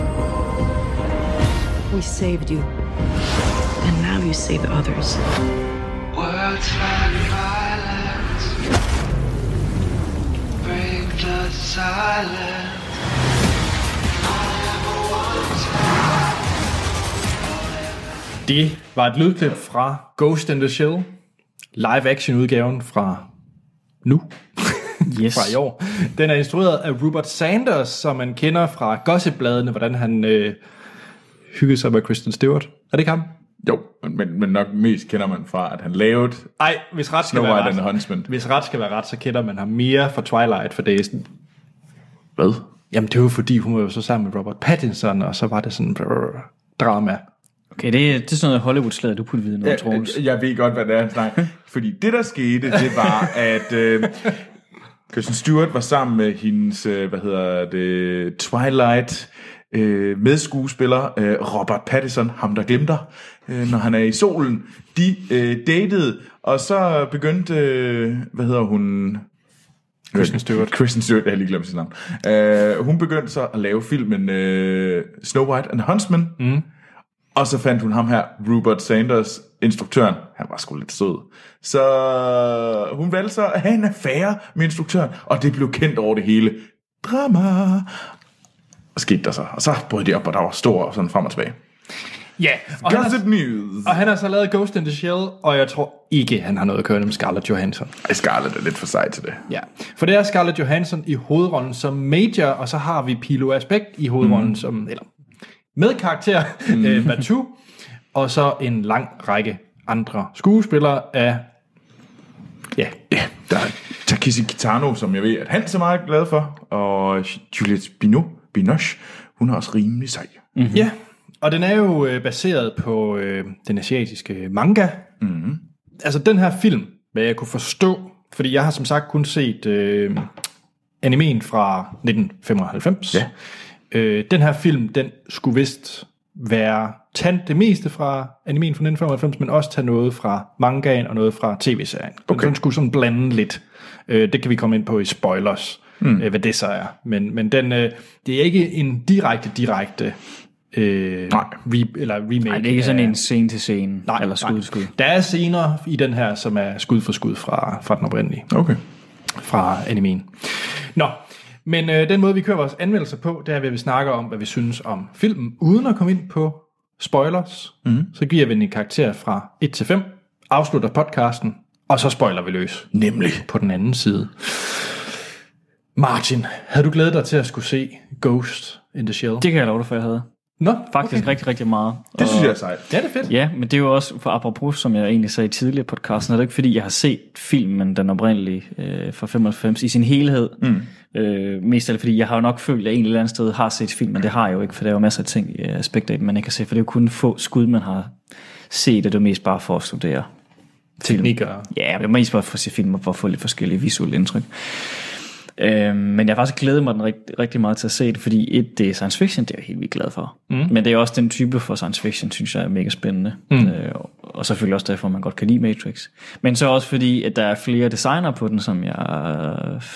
S8: We saved you. And now you save others.
S5: Words like violence break the silence.
S1: Det var et lydklip fra Ghost in the Shell, live-action-udgaven fra nu,
S2: yes.
S1: fra i år. Den er instrueret af Rupert Sanders, som man kender fra Gossip-bladene, hvordan han hyggede sig med Kristen Stewart. Er det ikke ham?
S3: Jo, men nok mest kender man fra, at han lavede
S1: hvis ret skal
S3: Snow
S1: være
S3: White
S1: ret.
S3: and the Huntsman.
S1: Hvis ret skal være ret, så kender man ham mere fra Twilight, for det er sådan...
S3: Hvad?
S1: Jamen, det var fordi, hun var jo så sammen med Robert Pattinson, og så var det sådan drama.
S2: Okay, det er sådan noget Hollywood-slag, du kunne vide noget, Troels.
S3: Jeg ved godt, hvad det er, han snakker. Fordi det, der skete, det var, at Kristen Stewart var sammen med hendes, Twilight medskuespiller, Robert Pattinson, ham der glemte når han er i solen. De datede, og så begyndte, Kristen Stewart, jeg har lige glemt sit navn. Hun begyndte så at lave filmen Snow White and the Huntsman. Mm. Og så fandt hun ham her, Rupert Sanders, instruktøren. Han var sgu lidt sød. Så hun valgte så at have en affære med instruktøren, og det blev kendt over det hele. drama. Og skete der så. Og så brød de op, og der var stor sådan frem og tilbage.
S1: Ja,
S3: og
S1: han har så lavet Ghost in the Shell, og jeg tror ikke, han har noget at køre med Scarlett Johansson.
S3: Scarlett er lidt for sej til det.
S1: Ja, for det er Scarlett Johansson i hovedrollen som Major, og så har vi Pilo Asbæk i hovedrollen som, eller med karakter, Batu, og så en lang række andre skuespillere af,
S3: der er Takeshi Kitano, som jeg ved, at han er så meget glad for, og Juliette Binoche, hun er også rimelig sej.
S1: Mm-hmm. Ja, og den er jo baseret på den asiatiske manga. Mm-hmm. Altså den her film, hvad jeg kunne forstå, fordi jeg har som sagt kun set animen fra 1995. Ja. Den her film, den skulle vist tage det meste fra animen fra 1995, men også tage noget fra mangaen og noget fra tv-serien. Okay. Den skulle sådan blande lidt. Det kan vi komme ind på i spoilers, hvad det så er. Men den, det er ikke en direkte remake.
S2: Nej, det er ikke sådan en scene til scene, eller skud.
S1: Der er scener i den her, som er skud for skud fra den oprindelige.
S3: Okay.
S1: Fra animen. Nå, men den måde, vi kører vores anmeldelser på, det er, at vi snakker om, hvad vi synes om filmen, uden at komme ind på spoilers. Mm-hmm. Så giver vi en karakter fra 1 til 5, afslutter podcasten, og så spoiler vi løs.
S3: Nemlig.
S1: På den anden side. Martin, havde du glædet dig til at skulle se Ghost in the Shell?
S2: Det kan jeg love dig for, jeg havde.
S1: Nå,
S2: faktisk rigtig, rigtig meget.
S3: Det synes jeg er sejt.
S1: Ja, det er fedt.
S2: Ja, men det er jo også, for apropos, som jeg egentlig sagde i tidligere podcasten, er det ikke fordi, jeg har set filmen, den oprindelige fra 95 i sin helhed. Mest af det, fordi jeg har jo nok følt, at jeg en eller anden sted har set filmen, det har jeg jo ikke, for der er jo masser af ting i aspekter, man ikke kan se, for det er jo kun få skud, man har set, og det er mest bare for at studere
S1: teknikker.
S2: Ja, det er mest bare for at se film og for at få lidt forskellige visuelle indtryk. Men jeg har faktisk glædet mig den rigtig meget til at se det, fordi det er science fiction, det er jeg helt vildt glad for. Men det er også den type for science fiction, synes jeg er mega spændende. Og selvfølgelig også derfor, man godt kan lide Matrix. Men så også fordi, at der er flere designer på den, som jeg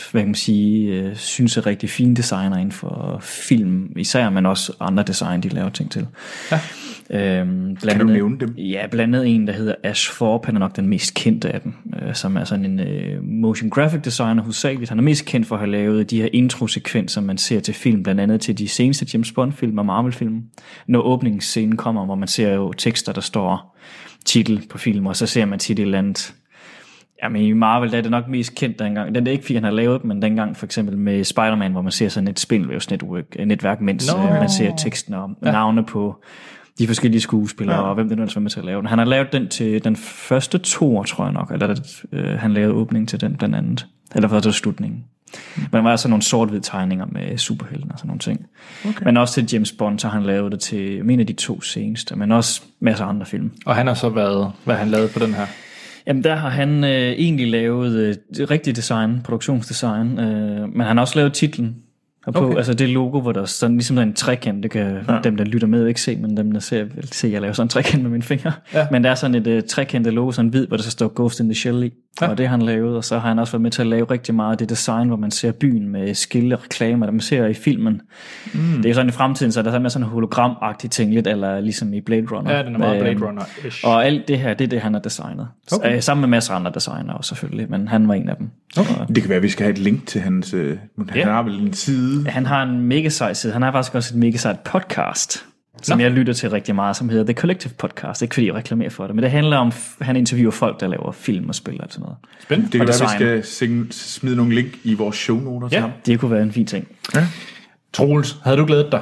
S2: synes er rigtig fine designer inden for film, især, men også andre design, de laver ting til. Ja.
S3: Kan du nævne dem?
S2: Ja, blandt andet en, der hedder Ash Thorpe, han er nok den mest kendte af dem, som er sådan en motion graphic designer hovedsageligt. Han er mest kendt for at have lavet de her introsekvenser, man ser til film, blandt andet til de seneste James Bond-film og Marvel-film. Når åbningsscenen kommer, hvor man ser jo tekster, der står titel på film, og så ser man tit et eller andet. Jamen i Marvel, der er det nok mest kendt dengang. Den er ikke, fordi han har lavet, men dengang for eksempel med Spider-Man, hvor man ser sådan et spindelvævsnetværk, mens man ser teksten og navne på de forskellige skuespillere, og hvem det nu er med til at lave den. Han har lavet den til den første toer, tror jeg nok, eller han lavede åbningen til den blandt andet, eller for det slutningen. Men der var sådan nogle sort-hvide tegninger med superhelten og sådan nogle ting. Okay. Men også til James Bond, så har han lavet det til en af de 2 seneste, men også masser af andre film.
S1: Og han har så været, hvad han lavede på den her?
S2: Jamen der har han egentlig lavet rigtig design, produktionsdesign, men han har også lavet titlen. På, altså det logo, hvor der er sådan, ligesom en trekant, det kan dem, der lytter med, ikke se, men dem, der ser, vil se, jeg laver sådan en trekant med mine fingre. Ja. Men der er sådan et trekantet logo, sådan hvid, hvor der så står Ghost in the Shell i, og det har han lavet, og så har han også været med til at lave rigtig meget af det design, hvor man ser byen med skilte og reklamer, der man ser i filmen. Det er sådan i fremtiden, så der er sådan en hologram-agtig ting, lidt eller ligesom i Blade Runner.
S1: Ja, den er meget Blade Runner-ish.
S2: Og alt det her, det er det, han har designet. Okay. Sammen med masser af andre designere selvfølgelig, men han var en af dem.
S3: Okay. Det kan være, at vi skal have et link til hans, han har vel en side.
S2: Han har en mega sej side. Han har faktisk også et mega sejt podcast, som jeg lytter til rigtig meget, som hedder The Collective Podcast. Ikke fordi jeg reklamerer for det, men det handler om, han interviewer folk, der laver film og spil og sådan noget.
S3: Spændende. Det kan være, vi skal smide nogle link i vores shownoter til ham.
S2: Det kunne være en fin ting.
S1: Ja. Troels, havde du glædet dig?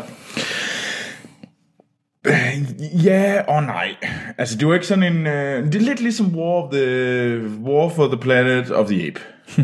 S3: Ja og nej. Altså det var ikke sådan en det er lidt ligesom War for the Planet of the Ape.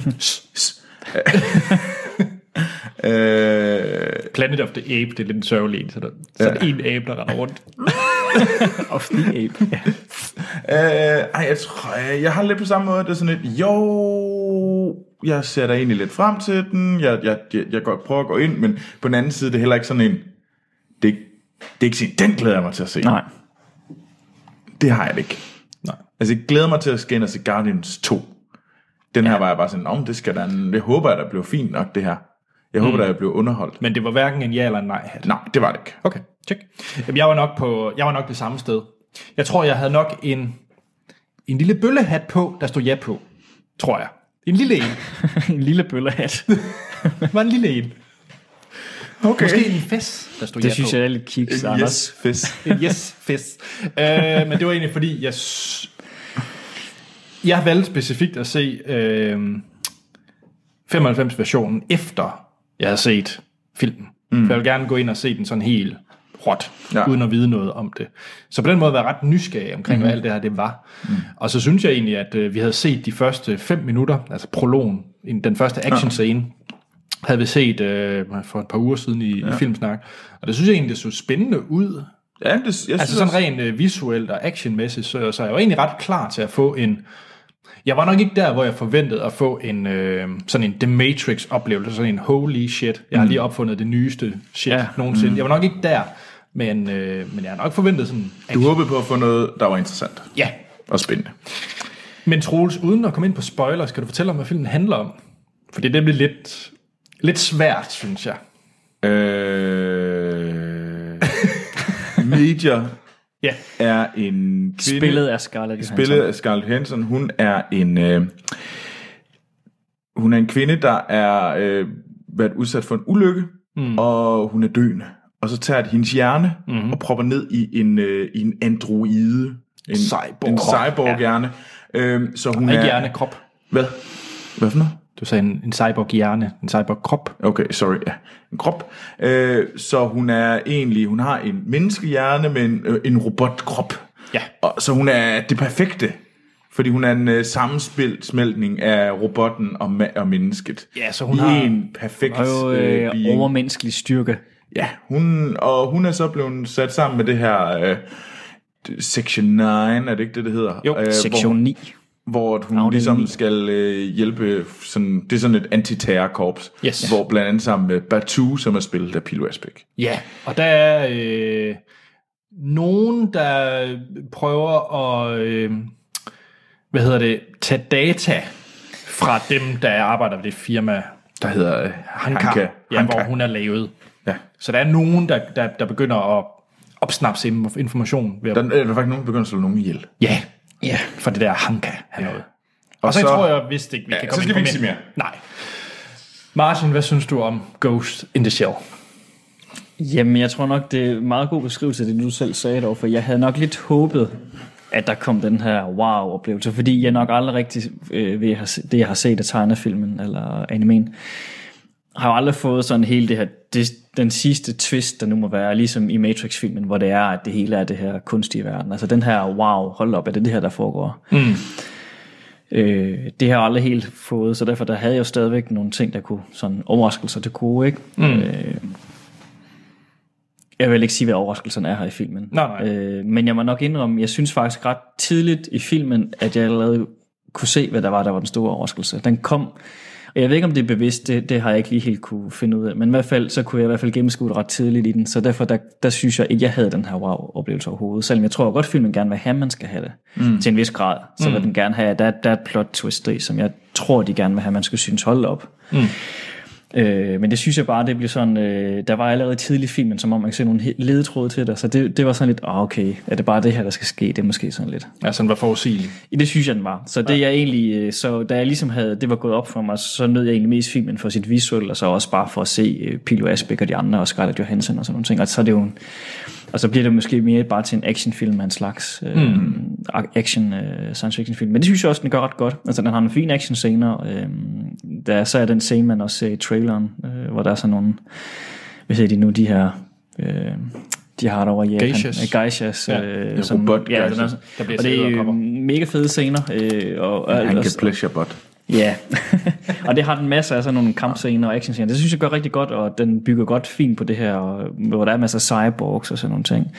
S1: Planet of the Ape, det er lidt sørgelig en, så er en abe, der render rundt.
S2: Of the Ape.
S3: Jeg tror, jeg har lidt på samme måde. Det er sådan lidt, jeg ser da egentlig lidt frem til den. Jeg godt prøver at gå ind, men på den anden side, det er heller ikke sådan en, det er ikke sådan, den glæder jeg mig til at se.
S2: Nej.
S3: Det har jeg ikke. Nej. Altså, jeg glæder mig til at skænde og se Guardians 2. Den her var jeg bare sådan, det skal der, det håber jeg, der bliver fint nok, det her. Jeg håber, der bliver underholdt.
S1: Men det var hverken en ja eller en nej hat?
S3: Nej, det var det ikke.
S1: Okay, check. Jamen, jeg var nok det samme sted. Jeg tror, jeg havde nok en lille bøllehat på, der stod ja på. Tror jeg. En lille en.
S2: En lille bøllehat.
S1: Det var en lille en.
S3: Okay.
S1: Måske en fes, der stod
S2: Det
S1: ja
S2: synes
S1: på.
S2: jeg er lidt kiks, Anders.
S3: Fes.
S1: Yes, fes. Men det var egentlig fordi, jeg valgte specifikt at se 95-versionen efter jeg havde set filmen. For jeg vil gerne gå ind og se den sådan helt råt, uden at vide noget om det. Så på den måde var jeg ret nysgerrig omkring, hvad alt det her det var. Og så synes jeg egentlig, at vi havde set de første 5 minutter, altså prologen, den første actionscene, havde vi set for et par uger siden i Filmsnak. Og det synes jeg egentlig, det så spændende ud.
S3: Ja,
S1: altså sådan rent visuelt og actionmæssigt, så er jeg jo egentlig ret klar til at få en... Jeg var nok ikke der, hvor jeg forventede at få en sådan en The Matrix-oplevelse, sådan en holy shit. Jeg har lige opfundet det nyeste shit nogensinde. Jeg var nok ikke der, men jeg har nok forventet sådan...
S3: Du håbede på at få noget, der var interessant.
S1: Ja.
S3: Og spændende.
S1: Men Troels, uden at komme ind på spoilers, skal du fortælle om, hvad filmen handler om? For det er nemlig lidt svært, synes jeg.
S3: Major er en kvinde.
S2: Spillet af Scarlett
S3: Johansson. Hun er en kvinde, der er været udsat for en ulykke, og hun er døende. Og så tager de hendes hjerne og propper ned i en androide. En cyborg-hjerne. Så hun
S1: ikke hjernekrop.
S3: Hvad for noget?
S1: Du sagde en cyborg-hjerne, en cyborg-krop.
S3: Okay, sorry, ja. En krop. Så hun har en menneskehjerne med en robotkrop.
S1: Ja.
S3: Og, så hun er det perfekte, fordi hun er en sammensmeltning af robotten og mennesket.
S1: Ja, så hun har
S3: en perfekt
S2: overmenneskelig styrke.
S3: Ja, hun er så blevet sat sammen med det her Section 9, er det ikke det hedder?
S2: Jo, Sektion 9.
S3: Hvor hun ligesom skal hjælpe, det er sådan et antiterrorkorps, hvor blandt andet sammen med Batu, som er spillet af Pilo Asbæk.
S1: Ja, og der er nogen, der prøver at tage data fra dem, der arbejder ved det firma, der hedder Hanka. Ja, hvor hun er lavet. Ja. Så der er nogen, der begynder at opsnappe information.
S3: Der er faktisk nogen, der begynder at slå nogen ihjel.
S1: Ja. Ja, for det der Hanka er noget. Og så tror jeg vist ikke, vi kan komme
S3: så skal vi ikke sige mere.
S1: Nej. Martin, hvad synes du om Ghost in the Shell?
S2: Jamen, jeg tror nok, det er en meget god beskrivelse af det, du selv sagde dog, for jeg havde nok lidt håbet, at der kom den her wow-oplevelse, fordi jeg nok aldrig rigtig ved det, jeg har set af tegnefilmen eller animen, har jo aldrig fået sådan hele det her, den sidste twist, der nu må være, ligesom i Matrix-filmen, hvor det er, at det hele er det her kunstige verden. Altså den her, wow, hold op, er det her, der foregår? Det har jeg aldrig helt fået, så derfor der havde jeg jo stadigvæk nogle ting, der kunne, sådan overraskelser til gode, ikke? Jeg vil ikke sige, hvad overraskelserne er her i filmen.
S1: Nej.
S2: Men jeg må nok indrømme, jeg synes faktisk ret tidligt i filmen, at jeg allerede kunne se, hvad der var den store overraskelse. Den kom... Jeg ved ikke, om det er bevidst, det har jeg ikke lige helt kunne finde ud af, men i hvert fald, så kunne jeg i hvert fald gennemskue det ret tidligt i den, så derfor, der synes jeg ikke, jeg havde den her wow-oplevelse overhovedet, selvom jeg tror godt, filmen gerne vil have, man skal have det, til en vis grad, så vil den gerne have, der er et plot twist i, som jeg tror, de gerne vil have, man skal synes holde op. Men det synes jeg bare, det blev sådan, der var allerede tidligt i filmen, som om man kan se nogle ledetråde til det, så det var sådan lidt, okay, er det bare det her, der skal ske, det er måske sådan lidt.
S1: Ja, sådan var forudsigelig.
S2: Det synes jeg, den var. Så det jeg egentlig, så da jeg ligesom havde, det var gået op for mig, så nød jeg egentlig mest filmen for sit visuelle, og så også bare for at se Pilo Asbæk og de andre, og Scarlett Johansson og sådan nogle ting, og så er det jo og så bliver det måske mere bare til en actionfilm af en slags action science fiction film. Men det synes jeg også, den gør ret godt. Altså den har nogle fine action scener. Så er den scene, man også ser i traileren, hvor der er sådan nogle, hvad hedder de nu, de her... de har derovre i Japan. Geishas.
S3: Robot geishas.
S2: Og det er mega fede scener.
S3: Han kan pleasure bot.
S2: Ja, og det har den masser af sådan nogle kampscener og actionscener. Det synes jeg gør rigtig godt, og den bygger godt fint på det her, hvor der er masser af cyborgs og sådan nogle ting.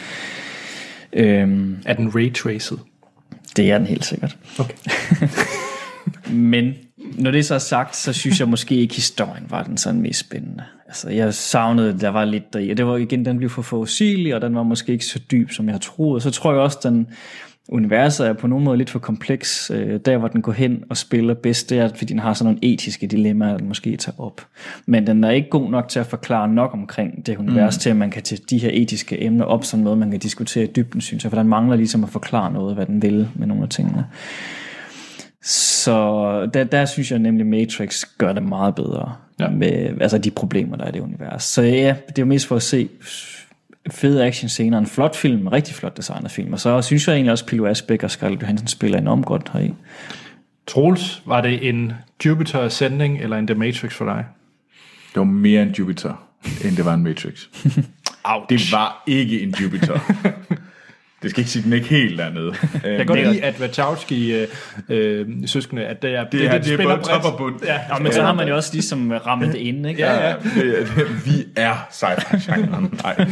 S1: Er den ray-traced?
S2: Det er den helt sikkert.
S1: Okay.
S2: Men når det så er sagt, så synes jeg måske ikke historien var den sådan mest spændende. Altså jeg savnede, der var lidt der i, og det var igen, den blev for forudsigelig, og den var måske ikke så dyb, som jeg havde troet. Så tror jeg også, den universet er på nogen måde lidt for kompleks. Der hvor den går hen og spiller bedst, det er, fordi den har sådan nogle etiske dilemmaer, den måske tager op. Men den er ikke god nok til at forklare nok omkring det univers, til at man kan tage de her etiske emner op som noget, man kan diskutere i dybden, synes jeg. For den mangler ligesom at forklare noget, hvad den vil med nogle af tingene. Så der synes jeg nemlig Matrix gør det meget bedre med altså de problemer der er i det univers. Så ja, det er jo mest for at se fede action scener, en flot film, en rigtig flot designet film, og så synes jeg egentlig også Pilo Asbæk og Scarlett Johansson spiller enormt godt heri.
S1: Troels, var det en Jupiter Ascending eller en The Matrix for dig?
S3: Det var mere en Jupiter, end det var en Matrix. Det var ikke en Jupiter. Det skal ikke sige, den ikke helt dernede.
S1: Jeg kan godt lide, at Wachowski-søskende, at det er
S3: både top og bund.
S2: Ja, men så har man jo også ligesom rammet det inde, ikke?
S3: Ja. Vi er sci-fi-genren. Nej.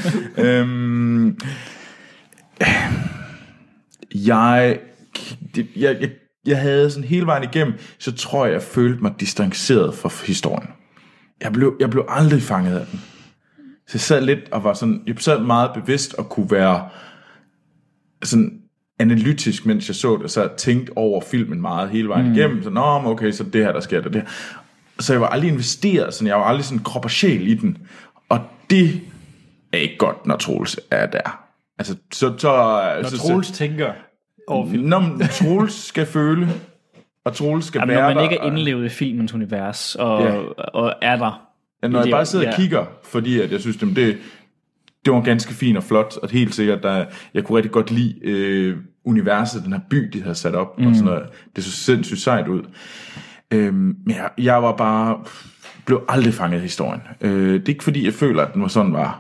S3: Jeg havde sådan hele vejen igennem, så tror jeg følte mig distanceret fra historien. Jeg blev aldrig fanget af den. Så jeg sad lidt og var sådan, jeg sad meget bevidst og kunne være sådan analytisk, mens jeg så det, så jeg tænkte over filmen meget hele vejen igennem, så okay, så det her, der sker det her. Så jeg var aldrig investeret, sådan, jeg var aldrig sådan krop og sjæl i den, og det er ikke godt, når Troels er der. Altså, når
S1: Troels tænker over filmen.
S3: Når Troels skal føle, og Troels skal være der.
S2: Når man ikke er indlevet i filmens univers, og er der.
S3: Ja, når jeg bare sidder og kigger, fordi at jeg synes, det var ganske fint og flot, og helt sikkert, jeg kunne rigtig godt lide universet, den her by, de havde sat op, og sådan noget. Det så sindssygt sejt ud. Men jeg var bare, blev aldrig fanget i historien. Det er ikke fordi, jeg føler, at den var sådan var.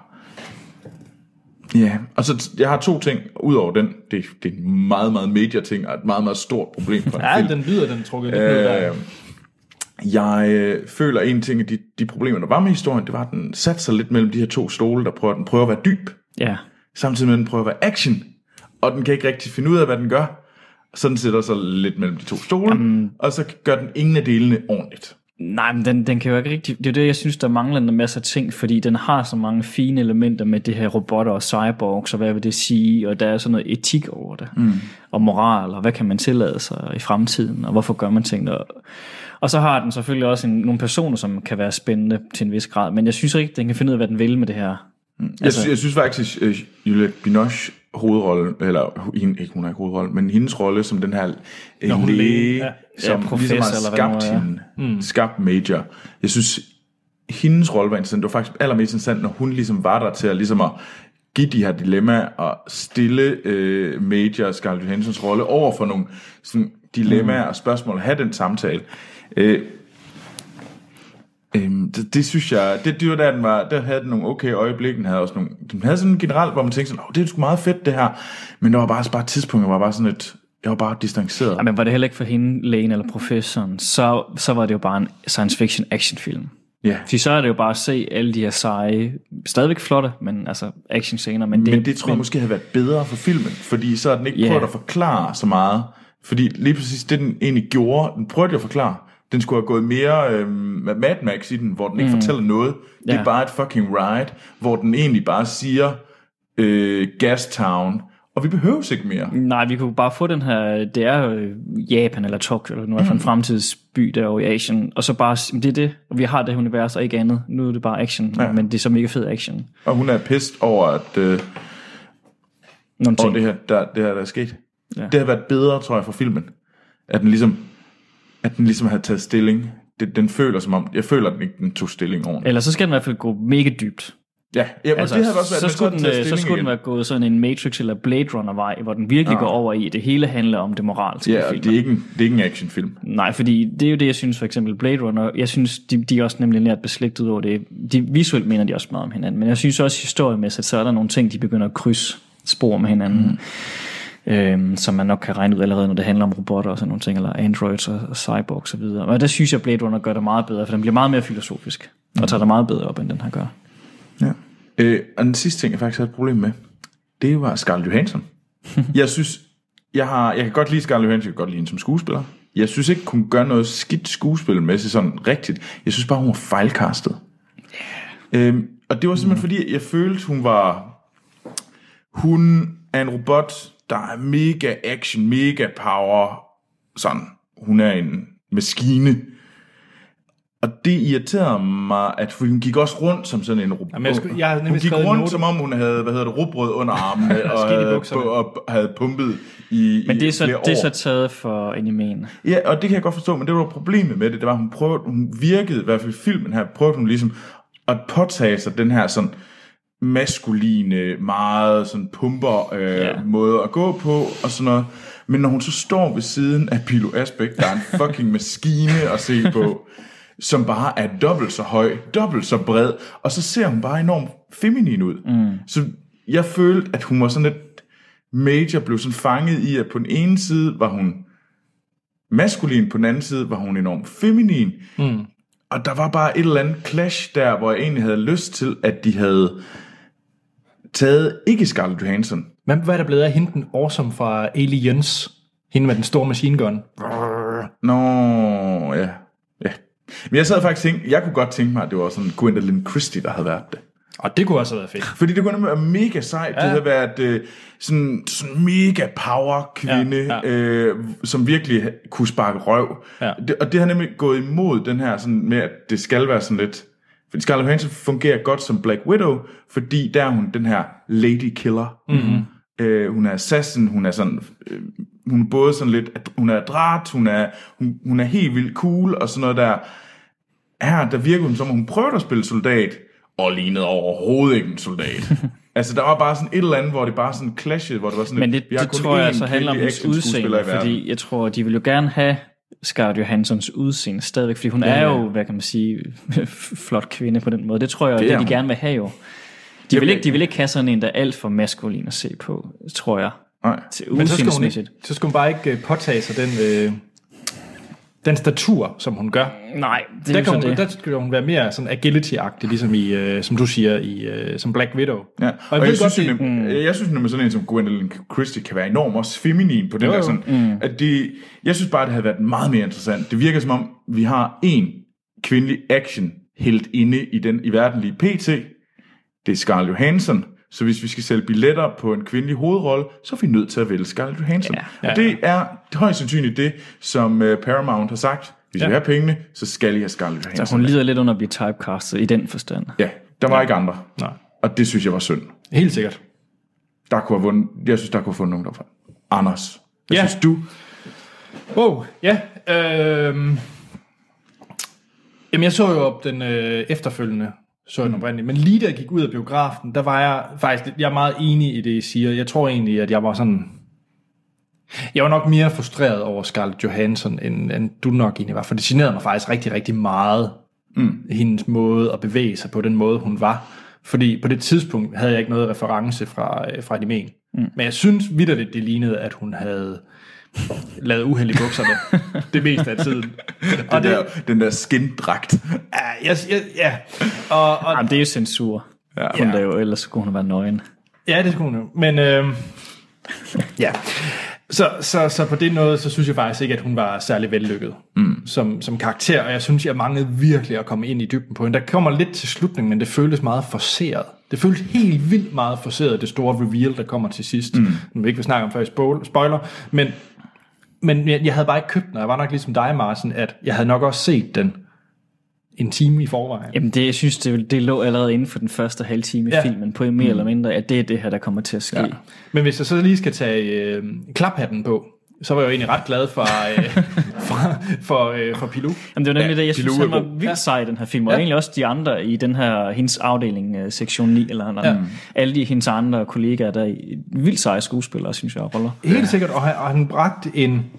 S3: Ja, og så jeg har 2 ting, udover den, det er en meget, meget major ting, og et meget, meget stort problem for en film.
S1: Den lyder, den trukket lidt ned der.
S3: Jeg føler en ting af de problemer, der var med historien, det var, at den satte sig lidt mellem de her 2 stole, den prøver at være dyb, samtidig med, at den prøver at være action, og den kan ikke rigtig finde ud af, hvad den gør, så den sætter sig lidt mellem de 2 stole, og så gør den ingen af delene ordentligt.
S2: Nej, men den kan jo ikke rigtig. Det er det, jeg synes, der mangler en masse ting, fordi den har så mange fine elementer med det her robotter og cyborgs, og hvad vil det sige, og der er sådan noget etik over det, og moral, og hvad kan man tillade sig i fremtiden, og hvorfor gør man ting. Og så har den selvfølgelig også nogle personer, som kan være spændende til en vis grad, men jeg synes ikke, den kan finde ud af, hvad den vil med det her.
S3: Jeg synes faktisk, Juliette Binoche hovedrolle, eller ikke hun er ikke hovedrolle, men hendes rolle som den her læge, som ligesom har skabt hende, skabt Major. Jeg synes, hendes rolle var interessant. Det var faktisk allermest interessant, når hun ligesom var der til at ligesom at give de her dilemmaer og stille Major, Scarlett Johanssons rolle over for nogle sådan, dilemmaer og spørgsmål, have den samtale. Det synes jeg, det var der havde den nogle okay øjeblikke, den havde sådan generelt, hvor man tænkte sådan, det er sgu meget fedt det her, men der var bare et tidspunkt, jeg var bare distanceret.
S2: Ja, men var det heller ikke for hende, lægen eller professoren, så var det jo bare en science fiction action film.
S3: Ja.
S2: Fordi så er det jo bare at se alle de her seje, stadigvæk flotte, men altså action scener.
S3: Men det tror jeg måske havde været bedre for filmen, fordi så har den ikke prøvet at forklare så meget. Fordi lige præcis det, den egentlig gjorde, den prøvede at forklare. Den skulle have gået mere Mad Max i den, hvor den ikke fortæller noget. Det er bare et fucking ride, hvor den egentlig bare siger Gas Town, og vi behøver ikke mere.
S2: Nej, vi kunne bare få den her, det er jo Japan eller Tokyo, eller nu er en fremtidsby derovre i Asien, og så bare, det er det, og vi har det univers og ikke andet. Nu er det bare action, men det er så mega fed action.
S3: Og hun er pissed over, at over det her, der er sket. Ja. Det har været bedre, tror jeg, for filmen, at den ligesom havde taget stilling. Den føler som om, jeg føler, at den ikke tog stilling ordentligt.
S2: Eller så skal den i hvert fald gå mega dybt.
S3: Ja, altså, det havde også været,
S2: så skulle den være gået sådan en Matrix eller Blade Runner vej, hvor den virkelig går over i, det hele handler om det moralske.
S3: Ja, det er ikke en actionfilm.
S2: Nej, fordi det er jo det, jeg synes for eksempel Blade Runner, jeg synes, de er også nemlig nært beslægtet over det. Visuelt mener de også meget om hinanden, men jeg synes også historiemæssigt, så er der nogle ting, de begynder at krydse spor med hinanden. Som man nok kan regne ud allerede, når det handler om robotter og sådan nogle ting, eller androids og cyborgs og så videre. Og der synes jeg, Blade Runner gør det meget bedre, for den bliver meget mere filosofisk, og tager det meget bedre op, end den her gør.
S3: Ja. Og den sidste ting, jeg faktisk havde et problem med, det var Scarlett Johansson. Jeg synes, jeg kan godt lide Scarlett Johansson, jeg kan godt lide hende som skuespiller. Jeg synes ikke, hun gør noget skidt skuespilmæssigt sådan rigtigt. Jeg synes bare, hun var fejlkastet. Og det var simpelthen fordi, jeg følte, hun er en robot, der er mega action, mega power, sådan. Hun er en maskine. Og det irriterede mig, at hun gik også rundt som sådan en hun gik rundt, som om hun havde, rugbrød under armene og havde pumpet i
S2: Men det er så,
S3: det
S2: er så taget for animen.
S3: Ja, og det kan jeg godt forstå, men det var problemet med det. Det var, hun virkede, i hvert fald i filmen her, prøvede hun ligesom at påtage sig den her sådan maskuline, meget sådan pumper måde at gå på og sådan noget. Men når hun så står ved siden af Pilo Asbæk, der er en fucking maskine at se på, som bare er dobbelt så høj, dobbelt så bred, og så ser hun bare enormt feminin ud. Så jeg følte, at hun var sådan lidt Major blev sådan fanget i, at på den ene side var hun maskulin, på den anden side var hun enormt feminin. Og der var bare et eller andet clash der, hvor jeg egentlig havde lyst til, at de havde taget ikke Scarlett Johansson.
S1: Hvad er der blevet af hende den awesome fra Aliens? Hende med den store machine gun.
S3: Nå, ja. Men jeg sad faktisk og tænkte, jeg kunne godt tænke mig, at det var sådan Gwendolyn Christie, der havde været det.
S1: Og det kunne også have været fedt.
S3: Fordi det kunne være mega sejt. Det havde været sådan mega power kvinde, som virkelig kunne sparke røv. Ja. Og det har nemlig gået imod den her sådan med, at det skal være sådan lidt... Fordi Scarlett Johansson fungerer godt som Black Widow, fordi der er hun den her lady killer. Hun er assassin, hun er sådan... hun er både sådan lidt... Hun er adræt, hun er helt vildt cool og sådan noget der. Her, der virker hun som, hun prøver at spille soldat, og lignede overhovedet ikke en soldat. Altså, der var bare sådan et eller andet, hvor det bare sådan clashede, hvor det var sådan...
S2: Men det tror jeg så handler om hendes udseende, fordi jeg tror, de vil jo gerne have Scarlett Johanssons udseende stadigvæk, fordi hun er jo, hvad kan man sige, flot kvinde på den måde. Det tror jeg, det de gerne vil have jo. De vil ikke have sådan en, der er alt for maskulin at se på, tror jeg.
S3: Nej.
S1: Men så skal hun bare ikke påtage sig den statur, som hun gør.
S2: Nej, det er det.
S1: Der skal hun være mere sådan agility-agtig, ligesom i, som du siger, som Black Widow.
S3: Ja. Og jeg synes nemlig sådan en som Gwendolyn Christie kan være enormt også feminin på den der sådan. At jeg synes bare, det havde været meget mere interessant. Det virker som om, vi har en kvindelig action helt inde i verden lige pt. Det er Scarlett Johansson. Så hvis vi skal sælge billetter på en kvindelig hovedrolle, så er vi nødt til at vælge Scarlett Johansson. Og det er højst sandsynligt det, som Paramount har sagt. Hvis vi har pengene, så skal I have Scarlett Johansson.
S2: Så hun lider lidt under at blive typecastet i den forstand.
S3: Ja, der var ikke andre. Nej. Og det synes jeg var synd.
S1: Helt sikkert.
S3: Jeg synes, der kunne have fundet nogen derfra. Anders, hvad synes du?
S1: Jamen, jeg så jo op den efterfølgende, så den oprindeligt. Men lige da jeg gik ud af biografen, der var jeg faktisk, jeg er meget enig i det, I siger. Jeg tror egentlig, at jeg var nok mere frustreret over Scarlett Johansson, end du nok egentlig var. For det generede mig faktisk rigtig, rigtig meget, hendes måde at bevæge sig på den måde, hun var. Fordi på det tidspunkt havde jeg ikke noget reference fra animen. Men jeg synes vitterligt, det lignede, at hun havde lavet uheld i bukserne det meste af tiden.
S3: Og den der skindragt.
S1: Ja.
S2: Jamen, det er jo censur. Hun der jo, ellers kunne hun være nøgen.
S1: Ja, det skulle hun jo. Men ja. Så på det noget, så synes jeg faktisk ikke, at hun var særlig vellykket som karakter. Og jeg synes, jeg manglede virkelig at komme ind i dybden på hende. Der kommer lidt til slutningen, men det føltes meget forceret. Det føltes helt vildt meget forceret, det store reveal, der kommer til sidst. Nu vil ikke snakke om før i spoiler. Men jeg havde bare ikke købt den, og jeg var nok ligesom dig, Martin, at jeg havde nok også set den en time i forvejen.
S2: Jamen jeg synes, det lå allerede inden for den første halve time i filmen, på mere eller mindre, at det er det her, der kommer til at ske. Ja.
S1: Men hvis jeg så lige skal tage klaphatten på, så var jeg jo egentlig ret glad for Pilou.
S2: Jamen det var nemlig det, jeg synes, han var vildt sej i den her film, og egentlig også de andre i den her, hendes afdeling, sektion 9, eller alle hendes andre kollegaer, der er vildt seje skuespillere, synes jeg, roller.
S1: Helt sikkert, og han bragte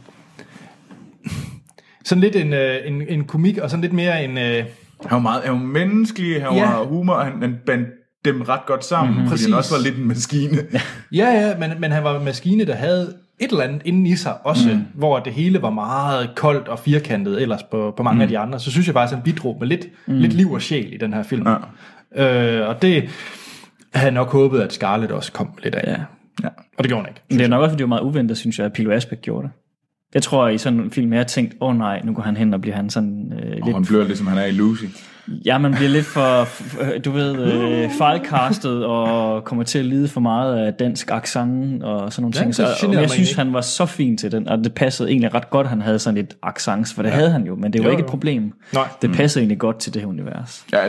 S1: sådan lidt en komik, og sådan lidt mere en...
S3: Han var menneskelig, han var humor, han bandt dem ret godt sammen, fordi han også var lidt en maskine.
S1: Men han var en maskine, der havde et eller andet inden i sig også, hvor det hele var meget koldt og firkantet ellers på mange af de andre. Så synes jeg faktisk, han bidrog med lidt liv og sjæl i den her film. Og det havde jeg nok håbet, at Scarlett også kom lidt af. Ja. Og det gjorde han ikke.
S2: Men det er nok også, fordi det var meget uventet, synes jeg, at Pilo Asbæk gjorde det. Jeg tror, i sådan en film, jeg har tænkt, nej, nu går han hen og bliver han sådan lidt...
S3: Og han bliver lidt, som han er i Lucy.
S2: Ja, man bliver lidt for du ved, fejlcastet og kommer til at lide for meget af dansk accent og sådan nogle ting. Så jeg synes, han var så fin til den, og det passede egentlig ret godt, han havde sådan lidt accent, for det havde han jo, men det var ikke et problem. Nej. Det passede egentlig godt til det her univers. Ja,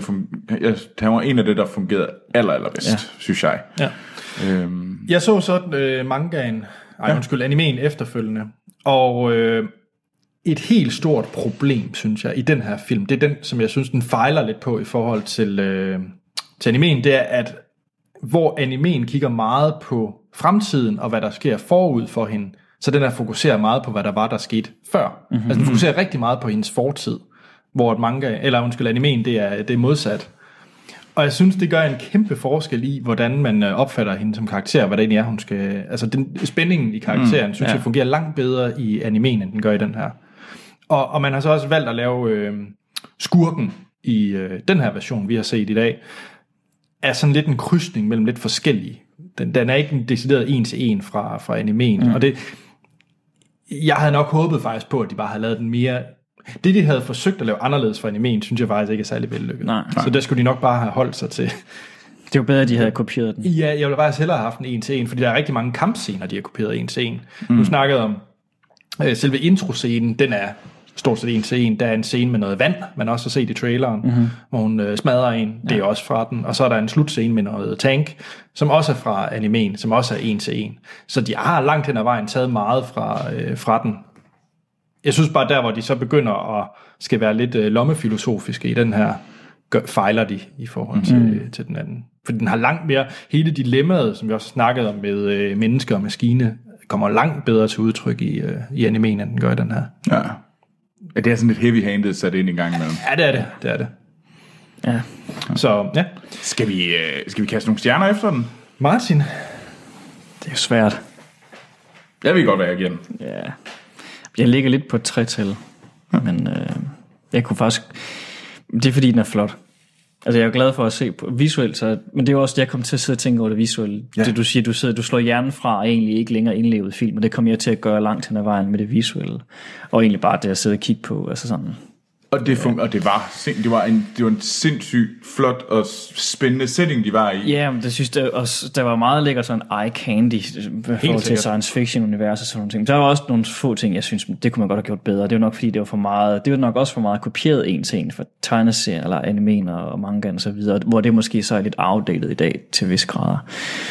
S3: det var en af det, der fungerede allerbedst, synes jeg. Ja.
S1: Jeg så sådan mangaen, animeen efterfølgende, og et helt stort problem, synes jeg, i den her film, det er den, som jeg synes, den fejler lidt på i forhold til animeen, det er, at hvor animeen kigger meget på fremtiden, og hvad der sker forud for hende, så den er fokuserer meget på, hvad der skete før. Altså den fokuserer rigtig meget på hendes fortid, hvor animeen, det er modsat. Og jeg synes, det gør en kæmpe forskel i, hvordan man opfatter hende som karakter, hvad det egentlig er, hun skal... Altså, spændingen i karakteren, synes jeg, fungerer langt bedre i animen, end den gør i den her. Og man har så også valgt at lave skurken i den her version, vi har set i dag, er sådan lidt en krydsning mellem lidt forskellige. Den er ikke en decideret en til en fra animen. Og det... Jeg havde nok håbet faktisk på, at de bare havde lavet den mere... Det, de havde forsøgt at lave anderledes for animen, synes jeg faktisk ikke er særlig vellykket. Nej. Så der skulle de nok bare have holdt sig til.
S2: Det var bedre, at de havde kopieret den.
S1: Ja, jeg ville faktisk hellere have haft en til en, fordi der er rigtig mange kampscener, de har kopieret en til en. Nu snakkede om selve introscenen, den er stort set en til en. Der er en scene med noget vand, man også har set i traileren, hvor hun smadrer en. Det er også fra den. Og så er der en slutscene med noget tank, som også er fra animen, som også er en til en. Så de har langt hen ad vejen taget meget fra den. Jeg synes bare, der hvor de så begynder at skal være lidt lommefilosofiske i den her, fejler de i forhold til den anden. For den har langt mere, hele dilemmaet, som vi også snakkede om med menneske og maskine, kommer langt bedre til udtryk i animen, end den gør i den her.
S3: Ja. Det er sådan lidt heavy-handed sat ind i gang imellem.
S1: Ja, det er det. Ja. Så, ja.
S3: Skal vi kaste nogle stjerner efter den?
S1: Martin?
S2: Det er jo svært.
S3: Jeg vil godt være igen.
S2: Ja. Jeg ligger lidt på et 3-tal, men jeg kunne faktisk... Det er fordi, den er flot. Altså, jeg er glad for at se på visuelt, men det er jo også det, jeg kom til at sidde og tænke over det visuelle. Ja. Det, du siger, du slår hjernen fra og egentlig ikke længere indlevet film, og det kommer jeg til at gøre langt hen ad vejen med det visuelle. Og egentlig bare det, at sidde og kigge på, altså sådan...
S3: Og det var en sindssygt flot og spændende setting, de var i.
S2: Ja, men det synes jeg også, der var meget lækker sådan eye candy i forhold til science fiction univers og sådan nogle ting. Der var også nogle få ting, jeg synes, det kunne man godt have gjort bedre. Det var nok fordi det var for meget, det var nok også for meget kopieret en til en for tegneserier eller animener og manga og så videre, hvor det måske så er lidt outdated i dag til vis grader.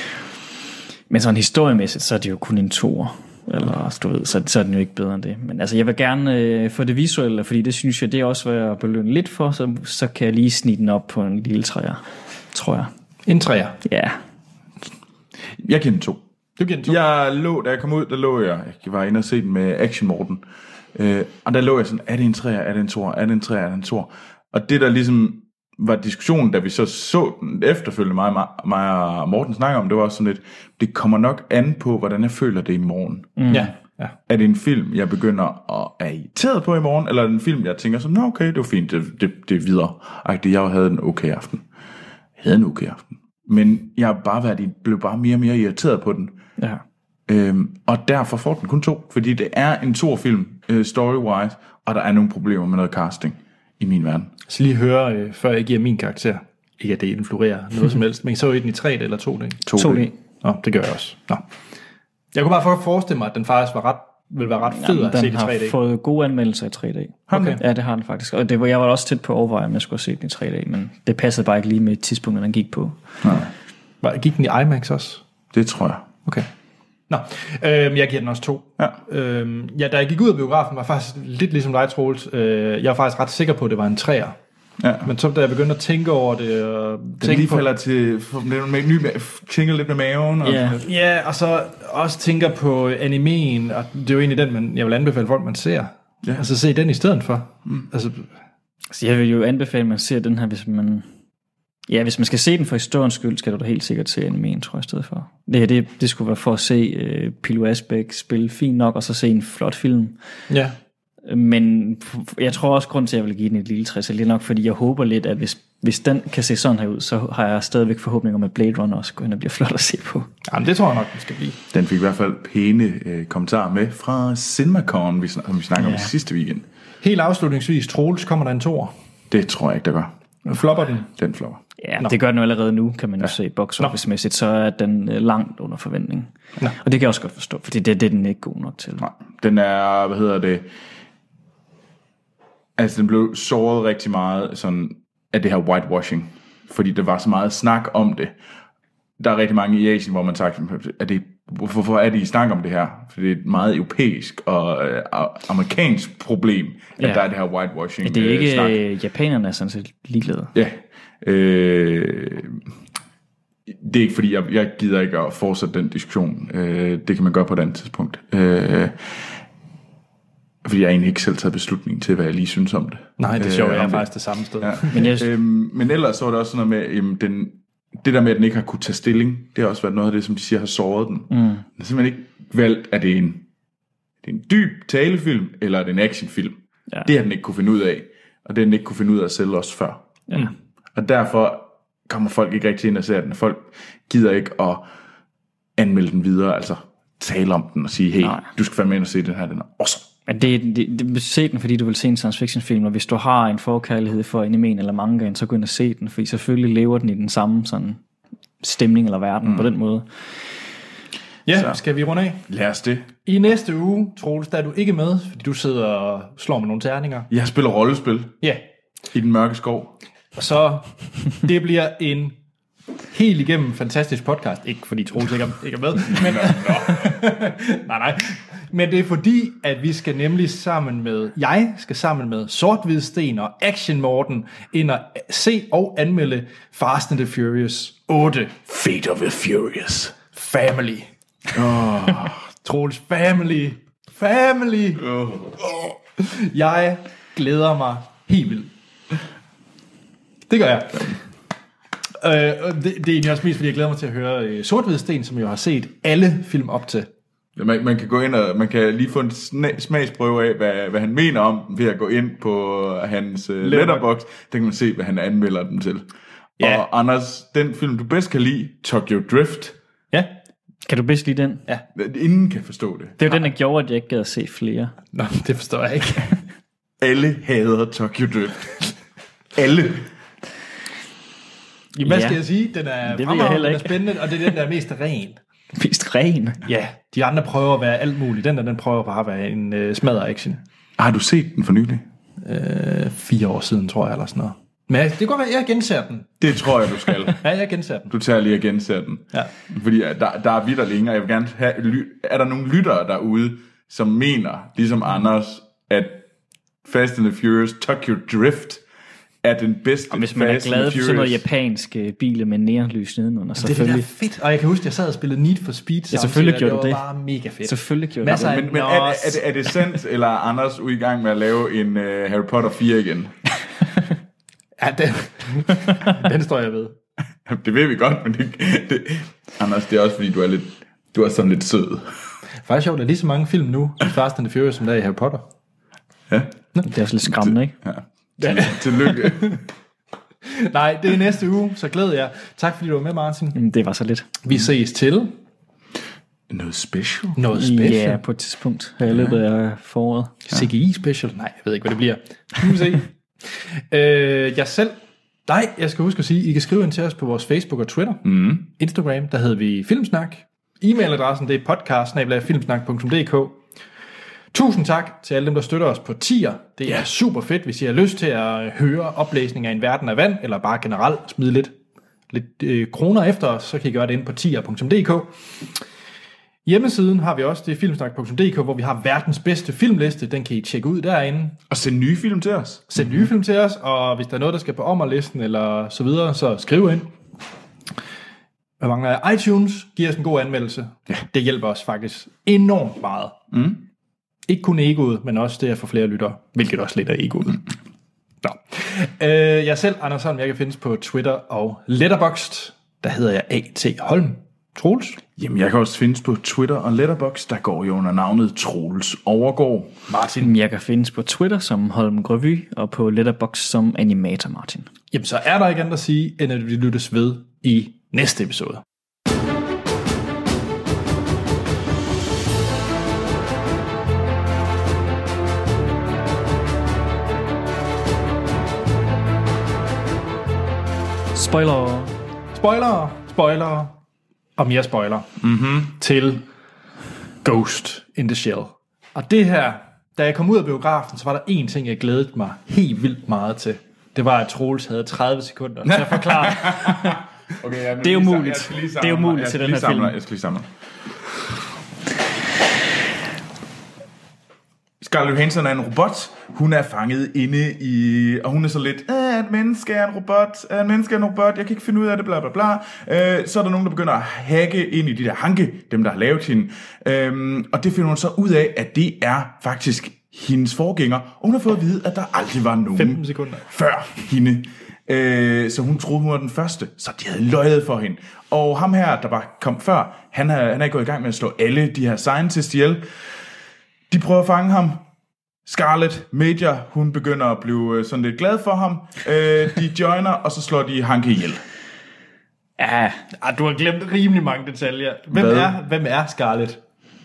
S2: Men sådan historiemæssigt, så er det jo kun en toer. Eller du ved, så er den jo ikke bedre end det. Men altså, jeg vil gerne få det visuelle, fordi det synes jeg, det er også, hvad jeg belønner lidt for, så kan jeg lige snige den op på en lille træer, tror jeg.
S1: En træer?
S2: Ja.
S3: Jeg giver den 2.
S1: Du giver den 2?
S3: Da jeg kom ud, jeg var inde og se den med Action Morten, og der lå jeg sådan, er det en træer, er det en toer, er det en træer, er det en toer? Og det der ligesom var diskussionen, da vi så den efterfølgende, mig og Morten snakker om, det var også sådan lidt, det kommer nok an på, hvordan jeg føler det i morgen.
S1: Ja.
S3: Er det en film, jeg begynder at er irriteret på i morgen, eller er det en film, jeg tænker sådan, okay, det var fint, det er videre. Jeg havde en okay aften. Men jeg blev bare mere og mere irriteret på den.
S2: Ja.
S3: Og derfor får den kun 2, fordi det er en 2-film, story-wise, og der er nogle problemer med noget casting i min verden.
S1: Så lige høre, før jeg giver min karakter, ikke at det influerer noget som helst, men så i den i 3D eller 2D?
S2: 2D.
S1: Nå, det gør jeg også. Nå. Jeg kunne bare forestille mig, at den faktisk vil være ret fed at se i 3D.
S2: Den har fået gode anmeldelser i 3D.
S1: Okay.
S2: Ja, det har den faktisk. Og jeg var også tæt på at overveje, om jeg skulle se den i 3D, men det passede bare ikke lige med tidspunktet, den gik på.
S1: Nej. Gik den i IMAX også?
S3: Det tror jeg.
S1: Okay. Nå, jeg giver den også 2. Ja. Da jeg gik ud af biografen, var jeg faktisk lidt ligesom dig, Troels. Jeg var faktisk ret sikker på, at det var en 3'er. Ja. Men så da jeg begyndte at tænke over det, og
S3: tænke falder til tænker lidt med maven. Og
S1: ja, og så også tænker på animeen, og det er jo egentlig den, jeg vil anbefale folk, man ser. Ja. Altså se den i stedet for. Altså,
S2: jeg vil jo anbefale, at man ser den her, hvis man skal se den for historiens skyld, skal du da helt sikkert se animeen, tror jeg, i stedet for. Det skulle være for at se Pilo Asbæk spille fint nok, og så se en flot film.
S1: Ja.
S2: Men jeg tror også, grund til, at jeg vil give den et lille 3, så det er nok, fordi jeg håber lidt, at hvis den kan se sådan her ud, så har jeg stadigvæk forhåbning om, at Blade Runner også går hen og bliver flot at se på.
S1: Jamen, det tror jeg nok, den skal blive.
S3: Den fik i hvert fald pæne kommentarer med fra CinemaCon, som vi snakker om sidste weekend.
S1: Helt afslutningsvis, Troels, kommer der en 2'er?
S3: Det tror jeg ikke, der gør.
S1: Flopper den?
S3: Den flopper.
S2: Ja, det gør den jo allerede nu, kan man jo se box office-mæssigt, så er den langt under forventning. Nå. Og det kan jeg også godt forstå, fordi det er den ikke god nok til.
S3: Nej, den er, altså den blev såret rigtig meget sådan, af det her whitewashing, fordi der var så meget snak om det. Der er rigtig mange i Asien, hvor man sagt, hvorfor er det I snakker om det her? For det er et meget europæisk og amerikansk problem, at der er det her whitewashing.
S2: Det er ikke japanerne er sådan set ligeglade.
S3: Ja. Det er ikke fordi, jeg gider ikke at fortsætte den diskussion. Det kan man gøre på et andet tidspunkt. Fordi jeg egentlig ikke selv taget beslutningen til, hvad jeg lige synes om det.
S1: Nej, det er sjovt, jeg er faktisk det samme sted.
S3: Ja. Men ellers så var det også sådan noget med, det der med, at den ikke har kunne tage stilling, det har også været noget af det, som de siger, har såret den. Den har simpelthen ikke valgt, at det er en dyb talefilm, eller er det en actionfilm. Ja. Det har den ikke kunne finde ud af. Og det har den ikke kunne finde ud af at sælge også før. Ja. Og derfor kommer folk ikke rigtig ind og ser den. Folk gider ikke at anmelde den videre, altså tale om den og sige, hey, du skal fandme ind og se den her, den er awesome.
S2: Men det se den, fordi du vil se en science fiction film, og hvis du har en forkærlighed for animen eller mangaen, så gå ind og se den, fordi selvfølgelig lever den i den samme sådan stemning eller verden på den måde.
S1: Ja, så skal vi runde af?
S3: Lad os det.
S1: I næste uge, Troels, der er du ikke med, fordi du sidder og slår med nogle terninger.
S3: Jeg spiller rollespil.
S1: Ja. I
S3: den mørke skov.
S1: Så det bliver en helt igennem fantastisk podcast. Ikke fordi Troels ikke er med, men nej. Men det er fordi, at vi skal nemlig sammen med Sort-Hvid Sten og Action Morten ind og se og anmelde Fast and the Furious 8.
S3: Fate of the Furious.
S1: Family. Troels, family. Jeg glæder mig helt vildt. Det gør jeg. Det er egentlig også mest, fordi jeg glæder mig til at høre Sort-Hvid Sten, som jeg har set alle film op til.
S3: Man kan gå ind og man kan lige få en smagsprøve af, hvad han mener om ved at gå ind på hans letterbox. Der kan man se, hvad han anmelder dem til. Ja. Og Anders, den film, du bedst kan lide, Tokyo Drift.
S2: Ja. Kan du bedst lide den?
S1: Ja.
S3: Ingen kan forstå det.
S2: Det er jo den, der gjorde, at jeg ikke gad at se flere.
S1: Nå, det forstår jeg ikke.
S3: Alle hader Tokyo Drift. Alle.
S1: Jamen, hvad skal jeg sige? Den er fremragende, den er spændende, og det er den, der er mest ren.
S2: Mest ren?
S1: Ja, de andre prøver at være alt muligt. Den prøver bare at være en smadret action.
S3: Har du set den for nylig?
S1: 4 år siden, tror jeg, eller sådan noget. Men det kan godt være, at jeg genser den.
S3: Det tror jeg, du skal.
S1: Ja, jeg genser den.
S3: Du tager lige at genser den.
S1: Ja.
S3: Fordi der er vidt og længere. Jeg vil gerne have, er der nogle lyttere derude, som mener, ligesom Anders, at Fast and the Furious Tokyo Drift er den bedste.
S2: Og hvis man er glad for sådan noget japansk biler med neonlys nedenunder, selvfølgelig.
S1: Det er fedt. Og jeg kan huske, at jeg sad og spillede Need for Speed.
S2: Ja, selvfølgelig gjorde du det.
S1: Det var bare mega fedt.
S2: Selvfølgelig gjorde du det.
S3: Men er det sandt, eller er Anders ude i gang med at lave en Harry Potter 4 igen?
S1: Ja, den står jeg ved.
S3: Det ved vi godt, men Anders, det er også fordi, du er sådan lidt sød.
S1: Faktisk sjovt, der er lige så mange film nu i Fast and the Furious, som der er i Harry Potter.
S3: Ja.
S2: Det er også lidt skræmmende, ikke?
S3: Ja. Tillykke.
S1: Nej, det er næste uge, så glæder jeg. Tak fordi du var med, Martin.
S2: Det var så lidt.
S1: Vi ses til
S3: noget special.
S2: Ja, på et tidspunkt her i løbet af foråret.
S1: CGI special? Nej, jeg ved ikke, hvad det bliver. Nu vil se. Jeg selv. Nej, jeg skal huske at sige, I kan skrive ind til os på vores Facebook og Twitter. Instagram, der hedder vi Filmsnak. E-mailadressen, det er podcast@filmsnak.dk. Tusind tak til alle dem, der støtter os på tier. Det er super fedt, hvis I har lyst til at høre oplæsning af En Verden af Vand, eller bare generelt smide lidt kroner efter os, så kan I gøre det inde på tier.dk. Hjemmesiden har vi også, det er filmsnak.dk, hvor vi har verdens bedste filmliste. Den kan I tjekke ud derinde.
S3: Og send nye film til os.
S1: Send nye film til os, og hvis der er noget, der skal på ommerlisten eller så videre, så skriv ind. Hvad mangler iTunes? Giv os en god anmeldelse. Ja. Det hjælper os faktisk enormt meget. Ikke kun egoet, men også det at få flere lyttere, hvilket også lidt er egoet. Jeg selv, Anders Holm, jeg kan findes på Twitter og Letterboxd. Der hedder jeg A.T. Holm. Troels?
S3: Jamen, jeg kan også findes på Twitter og Letterboxd. Der går jo under navnet Troels Overgaard.
S2: Martin? Jeg kan findes på Twitter som Holm Grevy, og på Letterboxd som Animator Martin.
S1: Jamen, så er der ikke andet at sige, end at vi lyttes ved i næste episode. Spoiler og mere spoiler til Ghost in the Shell. Og det her, da jeg kom ud af biografen, så var der en ting, jeg glædede mig helt vildt meget til. Det var, at Troels havde 30 sekunder til at forklare.
S3: Okay,
S2: det er umuligt. Det er umuligt til den her film.
S3: Jeg skal lige samle. Scarlett Johansson er en robot. Hun er fanget inde i... Og hun er så lidt... Et menneske er en robot. Jeg kan ikke finde ud af det, bla bla bla. Så er der nogen, der begynder at hacke ind i de der hanke, dem der har lavet hende. Og det finder hun så ud af, at det er faktisk hendes forgænger. Og hun har fået at vide, at der aldrig var nogen
S1: 15 sekunder
S3: før hende. Så hun troede, hun var den første. Så de havde løjet for hende. Og ham her, der bare kom før, han er gået i gang med at slå alle de her scientists ihjel. De prøver at fange ham. Scarlett Major, hun begynder at blive sådan lidt glad for ham. De joiner, og så slår de Hanke ihjel.
S1: Ja, du har glemt rimelig mange detaljer. Hvem er Scarlett?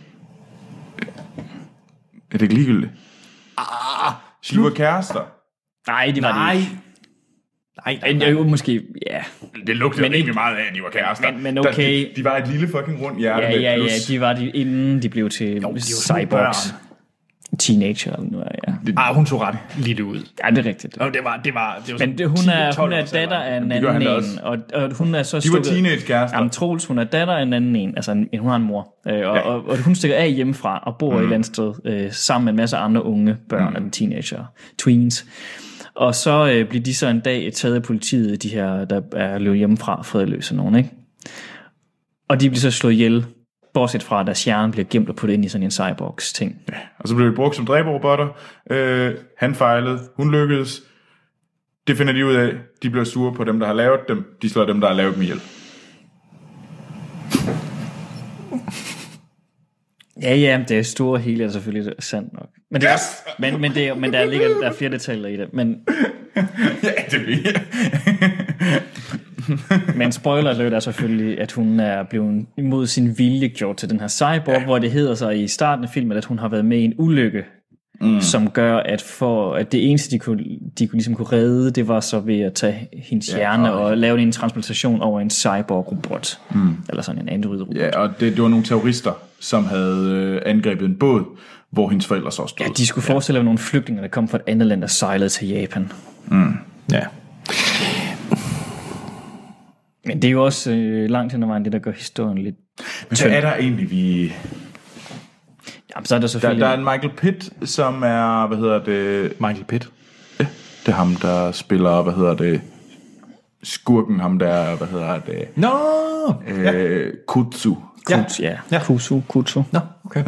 S3: Er det ikke ligegyldigt? De var kærester.
S2: Nej, det var det ikke. Nej, måske, ja.
S3: Det lugtede rigtig meget af, at de var kærester.
S2: Men okay.
S3: De var et lille fucking rundt hjerte.
S2: Ja, de var de, inden de blev til cyborgs. Teenager eller noget, ja.
S1: Hun så ret lille ud.
S2: Ja, det er rigtigt.
S1: Og det var
S2: men hun er datter af en anden en, og hun er så
S3: de var teenage-kærester.
S2: Jamen, Troels, hun er datter af en anden en, altså hun har en mor, og hun stikker af hjemmefra og bor et eller andet sted sammen med en masse andre unge børn af teenager, tweens. Og så bliver de så en dag taget af politiet, de her, der er løbet hjemmefra, fredløse nogen, ikke? Og de bliver så slået ihjel, bortset fra, at deres hjerne bliver gemt og puttet ind i sådan en cyborgs ting.
S3: Ja, og så blev de brugt som dræberrobotter. Han fejlede, hun lykkedes. Det finder de ud af. De bliver sure på dem, der har lavet dem. De slår dem, der har lavet dem ihjel.
S2: Ja, det er store hele, er selvfølgelig sandt nok. Men, det er, men der er flere detaljer i det. Men,
S3: ja, det bliver.
S2: Men spoiler alert er selvfølgelig, at hun er blevet imod sin vilje gjort til den her cyborg, hvor det hedder sig i starten af filmen, at hun har været med i en ulykke, som gør, at det eneste, de kunne ligesom kunne redde, det var så ved at tage hendes hjerne og lave en transplantation over en cyborg-robot. Eller sådan en android-robot.
S3: Ja, og det var nogle terrorister, som havde angrebet en båd, hvor hendes forældre så stod.
S2: Ja, de skulle forestille sig nogle flygtninge, der kom fra et andet land og sejlede til Japan.
S1: Ja.
S2: Men det er jo også langt hen ad vejen, det der gør historien lidt
S3: Men hvad er der egentlig, vi...
S2: Jamen, så er der selvfølgelig...
S3: Der er en Michael Pitt, som er,
S1: Michael Pitt?
S3: Ja, det er ham, der spiller, skurken, ham der, Kutsu.
S2: Ja. Kutsu.
S1: Nå, okay.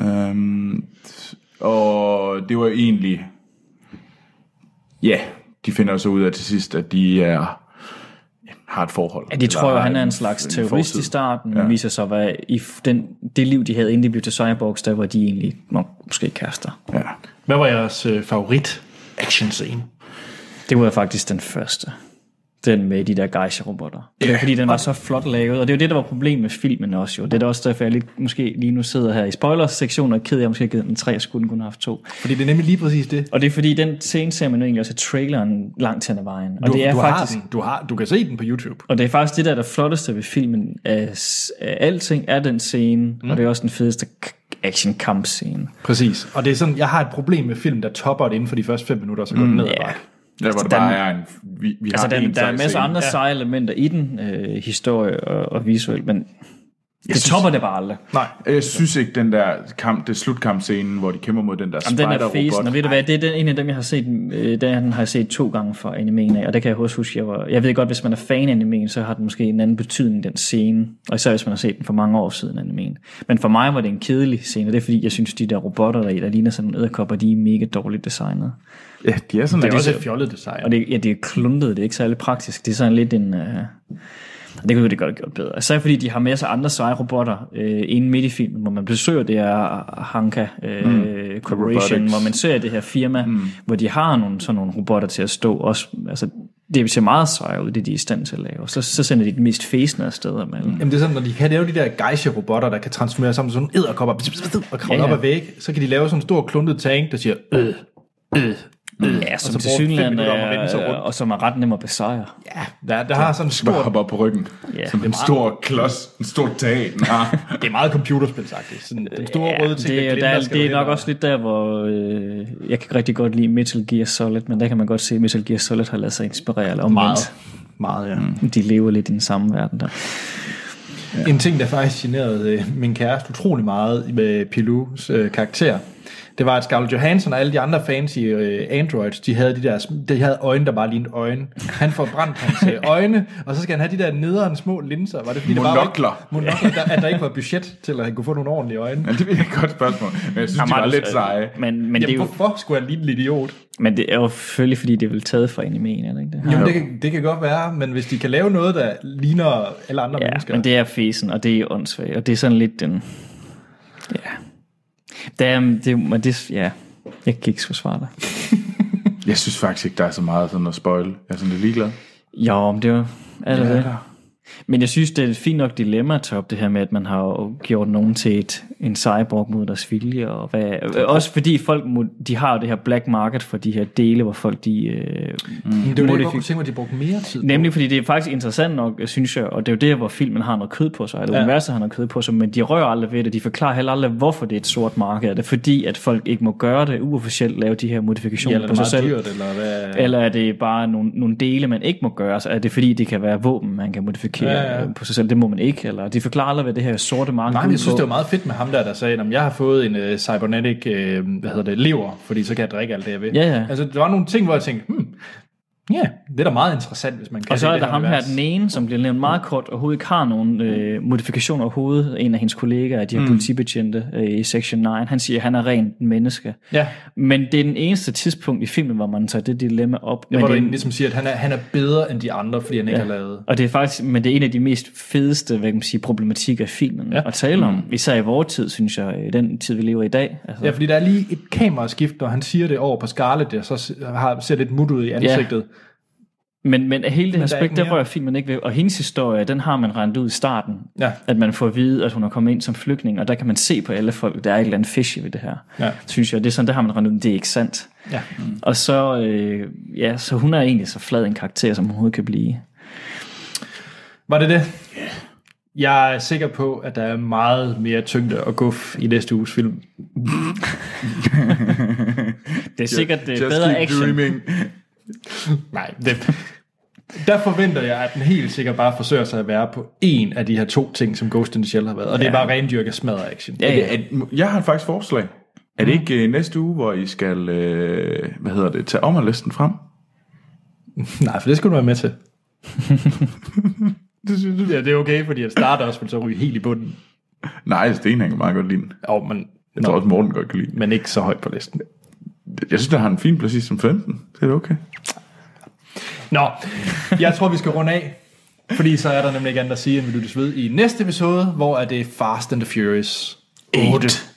S3: Og det var egentlig... Ja, de finder så ud af til sidst, at de har et forhold.
S2: Ja, de tror jo, han er en slags terrorist i starten, men viser sig, hvad i det liv, de havde, inden de blev til cyborgs, der var de egentlig måske kærester.
S3: Ja.
S1: Hvad var jeres favorit action-scene?
S2: Det var faktisk den første. Den med de der Geisha-robotter. Yeah. Fordi den var så flot lavet, og det er jo det, der var problemet med filmen også jo. Det er da også derfor, jeg måske lige nu sidder her i spoilers-sektionen og ked, jeg måske har givet den 3, og skulle den kun have haft 2.
S1: Fordi det er nemlig lige præcis det.
S2: Og det er fordi, den scene ser man jo egentlig også i traileren langt hen ad vejen. Og det er faktisk,
S1: du kan se den på YouTube.
S2: Og det er faktisk det der flotteste ved filmen af alting er den scene, og det er også den fedeste action-kamp-scene.
S1: Præcis. Og det er sådan, jeg har et problem med film, der topper det inden for de første 5 minutter, så går den ned ad bakke.
S3: Ja, hvor det bare er en... Vi har
S2: der er en masse andre seje elementer i den, historie og visuelt, men det topper det bare aldrig.
S3: Nej, jeg synes ikke, den der det slutkampscenen, hvor de kæmper mod den der spider-robot.
S2: Den er fesen, og ved du hvad, det er en af dem, jeg har set, den har jeg set 2 gange for animen af, og der kan jeg også huske, jeg ved godt, hvis man er fan af animen, så har den måske en anden betydning, den scene, og især hvis man har set den for mange år siden animen. Men for mig var det en kedelig scene, og det er fordi, jeg synes, de der robotter der ligner sådan nogle edderkopper, de er mega dårligt designet.
S3: Ja, de er sådan
S1: det er også et fjollet design.
S2: Og det er kluntet, det er ikke særlig praktisk. Det er sådan lidt en... det kunne det godt gjort bedre. Så fordi de har masser af andre seje robotter inde midt i filmen, hvor man besøger det her Hanka Corporation, hvor man ser det her firma, hvor de har sådan nogle robotter til at stå. Også, altså, det ser meget sejt ud, det de er i stand til at lave. Så sender de det mest fæsende af steder.
S1: Jamen det er sådan, når de kan lave de der Geisha-robotter, der kan transformere sammen sådan nogle edderkopper og kravle op ad væg, så kan de lave sådan en stor kluntet tank, der siger
S2: Ja, som til synligheden og som er ret nem at besejre.
S1: Ja, der har sådan en stor...
S3: Hopper på ryggen.
S2: Ja.
S3: Som en stor klods, en stor dag.
S1: Det er meget computerspilsagtigt. Sådan den store røde ting,
S2: det er nok også lidt der, hvor jeg kan rigtig godt lide Metal Gear Solid, men der kan man godt se, at Metal Gear Solid har ladet sig inspirere. Eller
S1: meget, ja.
S2: De lever lidt i den samme verden der.
S1: Ja. En ting, der faktisk generede min kæreste utrolig meget med Pilous karakter, det var, at Scarlett Johansson og alle de andre fancy androids, de havde øjne, der bare lignede øjne. Han får brændt hans øjne, og så skal han have de der nederen små linser. Var det fordi, monokler, at der ikke var budget til, at han kunne få nogle ordentlige øjne?
S3: Ja, det er et godt spørgsmål. Men jeg synes, de var lidt seje.
S1: Men jamen, hvorfor skulle han ligne en idiot?
S2: Men det er jo selvfølgelig, fordi det er vel taget fra animeen, eller ikke det?
S1: Jamen, det kan godt være, men hvis de kan lave noget, der ligner alle andre mennesker...
S2: men det er fesen, og det er åndssvagt, og det er sådan lidt den... Ja... jeg kan ikke forsvare dig.
S3: Jeg synes faktisk ikke, der er så meget sådan at spoil. Jeg er sådan lidt ligeglad.
S2: Jo, men det er jo det. Men jeg synes, det er et fint nok dilemma top, det her med, at man har gjort nogen til en cyborg mod deres vilje. Og også fordi folk, de har jo det her black market for de her dele, hvor folk de...
S1: det er jo det, jeg godt tænke, at de brugte mere tid på.
S2: Nemlig fordi det er faktisk interessant nok, synes jeg, og det er jo det, hvor filmen har noget kød på sig, eller universet har noget kød på sig, men de rører aldrig ved det. De forklarer heller aldrig, hvorfor det er et sort marked. Er det fordi, at folk ikke må gøre det uofficielt, lave de her modifikationer på sig selv?
S1: Dyrt,
S2: eller er det bare nogle dele, man ikke må gøre? Så er det fordi, det kan være våben, man kan modifikere på sig selv? Det må man ikke, eller de forklarer aldrig, hvad det her sorte marked.
S1: Nej, jeg synes, det var meget fedt med ham der sagde, at jeg har fået en cybernetic lever, fordi så kan jeg drikke alt det, jeg vil.
S2: Ja.
S1: Altså, der var nogle ting, hvor jeg tænkte, ja, det er da meget interessant, hvis man kan.
S2: Og så er der ham her, den ene, som bliver nævnt meget kort, og overhovedet ikke har nogen modifikationer overhovedet. En af hendes kollegaer, de her politibetjente i Section 9, han siger, at han er rent menneske.
S1: Ja.
S2: Men det er den eneste tidspunkt i filmen, hvor man tager det dilemma op.
S1: Ja, hvor du ligesom siger, at han er bedre end de andre, fordi han ikke har lavet.
S2: Og det er faktisk, men det er en af de mest fedeste, hvad kan man sige, problematiker i filmen at tale om. Især i vores tid, synes jeg, i den tid, vi lever i dag. Altså.
S1: Ja, fordi der er lige et kameraskift, når han siger det over på Scarlett, der så ser lidt mut ud i ansigtet. Ja.
S2: Men hele det her aspekt, der rører filmen ikke ved. Og hendes historie, den har man regnet ud i starten. Ja. At man får at vide, at hun er kommet ind som flygtning, og der kan man se på alle folk, der er et eller andet fishy ved det her. Ja. Synes jeg, det er sådan, der har man regnet ud, det er ikke sandt. Ja. Og så, så hun er egentlig så flad en karakter, som hun overhovedet kan blive.
S1: Var det det? Yeah. Jeg er sikker på, at der er meget mere tyngde og guf i næste uges film.
S2: Det er sikkert bedre action.
S1: Nej, der forventer jeg, at den helt sikkert bare forsøger sig at være på en af de her 2 ting, som Ghost in the Shell har været. Og det er bare rendyrket smadret action.
S3: Jeg har faktisk forslag. Er det ikke næste uge, hvor I skal, tage ommerlisten frem?
S1: Nej, for det skal du være med til. Ja, det er okay, fordi at starter også vil så ryge helt i bunden.
S3: Nej, Sten kan meget godt lide den.
S1: Men
S3: jeg tror også Morten godt kan lide den.
S1: Men ikke så højt på listen.
S3: Jeg synes, der har en fin plads som 15. Det er okay.
S1: Nå, jeg tror, vi skal runde af. Fordi så er der nemlig ikke andet at sige, end vi lyttes ved i næste episode, hvor er det Fast and the Furious 8.